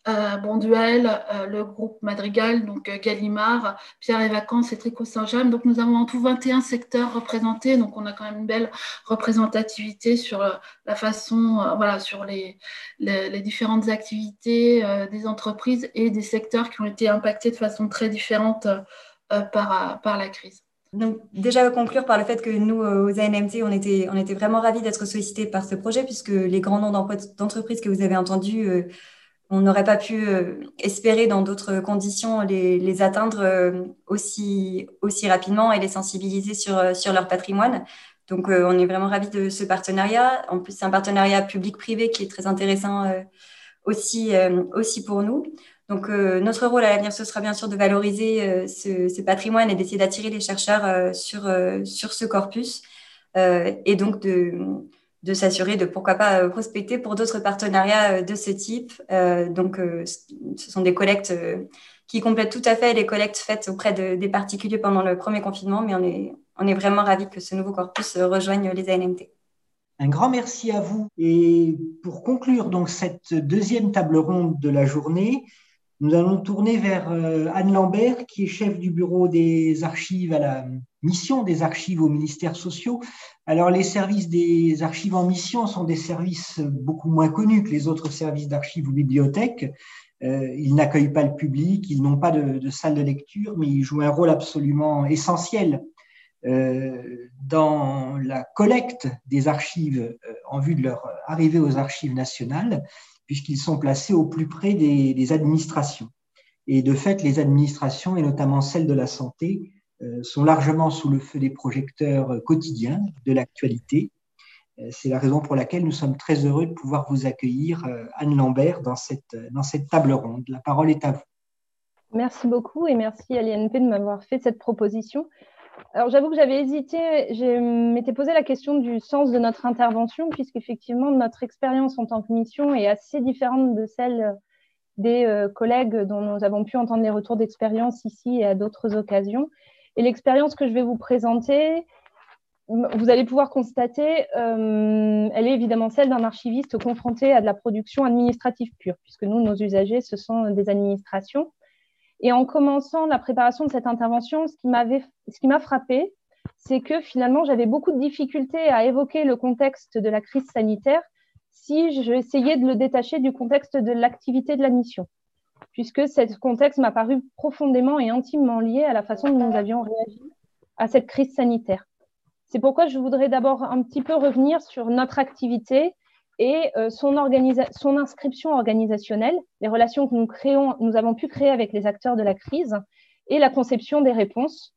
Bonduel, le groupe Madrigal, donc Gallimard, Pierre et Vacances et Tricot Saint-James. Donc nous avons en tout 21 secteurs représentés, donc on a quand même une belle représentativité sur la façon, sur les différentes activités des entreprises et des secteurs qui ont été impactés de façon très différente par la crise. Donc, déjà conclure par le fait que nous, aux ANMT, on était vraiment ravis d'être sollicités par ce projet, puisque les grands noms d'entreprises que vous avez entendus, on n'aurait pas pu espérer dans d'autres conditions les atteindre aussi rapidement et les sensibiliser sur leur patrimoine. Donc, on est vraiment ravis de ce partenariat. En plus, c'est un partenariat public-privé qui est très intéressant aussi pour nous. Donc, notre rôle à l'avenir, ce sera bien sûr de valoriser ce patrimoine et d'essayer d'attirer les chercheurs sur ce corpus et donc de s'assurer de, pourquoi pas, prospecter pour d'autres partenariats de ce type. Donc, ce sont des collectes qui complètent tout à fait les collectes faites auprès des particuliers pendant le premier confinement, mais on est vraiment ravis que ce nouveau corpus rejoigne les ANMT. Un grand merci à vous. Et pour conclure donc cette deuxième table ronde de la journée, nous allons tourner vers Anne Lambert, qui est chef du bureau des archives à la mission des archives aux ministères sociaux. Alors, les services des archives en mission sont des services beaucoup moins connus que les autres services d'archives ou bibliothèques. Ils n'accueillent pas le public, ils n'ont pas de salle de lecture, mais ils jouent un rôle absolument essentiel dans la collecte des archives en vue de leur arrivée aux archives nationales, puisqu'ils sont placés au plus près des administrations. Et de fait, les administrations, et notamment celles de la santé, sont largement sous le feu des projecteurs quotidiens de l'actualité. C'est la raison pour laquelle nous sommes très heureux de pouvoir vous accueillir, Anne Lambert, dans cette table ronde. La parole est à vous. Merci beaucoup et merci à l'INP de m'avoir fait cette proposition. Alors, j'avoue que j'avais hésité, je m'étais posé la question du sens de notre intervention, puisqu'effectivement, notre expérience en tant que mission est assez différente de celle des collègues dont nous avons pu entendre les retours d'expérience ici et à d'autres occasions. Et l'expérience que je vais vous présenter, vous allez pouvoir constater, elle est évidemment celle d'un archiviste confronté à de la production administrative pure, puisque nous, nos usagers, ce sont des administrations. Et en commençant la préparation de cette intervention, ce qui m'a frappée, c'est que finalement, j'avais beaucoup de difficultés à évoquer le contexte de la crise sanitaire si j'essayais de le détacher du contexte de l'activité de la mission, puisque ce contexte m'a paru profondément et intimement lié à la façon dont nous avions réagi à cette crise sanitaire. C'est pourquoi je voudrais d'abord un petit peu revenir sur notre activité et son inscription organisationnelle, les relations que nous avons pu créer avec les acteurs de la crise et la conception des réponses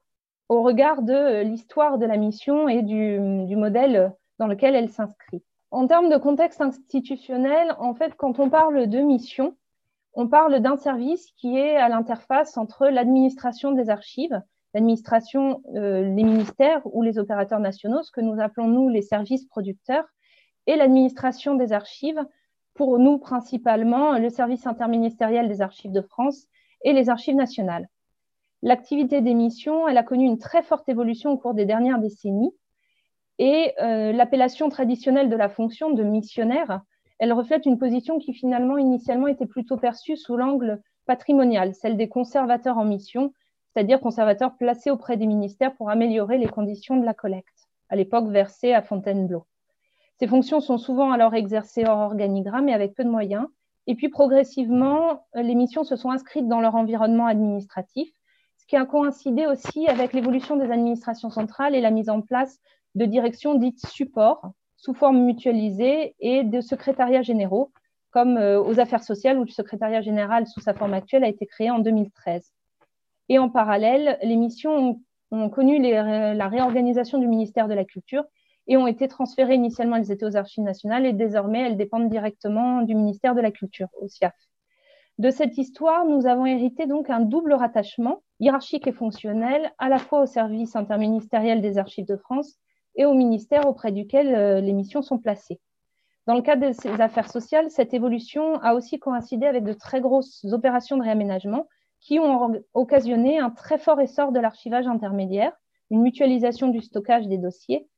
au regard de l'histoire de la mission et du modèle dans lequel elle s'inscrit. En termes de contexte institutionnel, en fait, quand on parle de mission, on parle d'un service qui est à l'interface entre l'administration des archives, l'administration, les ministères ou les opérateurs nationaux, ce que nous appelons, nous, les services producteurs, et l'administration des archives, pour nous principalement le service interministériel des archives de France et les archives nationales. L'activité des missions, elle a connu une très forte évolution au cours des dernières décennies et l'appellation traditionnelle de la fonction de missionnaire, elle reflète une position qui finalement initialement était plutôt perçue sous l'angle patrimonial, celle des conservateurs en mission, c'est-à-dire conservateurs placés auprès des ministères pour améliorer les conditions de la collecte, à l'époque versée à Fontainebleau. Ces fonctions sont souvent alors exercées hors organigramme et avec peu de moyens. Et puis progressivement, les missions se sont inscrites dans leur environnement administratif, ce qui a coïncidé aussi avec l'évolution des administrations centrales et la mise en place de directions dites support, sous forme mutualisée, et de secrétariats généraux, comme aux affaires sociales, où le secrétariat général sous sa forme actuelle a été créé en 2013. Et en parallèle, les missions ont connu la réorganisation du ministère de la Culture et ont été transférées. Initialement, elles étaient aux Archives nationales et désormais, elles dépendent directement du ministère de la Culture, au SIAF. De cette histoire, nous avons hérité donc un double rattachement hiérarchique et fonctionnel, à la fois au service interministériel des Archives de France et au ministère auprès duquel les missions sont placées. Dans le cadre de ces affaires sociales, cette évolution a aussi coïncidé avec de très grosses opérations de réaménagement qui ont occasionné un très fort essor de l'archivage intermédiaire, une mutualisation du stockage des dossiers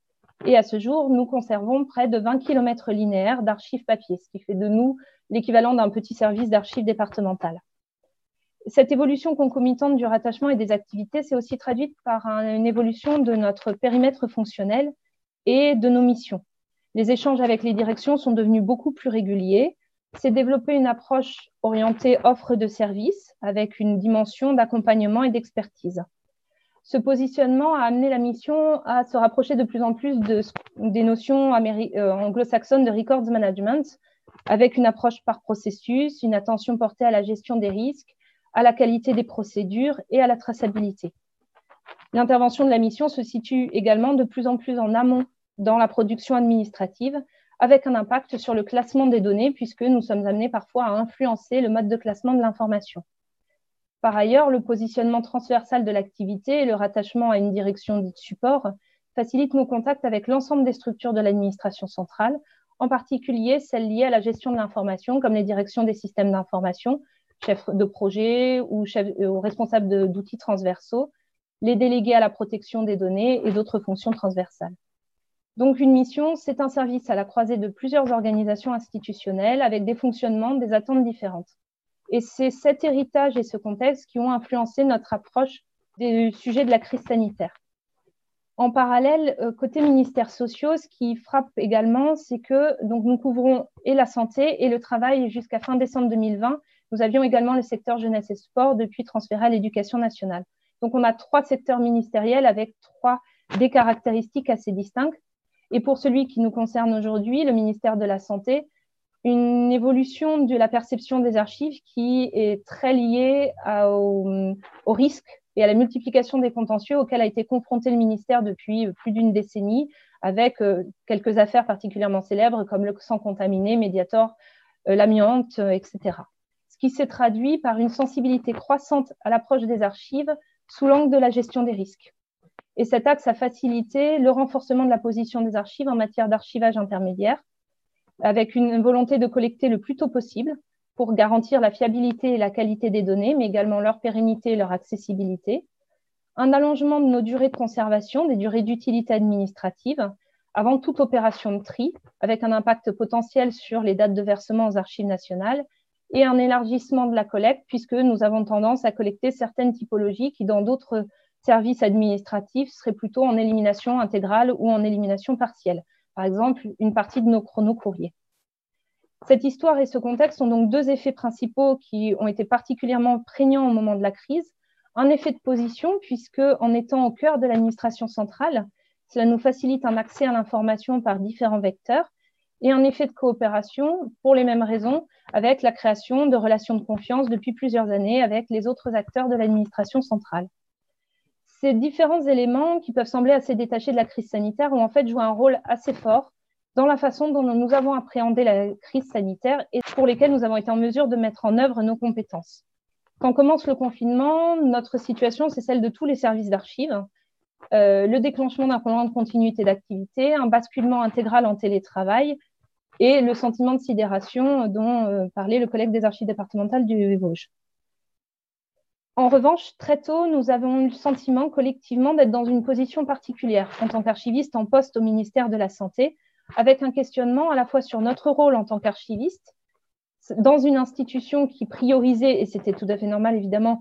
Et à ce jour, nous conservons près de 20 km linéaires d'archives papier, ce qui fait de nous l'équivalent d'un petit service d'archives départemental. Cette évolution concomitante du rattachement et des activités s'est aussi traduite par une évolution de notre périmètre fonctionnel et de nos missions. Les échanges avec les directions sont devenus beaucoup plus réguliers. C'est développé une approche orientée offre de services avec une dimension d'accompagnement et d'expertise. Ce positionnement a amené la mission à se rapprocher de plus en plus des notions anglo-saxonnes de records management, avec une approche par processus, une attention portée à la gestion des risques, à la qualité des procédures et à la traçabilité. L'intervention de la mission se situe également de plus en plus en amont dans la production administrative, avec un impact sur le classement des données, puisque nous sommes amenés parfois à influencer le mode de classement de l'information. Par ailleurs, le positionnement transversal de l'activité et le rattachement à une direction dite support facilitent nos contacts avec l'ensemble des structures de l'administration centrale, en particulier celles liées à la gestion de l'information, comme les directions des systèmes d'information, chefs de projet ou responsables d'outils transversaux, les délégués à la protection des données et d'autres fonctions transversales. Donc, une mission, c'est un service à la croisée de plusieurs organisations institutionnelles avec des fonctionnements, des attentes différentes. Et c'est cet héritage et ce contexte qui ont influencé notre approche du sujet de la crise sanitaire. En parallèle, côté ministères sociaux, ce qui frappe également, c'est que donc, nous couvrons et la santé et le travail jusqu'à fin décembre 2020. Nous avions également le secteur jeunesse et sport depuis transféré à l'éducation nationale. Donc, on a 3 secteurs ministériels avec des caractéristiques assez distinctes. Et pour celui qui nous concerne aujourd'hui, le ministère de la Santé, une évolution de la perception des archives qui est très liée au risque et à la multiplication des contentieux auxquels a été confronté le ministère depuis plus d'une décennie, avec quelques affaires particulièrement célèbres comme le sang contaminé, Mediator, l'amiante, etc. Ce qui s'est traduit par une sensibilité croissante à l'approche des archives sous l'angle de la gestion des risques. Et cet axe a facilité le renforcement de la position des archives en matière d'archivage intermédiaire, avec une volonté de collecter le plus tôt possible pour garantir la fiabilité et la qualité des données, mais également leur pérennité et leur accessibilité, un allongement de nos durées de conservation, des durées d'utilité administrative, avant toute opération de tri, avec un impact potentiel sur les dates de versement aux archives nationales, et un élargissement de la collecte, puisque nous avons tendance à collecter certaines typologies qui, dans d'autres services administratifs, seraient plutôt en élimination intégrale ou en élimination partielle. Par exemple, une partie de nos chronocourriers. Cette histoire et ce contexte ont donc 2 effets principaux qui ont été particulièrement prégnants au moment de la crise. Un effet de position, puisque en étant au cœur de l'administration centrale, cela nous facilite un accès à l'information par différents vecteurs, et un effet de coopération, pour les mêmes raisons, avec la création de relations de confiance depuis plusieurs années avec les autres acteurs de l'administration centrale. Ces différents éléments qui peuvent sembler assez détachés de la crise sanitaire ont en fait joué un rôle assez fort dans la façon dont nous avons appréhendé la crise sanitaire et pour lesquelles nous avons été en mesure de mettre en œuvre nos compétences. Quand commence le confinement, notre situation, c'est celle de tous les services d'archives. Le déclenchement d'un plan de continuité d'activité, un basculement intégral en télétravail et le sentiment de sidération dont parlait le collègue des archives départementales du Vosges. En revanche, très tôt, nous avons eu le sentiment collectivement d'être dans une position particulière en tant qu'archiviste en poste au ministère de la Santé, avec un questionnement à la fois sur notre rôle en tant qu'archiviste, dans une institution qui priorisait, et c'était tout à fait normal évidemment,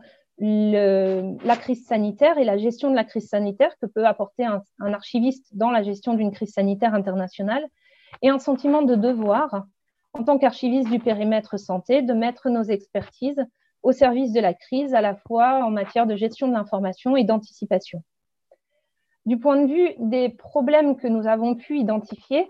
la crise sanitaire et la gestion de la crise sanitaire que peut apporter un archiviste dans la gestion d'une crise sanitaire internationale, et un sentiment de devoir, en tant qu'archiviste du périmètre santé, de mettre nos expertises au service de la crise, à la fois en matière de gestion de l'information et d'anticipation. Du point de vue des problèmes que nous avons pu identifier,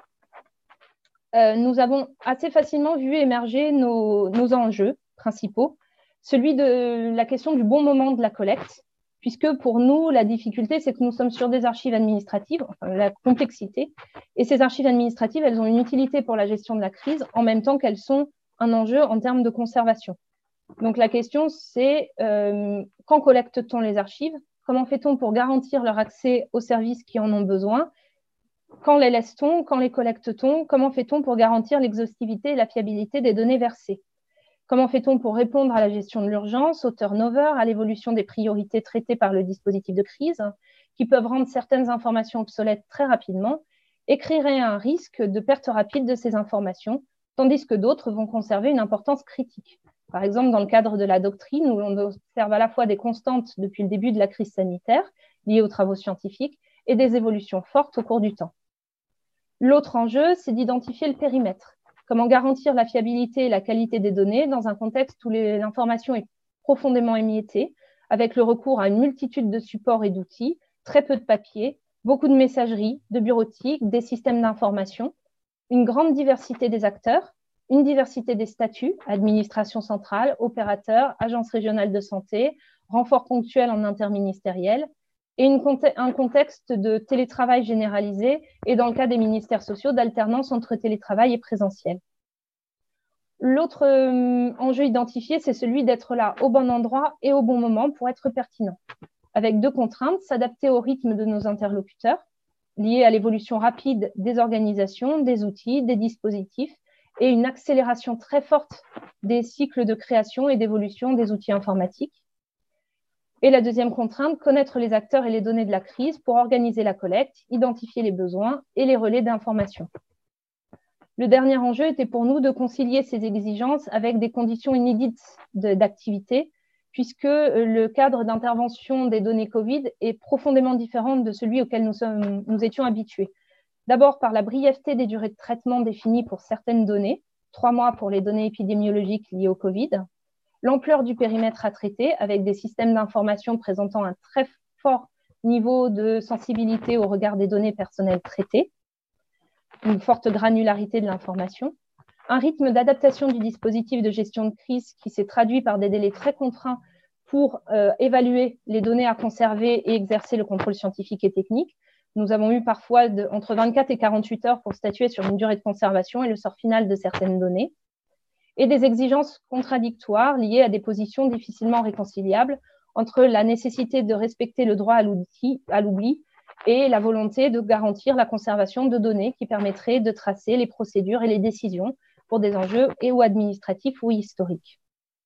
nous avons assez facilement vu émerger nos enjeux principaux, celui de la question du bon moment de la collecte, puisque pour nous, la difficulté, c'est que nous sommes sur des archives administratives, enfin, la complexité, et ces archives administratives, elles ont une utilité pour la gestion de la crise, en même temps qu'elles sont un enjeu en termes de conservation. Donc la question, c'est quand collecte-t-on les archives? Comment fait-on pour garantir leur accès aux services qui en ont besoin? Quand les laisse-t-on? Quand les collecte-t-on? Comment fait-on pour garantir l'exhaustivité et la fiabilité des données versées? Comment fait-on pour répondre à la gestion de l'urgence, au turnover, à l'évolution des priorités traitées par le dispositif de crise, qui peuvent rendre certaines informations obsolètes très rapidement? créerait un risque de perte rapide de ces informations, tandis que d'autres vont conserver une importance critique. Par exemple, dans le cadre de la doctrine, où l'on observe à la fois des constantes depuis le début de la crise sanitaire, liées aux travaux scientifiques, et des évolutions fortes au cours du temps. L'autre enjeu, c'est d'identifier le périmètre. Comment garantir la fiabilité et la qualité des données dans un contexte où l'information est profondément émiettée, avec le recours à une multitude de supports et d'outils, très peu de papier, beaucoup de messagerie, de bureautique, des systèmes d'information, une grande diversité des acteurs, une diversité des statuts, administration centrale, opérateurs, agences régionales de santé, renforts ponctuels en interministériel, et un contexte de télétravail généralisé et, dans le cas des ministères sociaux, d'alternance entre télétravail et présentiel. L'autre enjeu identifié, c'est celui d'être là au bon endroit et au bon moment pour être pertinent, avec deux contraintes: s'adapter au rythme de nos interlocuteurs, liés à l'évolution rapide des organisations, des outils, des dispositifs, et une accélération très forte des cycles de création et d'évolution des outils informatiques. Et la deuxième contrainte, connaître les acteurs et les données de la crise pour organiser la collecte, identifier les besoins et les relais d'information. Le dernier enjeu était pour nous de concilier ces exigences avec des conditions inédites d'activité, puisque le cadre d'intervention des données Covid est profondément différent de celui auquel nous étions habitués. D'abord par la brièveté des durées de traitement définies pour certaines données, 3 mois pour les données épidémiologiques liées au Covid, l'ampleur du périmètre à traiter avec des systèmes d'information présentant un très fort niveau de sensibilité au regard des données personnelles traitées, une forte granularité de l'information, un rythme d'adaptation du dispositif de gestion de crise qui s'est traduit par des délais très contraints pour évaluer les données à conserver et exercer le contrôle scientifique et technique. Nous avons eu parfois entre 24 et 48 heures pour statuer sur une durée de conservation et le sort final de certaines données, et des exigences contradictoires liées à des positions difficilement réconciliables entre la nécessité de respecter le droit à l'oubli et la volonté de garantir la conservation de données qui permettraient de tracer les procédures et les décisions pour des enjeux ou administratifs ou historiques.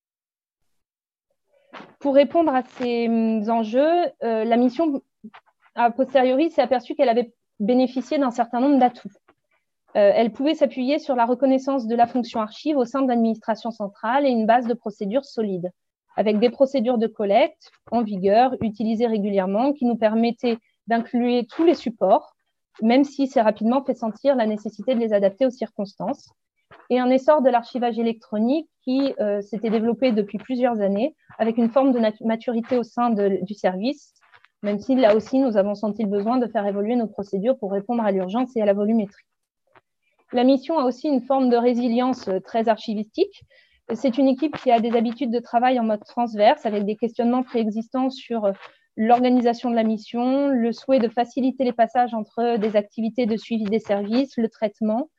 Pour répondre à ces enjeux, la mission, a posteriori, s'est aperçue qu'elle avait bénéficié d'un certain nombre d'atouts. Elle pouvait s'appuyer sur la reconnaissance de la fonction archive au sein de l'administration centrale et une base de procédures solides, avec des procédures de collecte en vigueur, utilisées régulièrement, qui nous permettaient d'inclure tous les supports, même si c'est rapidement fait sentir la nécessité de les adapter aux circonstances, et un essor de l'archivage électronique qui s'était développé depuis plusieurs années, avec une forme de maturité au sein du service, même si là aussi nous avons senti le besoin de faire évoluer nos procédures pour répondre à l'urgence et à la volumétrie. La mission a aussi une forme de résilience très archivistique. C'est une équipe qui a des habitudes de travail en mode transverse, avec des questionnements préexistants sur l'organisation de la mission, le souhait de faciliter les passages entre des activités de suivi des services, le traitement,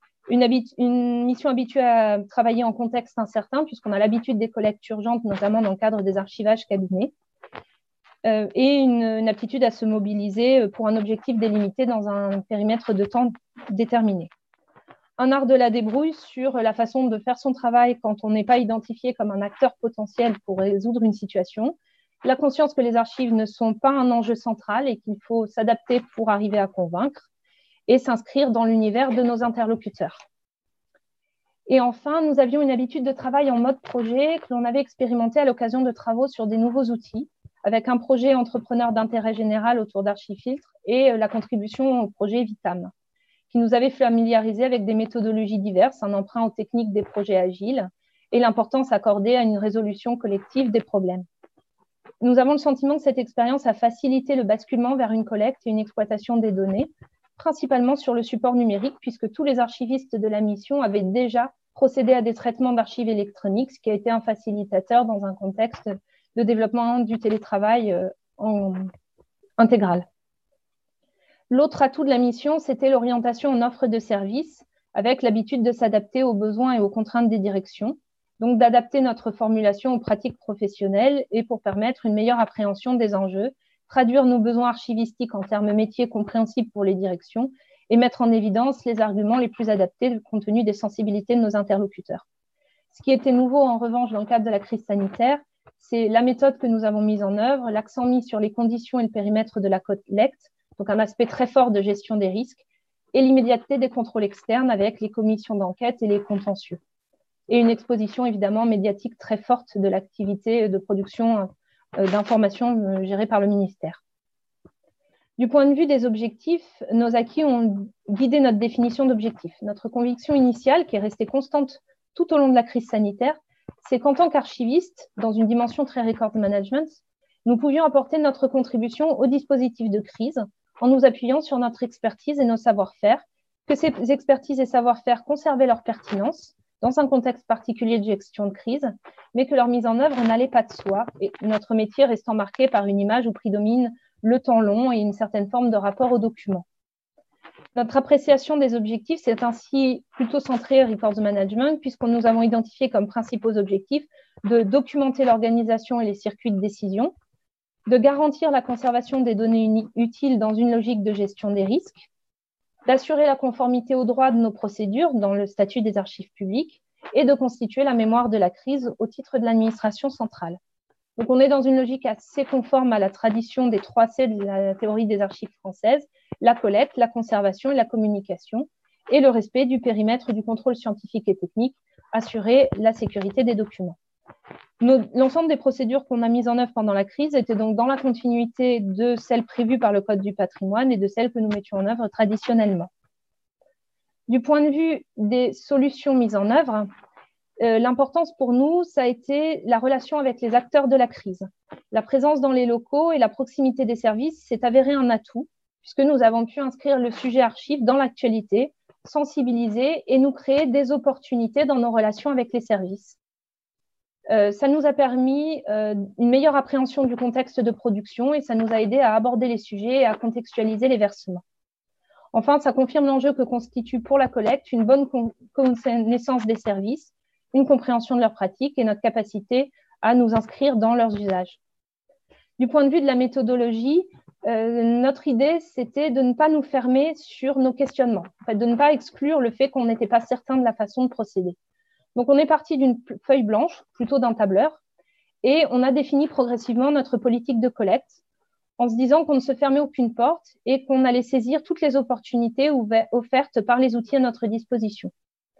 une mission habituée à travailler en contexte incertain, puisqu'on a l'habitude des collectes urgentes, notamment dans le cadre des archivages cabinets, et une aptitude à se mobiliser pour un objectif délimité dans un périmètre de temps déterminé. Un art de la débrouille sur la façon de faire son travail quand on n'est pas identifié comme un acteur potentiel pour résoudre une situation, la conscience que les archives ne sont pas un enjeu central et qu'il faut s'adapter pour arriver à convaincre et s'inscrire dans l'univers de nos interlocuteurs. Et enfin, nous avions une habitude de travail en mode projet que l'on avait expérimenté à l'occasion de travaux sur des nouveaux outils, avec un projet entrepreneur d'intérêt général autour d'Archifiltre et la contribution au projet Vitam, qui nous avait familiarisé avec des méthodologies diverses, un emprunt aux techniques des projets agiles et l'importance accordée à une résolution collective des problèmes. Nous avons le sentiment que cette expérience a facilité le basculement vers une collecte et une exploitation des données, principalement sur le support numérique, puisque tous les archivistes de la mission avaient déjà procédé à des traitements d'archives électroniques, ce qui a été un facilitateur dans un contexte de développement du télétravail intégral. L'autre atout de la mission, c'était l'orientation en offre de services, avec l'habitude de s'adapter aux besoins et aux contraintes des directions, donc d'adapter notre formulation aux pratiques professionnelles et pour permettre une meilleure appréhension des enjeux, traduire nos besoins archivistiques en termes métiers compréhensibles pour les directions et mettre en évidence les arguments les plus adaptés compte tenu des sensibilités de nos interlocuteurs. Ce qui était nouveau, en revanche, dans le cadre de la crise sanitaire, c'est la méthode que nous avons mise en œuvre, l'accent mis sur les conditions et le périmètre de la collecte, donc un aspect très fort de gestion des risques, et l'immédiateté des contrôles externes avec les commissions d'enquête et les contentieux. Et une exposition évidemment médiatique très forte de l'activité de production d'informations gérée par le ministère. Du point de vue des objectifs, nos acquis ont guidé notre définition d'objectifs. Notre conviction initiale, qui est restée constante tout au long de la crise sanitaire, c'est qu'en tant qu'archivistes, dans une dimension très record management, nous pouvions apporter notre contribution au dispositif de crise en nous appuyant sur notre expertise et nos savoir-faire, que ces expertises et savoir-faire conservaient leur pertinence dans un contexte particulier de gestion de crise, mais que leur mise en œuvre n'allait pas de soi, et notre métier restant marqué par une image où prédomine le temps long et une certaine forme de rapport aux documents. Notre appréciation des objectifs s'est ainsi plutôt centrée records management, puisque nous avons identifié comme principaux objectifs de documenter l'organisation et les circuits de décision, de garantir la conservation des données utiles dans une logique de gestion des risques, d'assurer la conformité aux droits de nos procédures dans le statut des archives publiques et de constituer la mémoire de la crise au titre de l'administration centrale. Donc, on est dans une logique assez conforme à la tradition des 3 C de la théorie des archives françaises, la collecte, la conservation et la communication, et le respect du périmètre du contrôle scientifique et technique, assurer la sécurité des documents. L'ensemble des procédures qu'on a mises en œuvre pendant la crise étaient donc dans la continuité de celles prévues par le Code du patrimoine et de celles que nous mettions en œuvre traditionnellement. Du point de vue des solutions mises en œuvre, l'importance pour nous, ça a été la relation avec les acteurs de la crise. La présence dans les locaux et la proximité des services s'est avérée un atout, puisque nous avons pu inscrire le sujet archive dans l'actualité, sensibiliser et nous créer des opportunités dans nos relations avec les services. Ça nous a permis une meilleure appréhension du contexte de production et ça nous a aidé à aborder les sujets et à contextualiser les versements. Enfin, ça confirme l'enjeu que constitue pour la collecte une bonne connaissance des services, une compréhension de leurs pratiques et notre capacité à nous inscrire dans leurs usages. Du point de vue de la méthodologie, notre idée, c'était de ne pas nous fermer sur nos questionnements, en fait, de ne pas exclure le fait qu'on n'était pas certain de la façon de procéder. Donc, on est parti d'une feuille blanche, plutôt d'un tableur, et on a défini progressivement notre politique de collecte en se disant qu'on ne se fermait aucune porte et qu'on allait saisir toutes les opportunités offertes par les outils à notre disposition.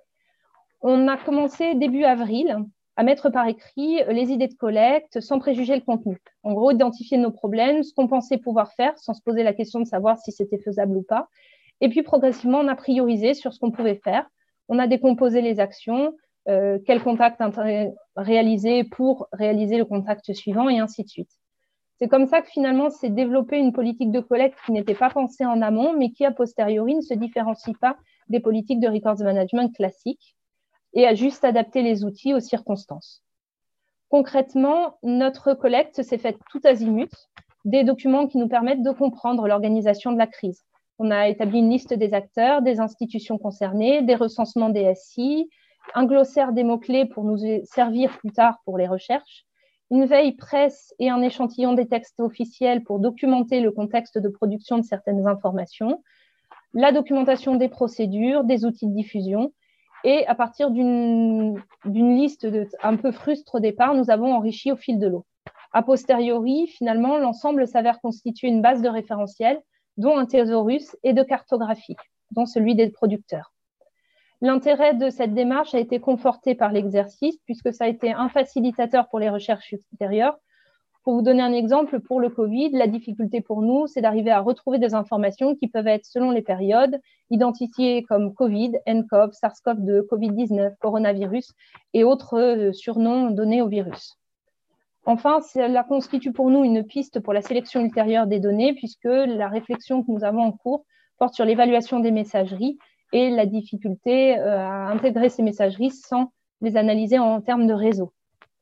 On a commencé début avril à mettre par écrit les idées de collecte sans préjuger le contenu. En gros, identifier nos problèmes, ce qu'on pensait pouvoir faire sans se poser la question de savoir si c'était faisable ou pas. Et puis, progressivement, on a priorisé sur ce qu'on pouvait faire. On a décomposé les actions, quel contact réaliser pour réaliser le contact suivant et ainsi de suite. C'est comme ça que finalement s'est développée une politique de collecte qui n'était pas pensée en amont, mais qui a posteriori ne se différencie pas des politiques de records management classiques et a juste adapté les outils aux circonstances. Concrètement, notre collecte s'est faite tout azimut, des documents qui nous permettent de comprendre l'organisation de la crise. On a établi une liste des acteurs, des institutions concernées, des recensements des SI, un glossaire des mots-clés pour nous servir plus tard pour les recherches, une veille presse et un échantillon des textes officiels pour documenter le contexte de production de certaines informations, la documentation des procédures, des outils de diffusion, et à partir d'une liste un peu frustre au départ, nous avons enrichi au fil de l'eau. A posteriori, finalement, l'ensemble s'avère constituer une base de référentiels, dont un thésaurus et de cartographie, dont celui des producteurs. L'intérêt de cette démarche a été conforté par l'exercice, puisque ça a été un facilitateur pour les recherches ultérieures. Pour vous donner un exemple, pour le Covid, la difficulté pour nous, c'est d'arriver à retrouver des informations qui peuvent être, selon les périodes, identifiées comme Covid, nCoV, SARS-CoV-2, Covid-19, coronavirus et autres surnoms donnés au virus. Enfin, cela constitue pour nous une piste pour la sélection ultérieure des données, puisque la réflexion que nous avons en cours porte sur l'évaluation des messageries et la difficulté à intégrer ces messageries sans les analyser en termes de réseau.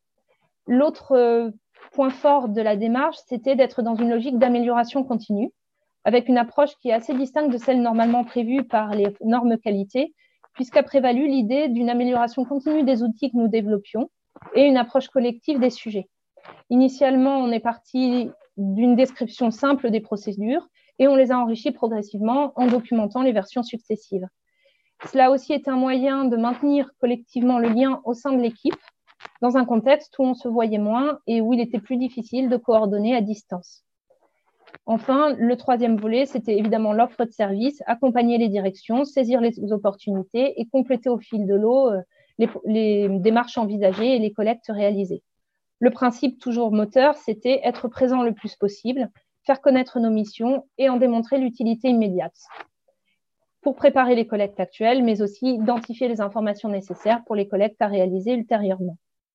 L'autre point fort de la démarche, c'était d'être dans une logique d'amélioration continue, avec une approche qui est assez distincte de celle normalement prévue par les normes qualité, puisqu'a prévalu l'idée d'une amélioration continue des outils que nous développions et une approche collective des sujets. Initialement, on est parti d'une description simple des procédures et on les a enrichies progressivement en documentant les versions successives. Cela a aussi été un moyen de maintenir collectivement le lien au sein de l'équipe dans un contexte où on se voyait moins et où il était plus difficile de coordonner à distance. Enfin, le troisième volet, c'était évidemment l'offre de service, accompagner les directions, saisir les opportunités et compléter au fil de l'eau les démarches envisagées et les collectes réalisées. Le principe toujours moteur, c'était être présent le plus possible, faire connaître nos missions et en démontrer l'utilité immédiate pour préparer les collectes actuelles, mais aussi identifier les informations nécessaires pour les collectes à réaliser ultérieurement.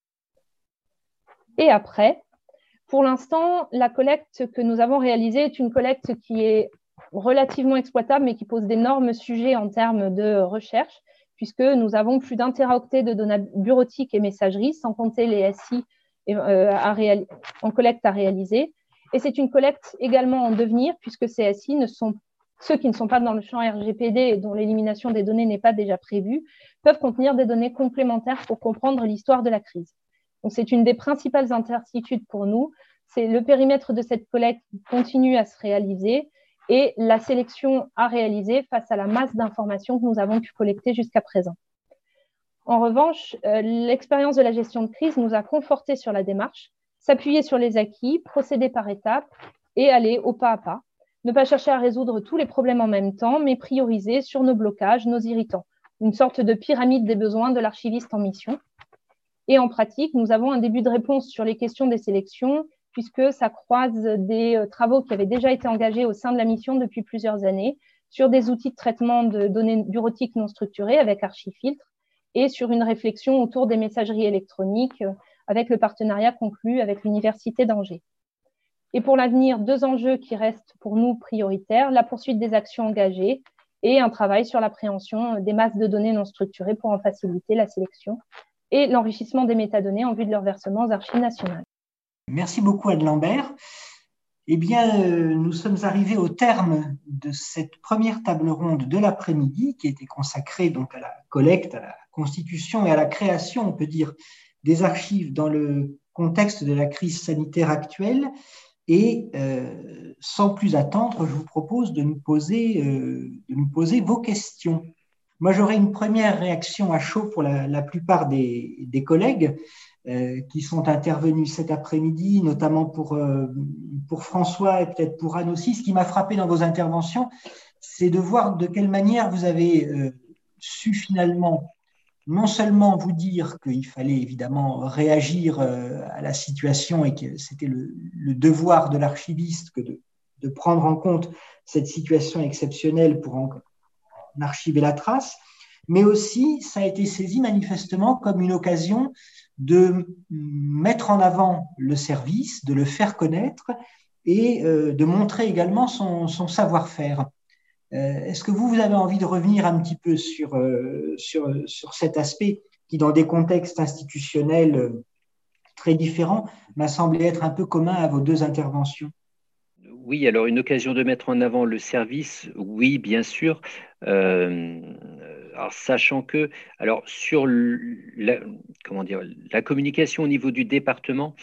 Et après, pour l'instant, la collecte que nous avons réalisée est une collecte qui est relativement exploitable, mais qui pose d'énormes sujets en termes de recherche, puisque nous avons plus d'un téraoctet de données bureautiques et messageries, sans compter les SI en collecte à réaliser. Et c'est une collecte également en devenir, puisque ces SI ceux qui ne sont pas dans le champ RGPD et dont l'élimination des données n'est pas déjà prévue, peuvent contenir des données complémentaires pour comprendre l'histoire de la crise. Donc, c'est une des principales incertitudes pour nous. C'est le périmètre de cette collecte qui continue à se réaliser et la sélection à réaliser face à la masse d'informations que nous avons pu collecter jusqu'à présent. En revanche, l'expérience de la gestion de crise nous a confortés sur la démarche, s'appuyer sur les acquis, procéder par étapes et aller au pas à pas. Ne pas chercher à résoudre tous les problèmes en même temps, mais prioriser sur nos blocages, nos irritants. Une sorte de pyramide des besoins de l'archiviste en mission. Et en pratique, nous avons un début de réponse sur les questions des sélections, puisque ça croise des travaux qui avaient déjà été engagés au sein de la mission depuis plusieurs années, sur des outils de traitement de données bureautiques non structurées avec Archifiltre, et sur une réflexion autour des messageries électroniques avec le partenariat conclu avec l'Université d'Angers. Et pour l'avenir, 2 enjeux qui restent pour nous prioritaires, la poursuite des actions engagées et un travail sur l'appréhension des masses de données non structurées pour en faciliter la sélection et l'enrichissement des métadonnées en vue de leur versement aux archives nationales. Merci beaucoup Anne Lambert. Eh bien, nous sommes arrivés au terme de cette première table ronde de l'après-midi qui était consacrée donc à la collecte, à la constitution et à la création, on peut dire, des archives dans le contexte de la crise sanitaire actuelle. Et sans plus attendre, je vous propose de nous poser vos questions. Moi, j'aurai une première réaction à chaud pour la plupart des collègues qui sont intervenus cet après-midi, notamment pour François et peut-être pour Anne aussi. Ce qui m'a frappé dans vos interventions, c'est de voir de quelle manière vous avez su finalement non seulement vous dire qu'il fallait évidemment réagir à la situation et que c'était le devoir de l'archiviste que de prendre en compte cette situation exceptionnelle pour en archiver la trace, mais aussi ça a été saisi manifestement comme une occasion de mettre en avant le service, de le faire connaître et de montrer également son savoir-faire. Est-ce que vous avez envie de revenir un petit peu sur cet aspect qui, dans des contextes institutionnels très différents, m'a semblé être un peu commun à vos 2 interventions? Oui, alors une occasion de mettre en avant le service, oui, bien sûr. Alors, sachant que, alors sur la communication au niveau du département,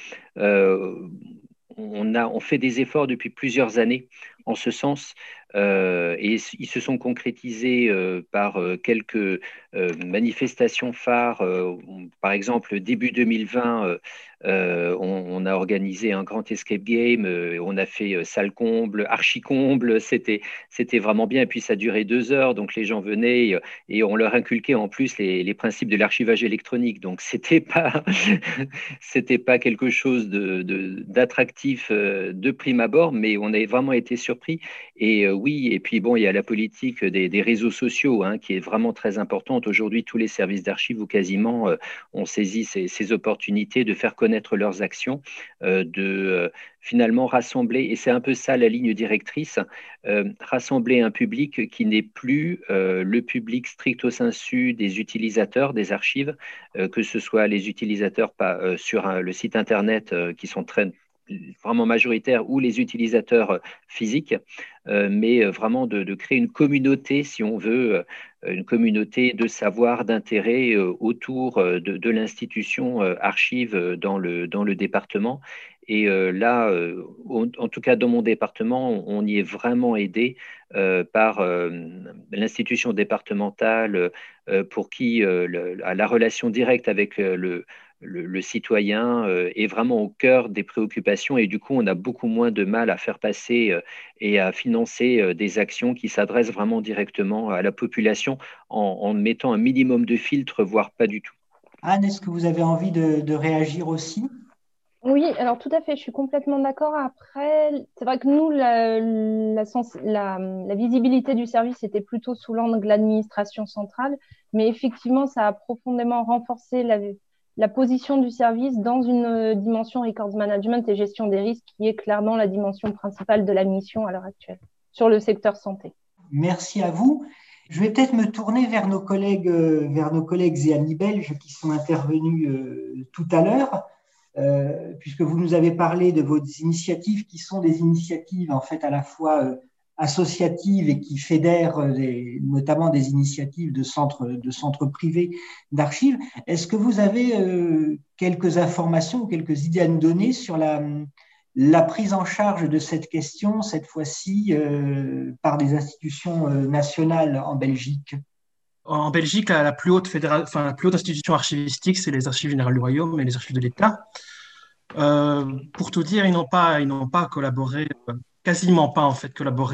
on fait des efforts depuis plusieurs années en ce sens et ils se sont concrétisés par quelques manifestations phares. Par exemple, début 2020, on a organisé un grand escape game, on a fait salle comble, archi comble, c'était vraiment bien. Et puis ça durait 2 heures, donc les gens venaient et on leur inculquait en plus les principes de l'archivage électronique. Donc c'était pas quelque chose d'attractif de prime abord, mais on a vraiment été surpris. Et oui, et puis bon, il y a la politique des réseaux sociaux qui est vraiment très importante. Aujourd'hui, tous les services d'archives ou quasiment ont saisi ces opportunités de faire connaître leurs actions, finalement rassembler, et c'est un peu ça la ligne directrice, rassembler un public qui n'est plus le public stricto sensu des utilisateurs des archives, que ce soit les utilisateurs sur le site internet qui sont vraiment majoritaires ou les utilisateurs physiques, mais vraiment de créer une communauté, si on veut, une communauté de savoir, d'intérêt autour de l'institution archive dans le département. Et là, en tout cas dans mon département, on y est vraiment aidé par l'institution départementale pour qui la relation directe avec le citoyen est vraiment au cœur des préoccupations et du coup, on a beaucoup moins de mal à faire passer et à financer des actions qui s'adressent vraiment directement à la population en mettant un minimum de filtres, voire pas du tout. Anne, est-ce que vous avez envie de réagir aussi? Oui, alors tout à fait, je suis complètement d'accord. Après, c'est vrai que nous, la visibilité du service était plutôt sous l'angle de l'administration centrale, mais effectivement, ça a profondément renforcé la position du service dans une dimension records management et gestion des risques, qui est clairement la dimension principale de la mission à l'heure actuelle sur le secteur santé. Merci à vous. Je vais peut-être me tourner vers nos collègues et amis belges qui sont intervenus tout à l'heure. Puisque vous nous avez parlé de vos initiatives qui sont des initiatives en fait à la fois associatives et qui fédèrent notamment des initiatives de centres privés d'archives. Est-ce que vous avez quelques informations ou quelques idées à nous donner sur la prise en charge de cette question, cette fois-ci, par des institutions nationales en Belgique? En Belgique, la plus haute institution archivistique, c'est les Archives générales du Royaume et les Archives de l'État. Pour tout dire, ils n'ont pas collaboré, quasiment pas en fait collaboré